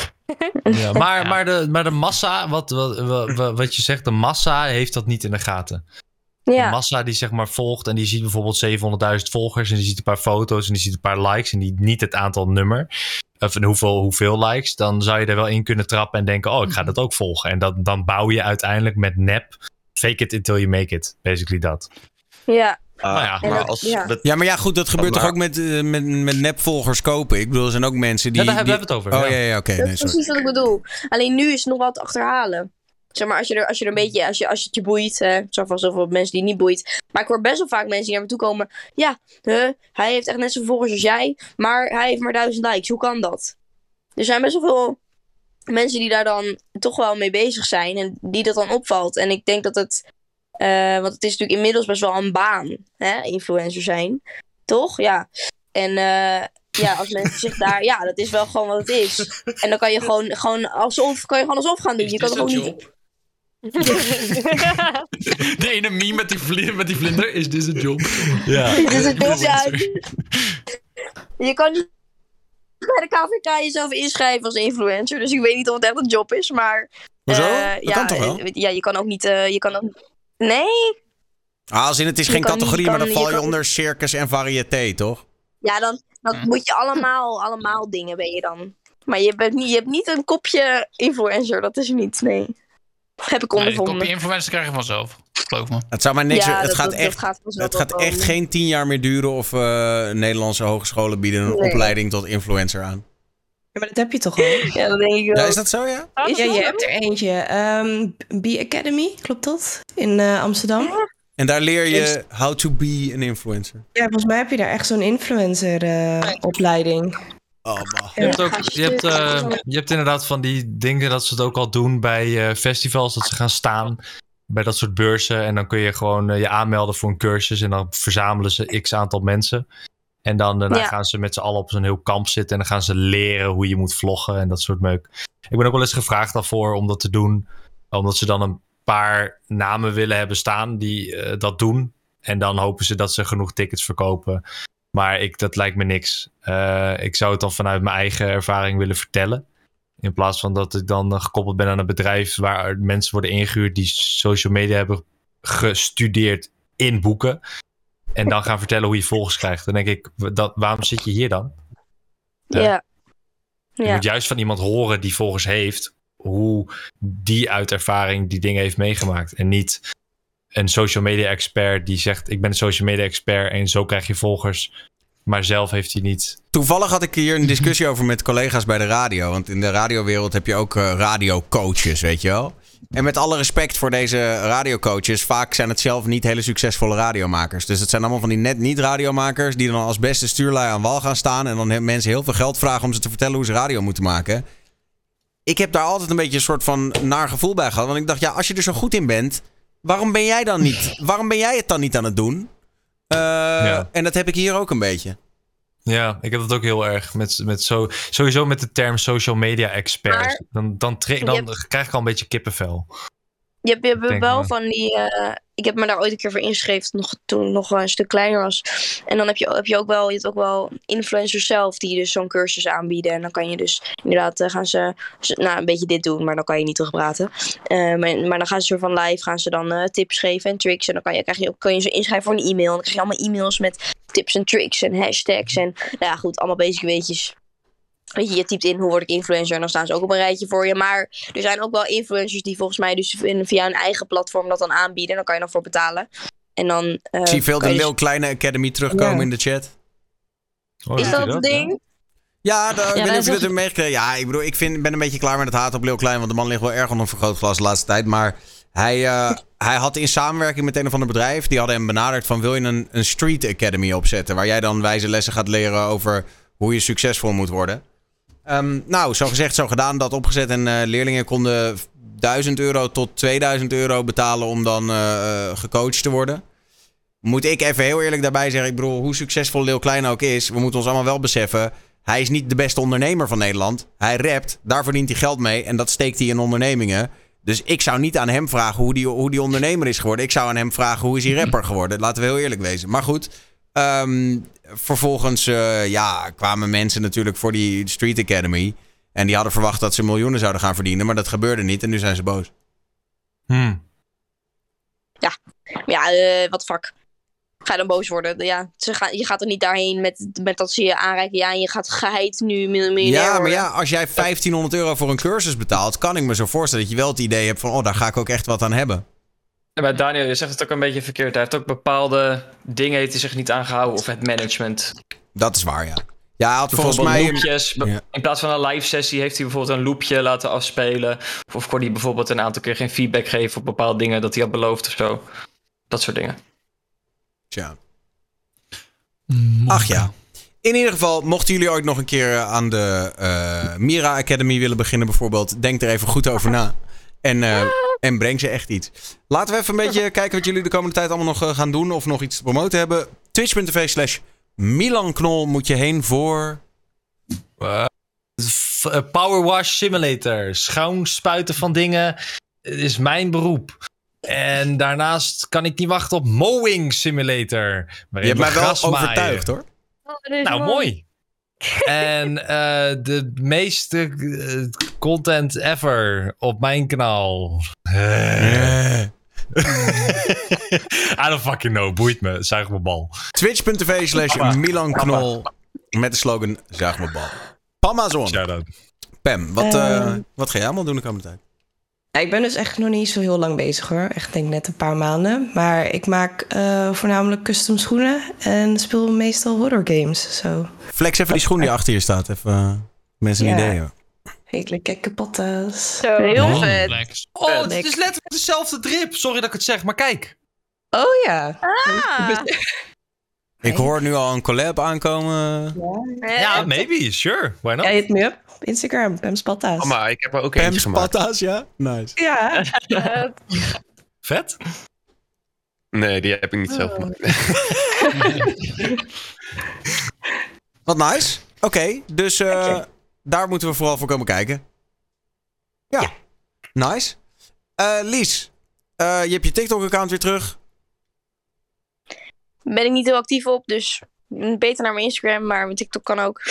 Speaker 5: Ja, maar, maar, de, maar de massa, wat, wat, wat, wat je zegt, de massa heeft dat niet in de gaten.
Speaker 4: Ja.
Speaker 5: De massa die zeg maar volgt en die ziet bijvoorbeeld zevenhonderdduizend volgers en die ziet een paar foto's en die ziet een paar likes en die niet het aantal nummer of hoeveel, hoeveel likes, dan zou je er wel in kunnen trappen en denken, oh, ik ga dat ook volgen. En dat, dan bouw je uiteindelijk met nep, fake it until you make it, basically dat.
Speaker 4: Ja.
Speaker 7: Ah,
Speaker 5: Nou ja,
Speaker 7: maar
Speaker 4: dat-
Speaker 7: als,
Speaker 4: ja.
Speaker 7: dat-
Speaker 2: Ja, maar ja, goed, dat gebeurt
Speaker 7: Maar-
Speaker 2: toch ook met, uh, met, met nepvolgers kopen? Ik bedoel, er zijn ook mensen die...
Speaker 5: Ja, daar
Speaker 2: die...
Speaker 5: hebben we het over,
Speaker 2: Oh,
Speaker 5: ja.
Speaker 2: ja, ja, oké.
Speaker 4: Dat
Speaker 2: nee,
Speaker 4: is
Speaker 2: sorry.
Speaker 4: precies wat ik bedoel. Alleen nu is het nog wat te achterhalen. Zeg maar, als je er, als je er een beetje, als, je, als het je boeit, hè, zo van zoveel mensen die het niet boeit. Maar ik hoor best wel vaak mensen die naar me toe komen. Ja, huh, hij heeft echt net zoveel volgers als jij, maar hij heeft maar duizend likes. Hoe kan dat? Er zijn best wel veel mensen die daar dan toch wel mee bezig zijn en die dat dan opvalt. En ik denk dat het, uh, want het is natuurlijk inmiddels best wel een baan, hè, influencer zijn. Toch? Ja. En uh, ja, als mensen zich daar... Ja, dat is wel gewoon wat het is. En dan kan je gewoon, gewoon alsof, kan je gewoon alsof gaan doen. Je kan toch ook niet...
Speaker 9: De ene meme met die, vlinder, met die vlinder, is dit een job?
Speaker 5: Ja.
Speaker 4: Dit is een job, ja. Je kan niet bij de K V K jezelf inschrijven als influencer. Dus ik weet niet of het echt een job is, maar...
Speaker 2: Hoezo?
Speaker 4: Uh,
Speaker 2: Dat
Speaker 4: ja,
Speaker 2: kan toch wel?
Speaker 4: Ja, je kan ook niet... Uh, je kan ook... Nee?
Speaker 2: Ah, als in het is
Speaker 4: Je
Speaker 2: geen
Speaker 4: kan niet-
Speaker 2: categorie,
Speaker 4: je
Speaker 2: maar dan
Speaker 4: kan-
Speaker 2: val
Speaker 4: je
Speaker 2: je
Speaker 4: kan-
Speaker 2: onder circus en variété, toch?
Speaker 4: Ja, dan, dan moet je allemaal, allemaal dingen ben je dan. Maar je, bent niet, je hebt niet een kopje influencer. Dat is er niet, nee. Heb ik
Speaker 9: Nee, de
Speaker 4: ondervonden.
Speaker 9: kopje influencers krijg je vanzelf, geloof me.
Speaker 2: Het zou maar niks...
Speaker 4: Ja,
Speaker 2: het
Speaker 4: dat-
Speaker 2: gaat,
Speaker 4: dat- dat
Speaker 2: echt,
Speaker 4: gaat vanzelf
Speaker 2: het gaat
Speaker 4: wel
Speaker 2: echt
Speaker 4: komen.
Speaker 2: geen tien jaar meer duren of uh, Nederlandse hogescholen bieden een
Speaker 4: Nee.
Speaker 2: opleiding tot influencer aan.
Speaker 8: Ja, maar dat heb je toch al?
Speaker 4: Ja, dat denk ik wel.
Speaker 2: Ja, is dat zo, ja?
Speaker 8: Ja, je hebt er eentje. Um, B-Academy, klopt dat? In uh, Amsterdam.
Speaker 2: En daar leer je how to be an influencer.
Speaker 8: Ja, volgens mij heb je daar echt zo'n influencer uh, opleiding.
Speaker 2: Oh, bah.
Speaker 5: Je hebt, ook, je, hebt, uh, je hebt inderdaad van die dingen dat ze het ook al doen bij uh, festivals. Dat ze gaan staan bij dat soort beurzen. En dan kun je gewoon uh, je aanmelden voor een cursus. En dan verzamelen ze x aantal mensen. En dan daarna
Speaker 4: Ja.
Speaker 5: gaan ze met z'n allen op zo'n heel kamp zitten. En dan gaan ze leren hoe je moet vloggen en dat soort meuk. Ik ben ook wel eens gevraagd daarvoor om dat te doen. Omdat ze dan een paar namen willen hebben staan die uh, dat doen. En dan hopen ze dat ze genoeg tickets verkopen. Maar ik, dat lijkt me niks. Uh, ik zou het dan vanuit mijn eigen ervaring willen vertellen. In plaats van dat ik dan uh, gekoppeld ben aan een bedrijf waar mensen worden ingehuurd die social media hebben gestudeerd in boeken. En dan gaan vertellen hoe je volgers krijgt. Dan denk ik, dat, waarom zit je hier dan? Uh,
Speaker 4: Ja.
Speaker 5: Je
Speaker 4: Ja.
Speaker 5: moet juist van iemand horen die volgers heeft, hoe die uit ervaring die dingen heeft meegemaakt. En niet een social media expert die zegt, ik ben een social media expert en zo krijg je volgers. Maar zelf heeft hij niet...
Speaker 2: Toevallig had ik hier een discussie over met collega's bij de radio. Want in de radiowereld heb je ook uh, radiocoaches, weet je wel. En met alle respect voor deze radiocoaches, vaak zijn het zelf niet hele succesvolle radiomakers. Dus het zijn allemaal van die net niet radiomakers die dan als beste stuurlui aan wal gaan staan en dan hebben mensen heel veel geld vragen om ze te vertellen hoe ze radio moeten maken. Ik heb daar altijd een beetje een soort van naar gevoel bij gehad. Want ik dacht, ja, als je er zo goed in bent, waarom ben jij dan niet? Waarom ben jij het dan niet aan het doen? Uh, ja. En dat heb ik hier ook een beetje.
Speaker 5: Ja, ik heb dat ook heel erg. Met, met zo, sowieso met de term social media experts. Maar, dan dan, tre- dan hebt, krijg ik al een beetje kippenvel.
Speaker 4: Je hebt, je hebt wel maar. van die... Uh, ik heb me daar ooit een keer voor ingeschreven nog, toen ik nog een stuk kleiner was. En dan heb je, heb je ook wel, je hebt ook wel influencers zelf die dus zo'n cursus aanbieden. En dan kan je dus inderdaad uh, gaan ze, ze nou, een beetje dit doen, maar dan kan je niet terugpraten. Uh, maar, maar dan gaan ze soort van live, gaan ze dan uh, tips geven en tricks. En dan kan je, krijg je, kan je ze inschrijven voor een e-mail. En dan krijg je allemaal e-mails met tips en tricks en hashtags. En nou ja, goed, allemaal basic weetjes. Weet je, je typt in hoe word ik influencer en dan staan ze ook op een rijtje voor je. Maar er zijn ook wel influencers die volgens mij dus via hun eigen platform dat dan aanbieden. En dan kan je dan voor betalen. En dan, uh,
Speaker 2: ik zie veel de dus... Lil Kleine Academy terugkomen ja. in de chat.
Speaker 4: Oh, is dat het ding?
Speaker 2: Ja, de, ja, ik weet niet of je dat hebt meegekregen. Ja, ik bedoel, ik vind, ben een beetje klaar met het haat op Lil Kleine. Want de man ligt wel erg onder een vergrootglas de laatste tijd. Maar hij, uh, hij had in samenwerking met een of ander bedrijf, die hadden hem benaderd van, wil je een, een Street Academy opzetten? Waar jij dan wijze lessen gaat leren over hoe je succesvol moet worden. Um, nou, zo gezegd, zo gedaan, dat opgezet. En uh, leerlingen konden duizend euro tot tweeduizend euro betalen om dan uh, gecoacht te worden. Moet ik even heel eerlijk daarbij zeggen, ik bedoel, hoe succesvol Lil Kleine ook is, we moeten ons allemaal wel beseffen, hij is niet de beste ondernemer van Nederland. Hij rapt, daar verdient hij geld mee en dat steekt hij in ondernemingen. Dus ik zou niet aan hem vragen hoe die, hoe die ondernemer is geworden. Ik zou aan hem vragen hoe is hij rapper geworden. Laten we heel eerlijk wezen. Maar goed, um, vervolgens uh, ja, kwamen mensen natuurlijk voor die Street Academy. En die hadden verwacht dat ze miljoenen zouden gaan verdienen. Maar dat gebeurde niet en nu zijn ze boos.
Speaker 5: Hmm.
Speaker 4: Ja, ja uh, wat fuck. Ga je dan boos worden? Ja, ze gaan, je gaat er niet daarheen met, met dat ze je aanreiken. Ja, en je gaat geheid nu miljonair
Speaker 2: Ja, maar
Speaker 4: worden.
Speaker 2: ja, als jij vijftienhonderd euro voor een cursus betaalt, kan ik me zo voorstellen dat je wel het idee hebt van, oh, daar ga ik ook echt wat aan hebben.
Speaker 6: Ja, maar Daniel, je zegt het ook een beetje verkeerd. Hij heeft ook bepaalde dingen heeft hij zich niet aangehouden. Of het management.
Speaker 2: Dat is waar, ja. Ja, hij had volgens mij...
Speaker 6: Loopjes,
Speaker 2: ja.
Speaker 6: In plaats van een live sessie heeft hij bijvoorbeeld een loopje laten afspelen. Of, of kon hij bijvoorbeeld een aantal keer geen feedback geven op bepaalde dingen dat hij had beloofd of zo. Dat soort dingen.
Speaker 2: Tja. Ach ja. In ieder geval, mochten jullie ooit nog een keer aan de uh, Mira Academy willen beginnen bijvoorbeeld, denk er even goed over na. En, uh, en breng ze echt iets. Laten we even een beetje kijken wat jullie de komende tijd allemaal nog uh, gaan doen of nog iets te promoten hebben. Twitch.tv slash Milan Knol moet je heen voor...
Speaker 5: Uh, Power Wash Simulator. Schoon spuiten van dingen is mijn beroep. En daarnaast kan ik niet wachten op Mowing Simulator.
Speaker 2: Je hebt mij wel overtuigd, hoor.
Speaker 5: Oh, nou, mooi. mooi. En uh, de meeste uh, content ever op mijn kanaal. Uh. I don't fucking know. Boeit me. Zuig mijn bal.
Speaker 2: Twitch.tv slash Milan Knol. Met de slogan Zuig mijn bal. Pamazon. Pam, wat, uh, uh, wat ga jij allemaal doen de komende tijd?
Speaker 8: Ja, ik ben dus echt nog niet zo heel lang bezig hoor. Echt denk net een paar maanden. Maar ik maak uh, voornamelijk custom schoenen. En speel meestal horror games. So.
Speaker 2: Flex even die schoen die achter je staat. Even uh, mensen een ja. idee. Hoor.
Speaker 8: Hele gekke patas.
Speaker 4: Zo, heel vet.
Speaker 5: Oh, het is letterlijk dezelfde drip. Sorry dat ik het zeg, maar kijk.
Speaker 8: Oh ja.
Speaker 4: Ah.
Speaker 2: Ik hoor nu al een collab aankomen.
Speaker 5: Ja, ja maybe. Sure. Why not?
Speaker 8: Ja, hit me up. Op Instagram. Pam's Patas.
Speaker 7: Oh, maar ik heb er ook
Speaker 2: Pam's
Speaker 7: eentje gemaakt.
Speaker 2: Patas, ja? Nice.
Speaker 8: Ja.
Speaker 5: Vet?
Speaker 7: Nee, die heb ik niet zelf gemaakt.
Speaker 2: Wat nice. Oké, okay, dus uh, okay. daar moeten we vooral voor komen kijken. Ja, ja. Nice. Uh, Lies, uh, je hebt je TikTok-account weer terug.
Speaker 4: Ben ik niet heel actief op, dus beter naar mijn Instagram, maar mijn TikTok kan ook.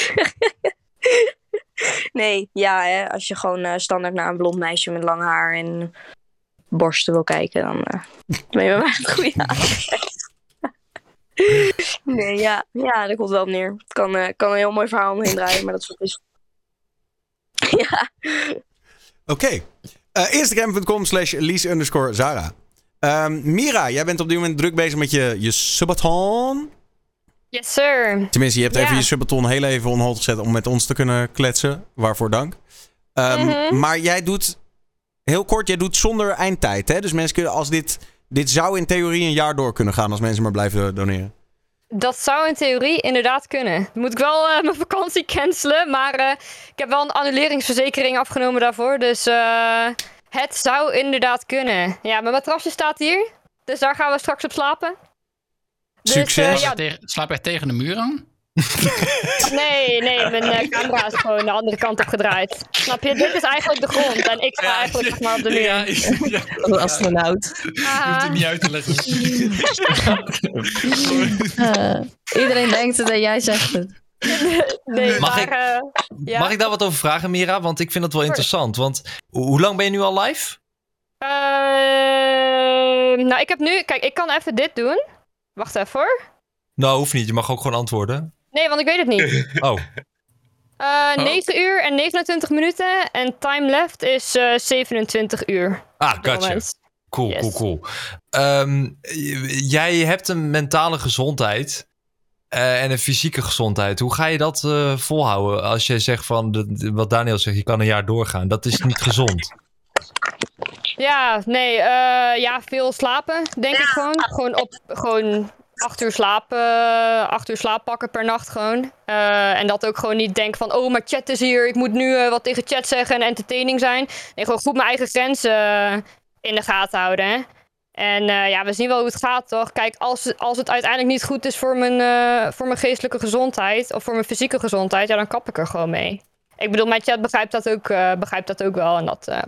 Speaker 4: Nee, ja, hè, als je gewoon uh, standaard naar een blond meisje met lang haar en borsten wil kijken, dan uh, ben je bij mij het goede aangegeven. Nee, ja, ja, dat komt wel op neer. Het kan, uh, kan een heel mooi verhaal omheen draaien, maar dat is dus... Ja.
Speaker 2: Oké. Okay. Uh, Instagram.com slash Lies underscore Zara. Um, Mira, jij bent op dit moment druk bezig met je, je subathon.
Speaker 1: Yes, sir.
Speaker 2: Tenminste, je hebt
Speaker 1: Ja.
Speaker 2: even je Subathon heel even on hold gezet om met ons te kunnen kletsen. Waarvoor dank. Um,
Speaker 1: Mhm.
Speaker 2: Maar jij doet, heel kort, jij doet zonder eindtijd. Hè? Dus mensen kunnen, als dit, dit zou in theorie een jaar door kunnen gaan als mensen maar blijven doneren.
Speaker 1: Dat zou in theorie inderdaad kunnen. Dan moet ik wel uh, mijn vakantie cancelen. Maar uh, ik heb wel een annuleringsverzekering afgenomen daarvoor. Dus uh, het zou inderdaad kunnen. Ja, mijn matrasje staat hier. Dus daar gaan we straks op slapen. Dus,
Speaker 2: Succes.
Speaker 1: uh, ja,
Speaker 9: Tegen, slaap je echt tegen de muur aan?
Speaker 1: nee, nee, mijn uh, camera is gewoon de andere kant op gedraaid. Snap je? Dit is eigenlijk de grond. En ik sta eigenlijk zeg maar op de muur.
Speaker 9: Ja, ja.
Speaker 8: Als een astronaut.
Speaker 9: Je hoeft het niet uit te leggen.
Speaker 3: Uh, iedereen denkt het en jij zegt het.
Speaker 1: Nee,
Speaker 5: Mag
Speaker 1: maar,
Speaker 5: ik-
Speaker 1: uh, ja.
Speaker 5: Mag ik daar wat over vragen, Mira? Want ik vind dat wel interessant. Want ho- hoe lang ben je nu al live?
Speaker 1: Uh, nou, ik heb nu... Kijk, ik kan even dit doen. Wacht even hoor.
Speaker 5: Nou, hoeft niet. Je mag ook gewoon antwoorden.
Speaker 1: Nee, want ik weet het niet.
Speaker 5: Oh,
Speaker 1: Uh, negen uur en negenentwintig minuten. En time left is uh, zevenentwintig uur.
Speaker 5: ah,
Speaker 1: op dit
Speaker 5: gotcha.
Speaker 1: moment.
Speaker 5: Cool,
Speaker 1: Yes.
Speaker 5: cool, cool. Ehm, j- jij hebt een mentale gezondheid eh, en een fysieke gezondheid. Hoe ga je dat eh, volhouden als je zegt van, de- de- wat Daniel zegt, je kan een jaar doorgaan. Dat is niet gezond.
Speaker 1: Ja, nee. uh, ja, veel slapen, denk ik gewoon. Gewoon op... Gewoon acht uur slaap, uh, acht uur slaap pakken per nacht gewoon. Uh, en dat ook gewoon niet denken van... Oh, maar chat is hier. Ik moet nu uh, wat tegen chat zeggen en entertaining zijn. Nee, gewoon goed mijn eigen grenzen uh, in de gaten houden. Hè? En uh, ja, we zien wel hoe het gaat, toch? Kijk, als, als het uiteindelijk niet goed is voor mijn, uh, voor mijn geestelijke gezondheid... of voor mijn fysieke gezondheid, ja, dan kap ik er gewoon mee. Ik bedoel, mijn chat begrijpt dat ook, uh, begrijpt dat ook wel. En dat, uh,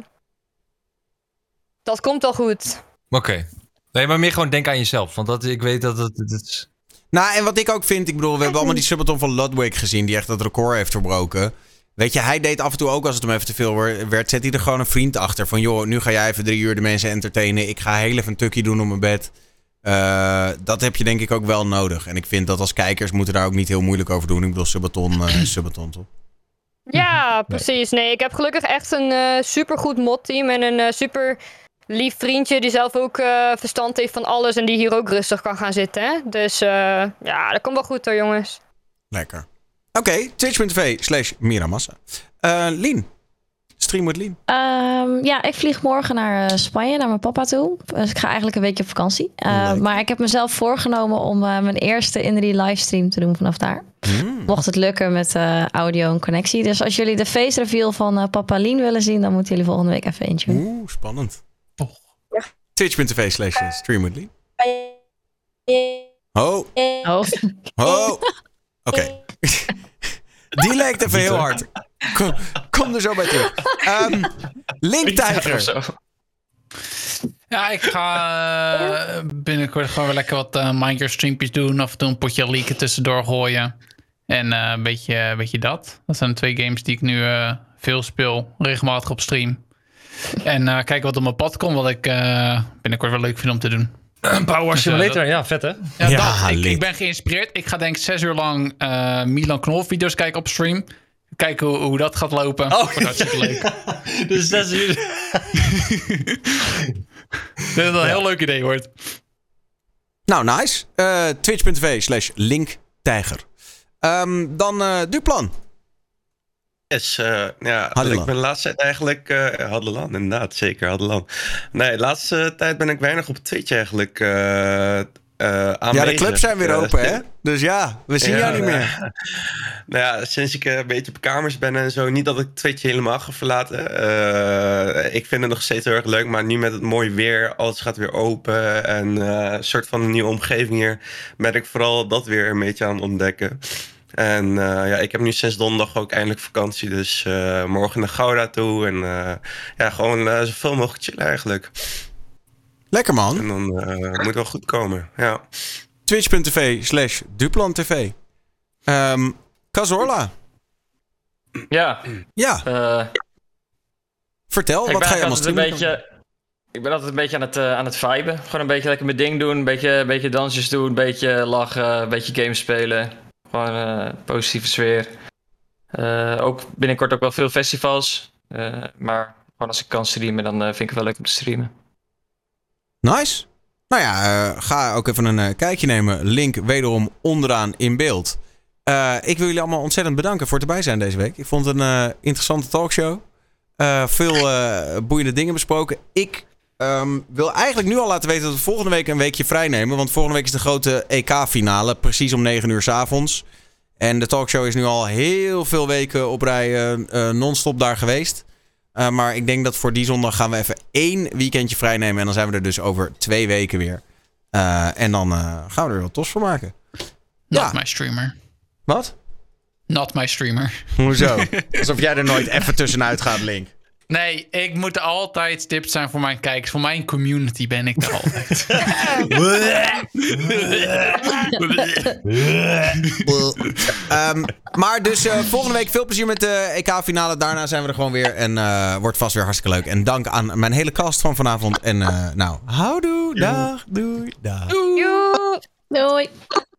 Speaker 1: dat komt wel goed.
Speaker 5: Oké. Nee, maar meer gewoon denk aan jezelf. Want dat, ik weet dat het... het is...
Speaker 2: Nou, en wat ik ook vind, ik bedoel, we hebben allemaal die Subathon van Ludwig gezien, die echt dat record heeft verbroken. Weet je, hij deed af en toe ook, als het hem even te veel werd, zet hij er gewoon een vriend achter. Van, joh, nu ga jij even drie uur de mensen entertainen. Ik ga heel even een tukkie doen op mijn bed. Uh, dat heb je denk ik ook wel nodig. En ik vind dat als kijkers moeten daar ook niet heel moeilijk over doen. Ik bedoel, Subathon uh, is Subathon, toch?
Speaker 1: Ja, precies. Nee, ik heb gelukkig echt een uh, supergoed modteam en een uh, super lief vriendje die zelf ook uh, verstand heeft van alles en die hier ook rustig kan gaan zitten. Hè? Dus uh, ja, dat komt wel goed hoor, jongens.
Speaker 2: Lekker. Oké, okay, twitch.tv slash Miramassa. Uh, Lien. Stream with Lien.
Speaker 3: Um, ja, ik vlieg morgen naar uh, Spanje, naar mijn papa toe. Dus ik ga eigenlijk een weekje op vakantie. Uh, maar ik heb mezelf voorgenomen om uh, mijn eerste in drie livestream te doen vanaf daar. Mm. Mocht het lukken met uh, audio en connectie. Dus als jullie de face reveal van uh, papa Lien willen zien, dan moeten jullie volgende week even eentje doen.
Speaker 2: Oeh, spannend. Oh. Twitch.tv slash stream with Lien. Ho.
Speaker 3: Oh.
Speaker 2: Ho. Oké. Okay. Die lijkt even heel hard. Kom, kom er zo bij terug. Um, Linktijger.
Speaker 9: Ja, ik ga uh, binnenkort gewoon weer lekker wat uh, Minecraft streampjes doen. Af en toe een potje leaken tussendoor gooien. En uh, een beetje, een beetje dat. Dat zijn de twee games die ik nu uh, veel speel. Regelmatig op stream. En uh, kijken wat op mijn pad komt. Wat ik uh, binnenkort wel leuk vind om te doen.
Speaker 5: Power Simulator, ja, vet hè?
Speaker 9: Ja,
Speaker 2: ja
Speaker 9: dat. Ik, ik ben geïnspireerd. Ik ga denk ik zes uur lang uh, Milan Knol video's kijken op stream. Kijken hoe, hoe dat gaat lopen.
Speaker 5: Oh,
Speaker 9: wordt hartstikke leuk.
Speaker 5: Dus zes uur.
Speaker 9: Ik denk dat dat een heel leuk idee wordt.
Speaker 2: Nou, nice. Uh, Twitch.tv slash linktijger. Um, dan uh, Duplan.
Speaker 7: Yes, uh, ja,
Speaker 2: Haddelan.
Speaker 7: ik ben de laatste tijd eigenlijk... Uh, Haddelan, inderdaad, zeker, Haddelan. Nee, de laatste tijd ben ik weinig op Twitch eigenlijk uh, uh, aanwezig.
Speaker 2: Ja, de clubs zijn weer open, uh, hè? Dus ja, we zien
Speaker 7: ja,
Speaker 2: jou niet meer.
Speaker 7: Uh, nou ja, sinds ik uh, een beetje op kamers ben en zo, niet dat ik Twitch helemaal ga verlaten. Uh, ik vind het nog steeds heel erg leuk, maar nu met het mooie weer, alles gaat weer open en uh, een soort van een nieuwe omgeving hier, ben ik vooral dat weer een beetje aan het ontdekken. En uh, ja, ik heb nu sinds donderdag ook eindelijk vakantie. Dus uh, morgen naar Gouda toe. En uh, ja, gewoon uh, zoveel mogelijk chillen eigenlijk.
Speaker 2: Lekker man.
Speaker 7: En dan uh, moet wel goed komen, ja.
Speaker 2: Twitch.tv slash DuplanTV. Um, Cazorla.
Speaker 6: Ja.
Speaker 2: Ja.
Speaker 6: Uh,
Speaker 2: Vertel,
Speaker 6: ik
Speaker 2: wat
Speaker 6: ben
Speaker 2: ga je allemaal
Speaker 6: altijd een
Speaker 2: streamen?
Speaker 6: beetje, Ik ben altijd een beetje aan het, uh, aan het viben. Gewoon een beetje lekker mijn ding doen. Een beetje, een beetje dansjes doen. Een beetje lachen. Een beetje games spelen. Gewoon uh, positieve sfeer. Uh, ook binnenkort ook wel veel festivals. Uh, maar gewoon als ik kan streamen, dan uh, vind ik het wel leuk om te streamen.
Speaker 2: Nice. Nou ja, uh, ga ook even een uh, kijkje nemen. Link wederom onderaan in beeld. Uh, ik wil jullie allemaal ontzettend bedanken voor het erbij zijn deze week. Ik vond het een uh, interessante talkshow. Uh, veel uh, boeiende dingen besproken. Ik um, wil eigenlijk nu al laten weten dat we volgende week een weekje vrij nemen. Want volgende week is de grote E K-finale. Precies om negen uur 's avonds. En de talkshow is nu al heel veel weken op rij uh, uh, non-stop daar geweest. Uh, maar ik denk dat voor die zondag gaan we even één weekendje vrij nemen. En dan zijn we er dus over twee weken weer. Uh, en dan uh, gaan we er wel tos voor maken.
Speaker 9: Not
Speaker 2: ja.
Speaker 9: my streamer.
Speaker 2: Wat?
Speaker 9: Not my streamer.
Speaker 2: Hoezo? Alsof jij er nooit even tussenuit gaat, Link.
Speaker 9: Nee, ik moet altijd stipt zijn voor mijn kijkers. Voor mijn community ben ik er altijd.
Speaker 2: um, maar dus uh, volgende week veel plezier met de E K-finale. Daarna zijn we er gewoon weer. En uh, wordt vast weer hartstikke leuk. En dank aan mijn hele cast van vanavond. En uh, nou, houdoe. Dag. Doei. Dag.
Speaker 3: Doei. Doei.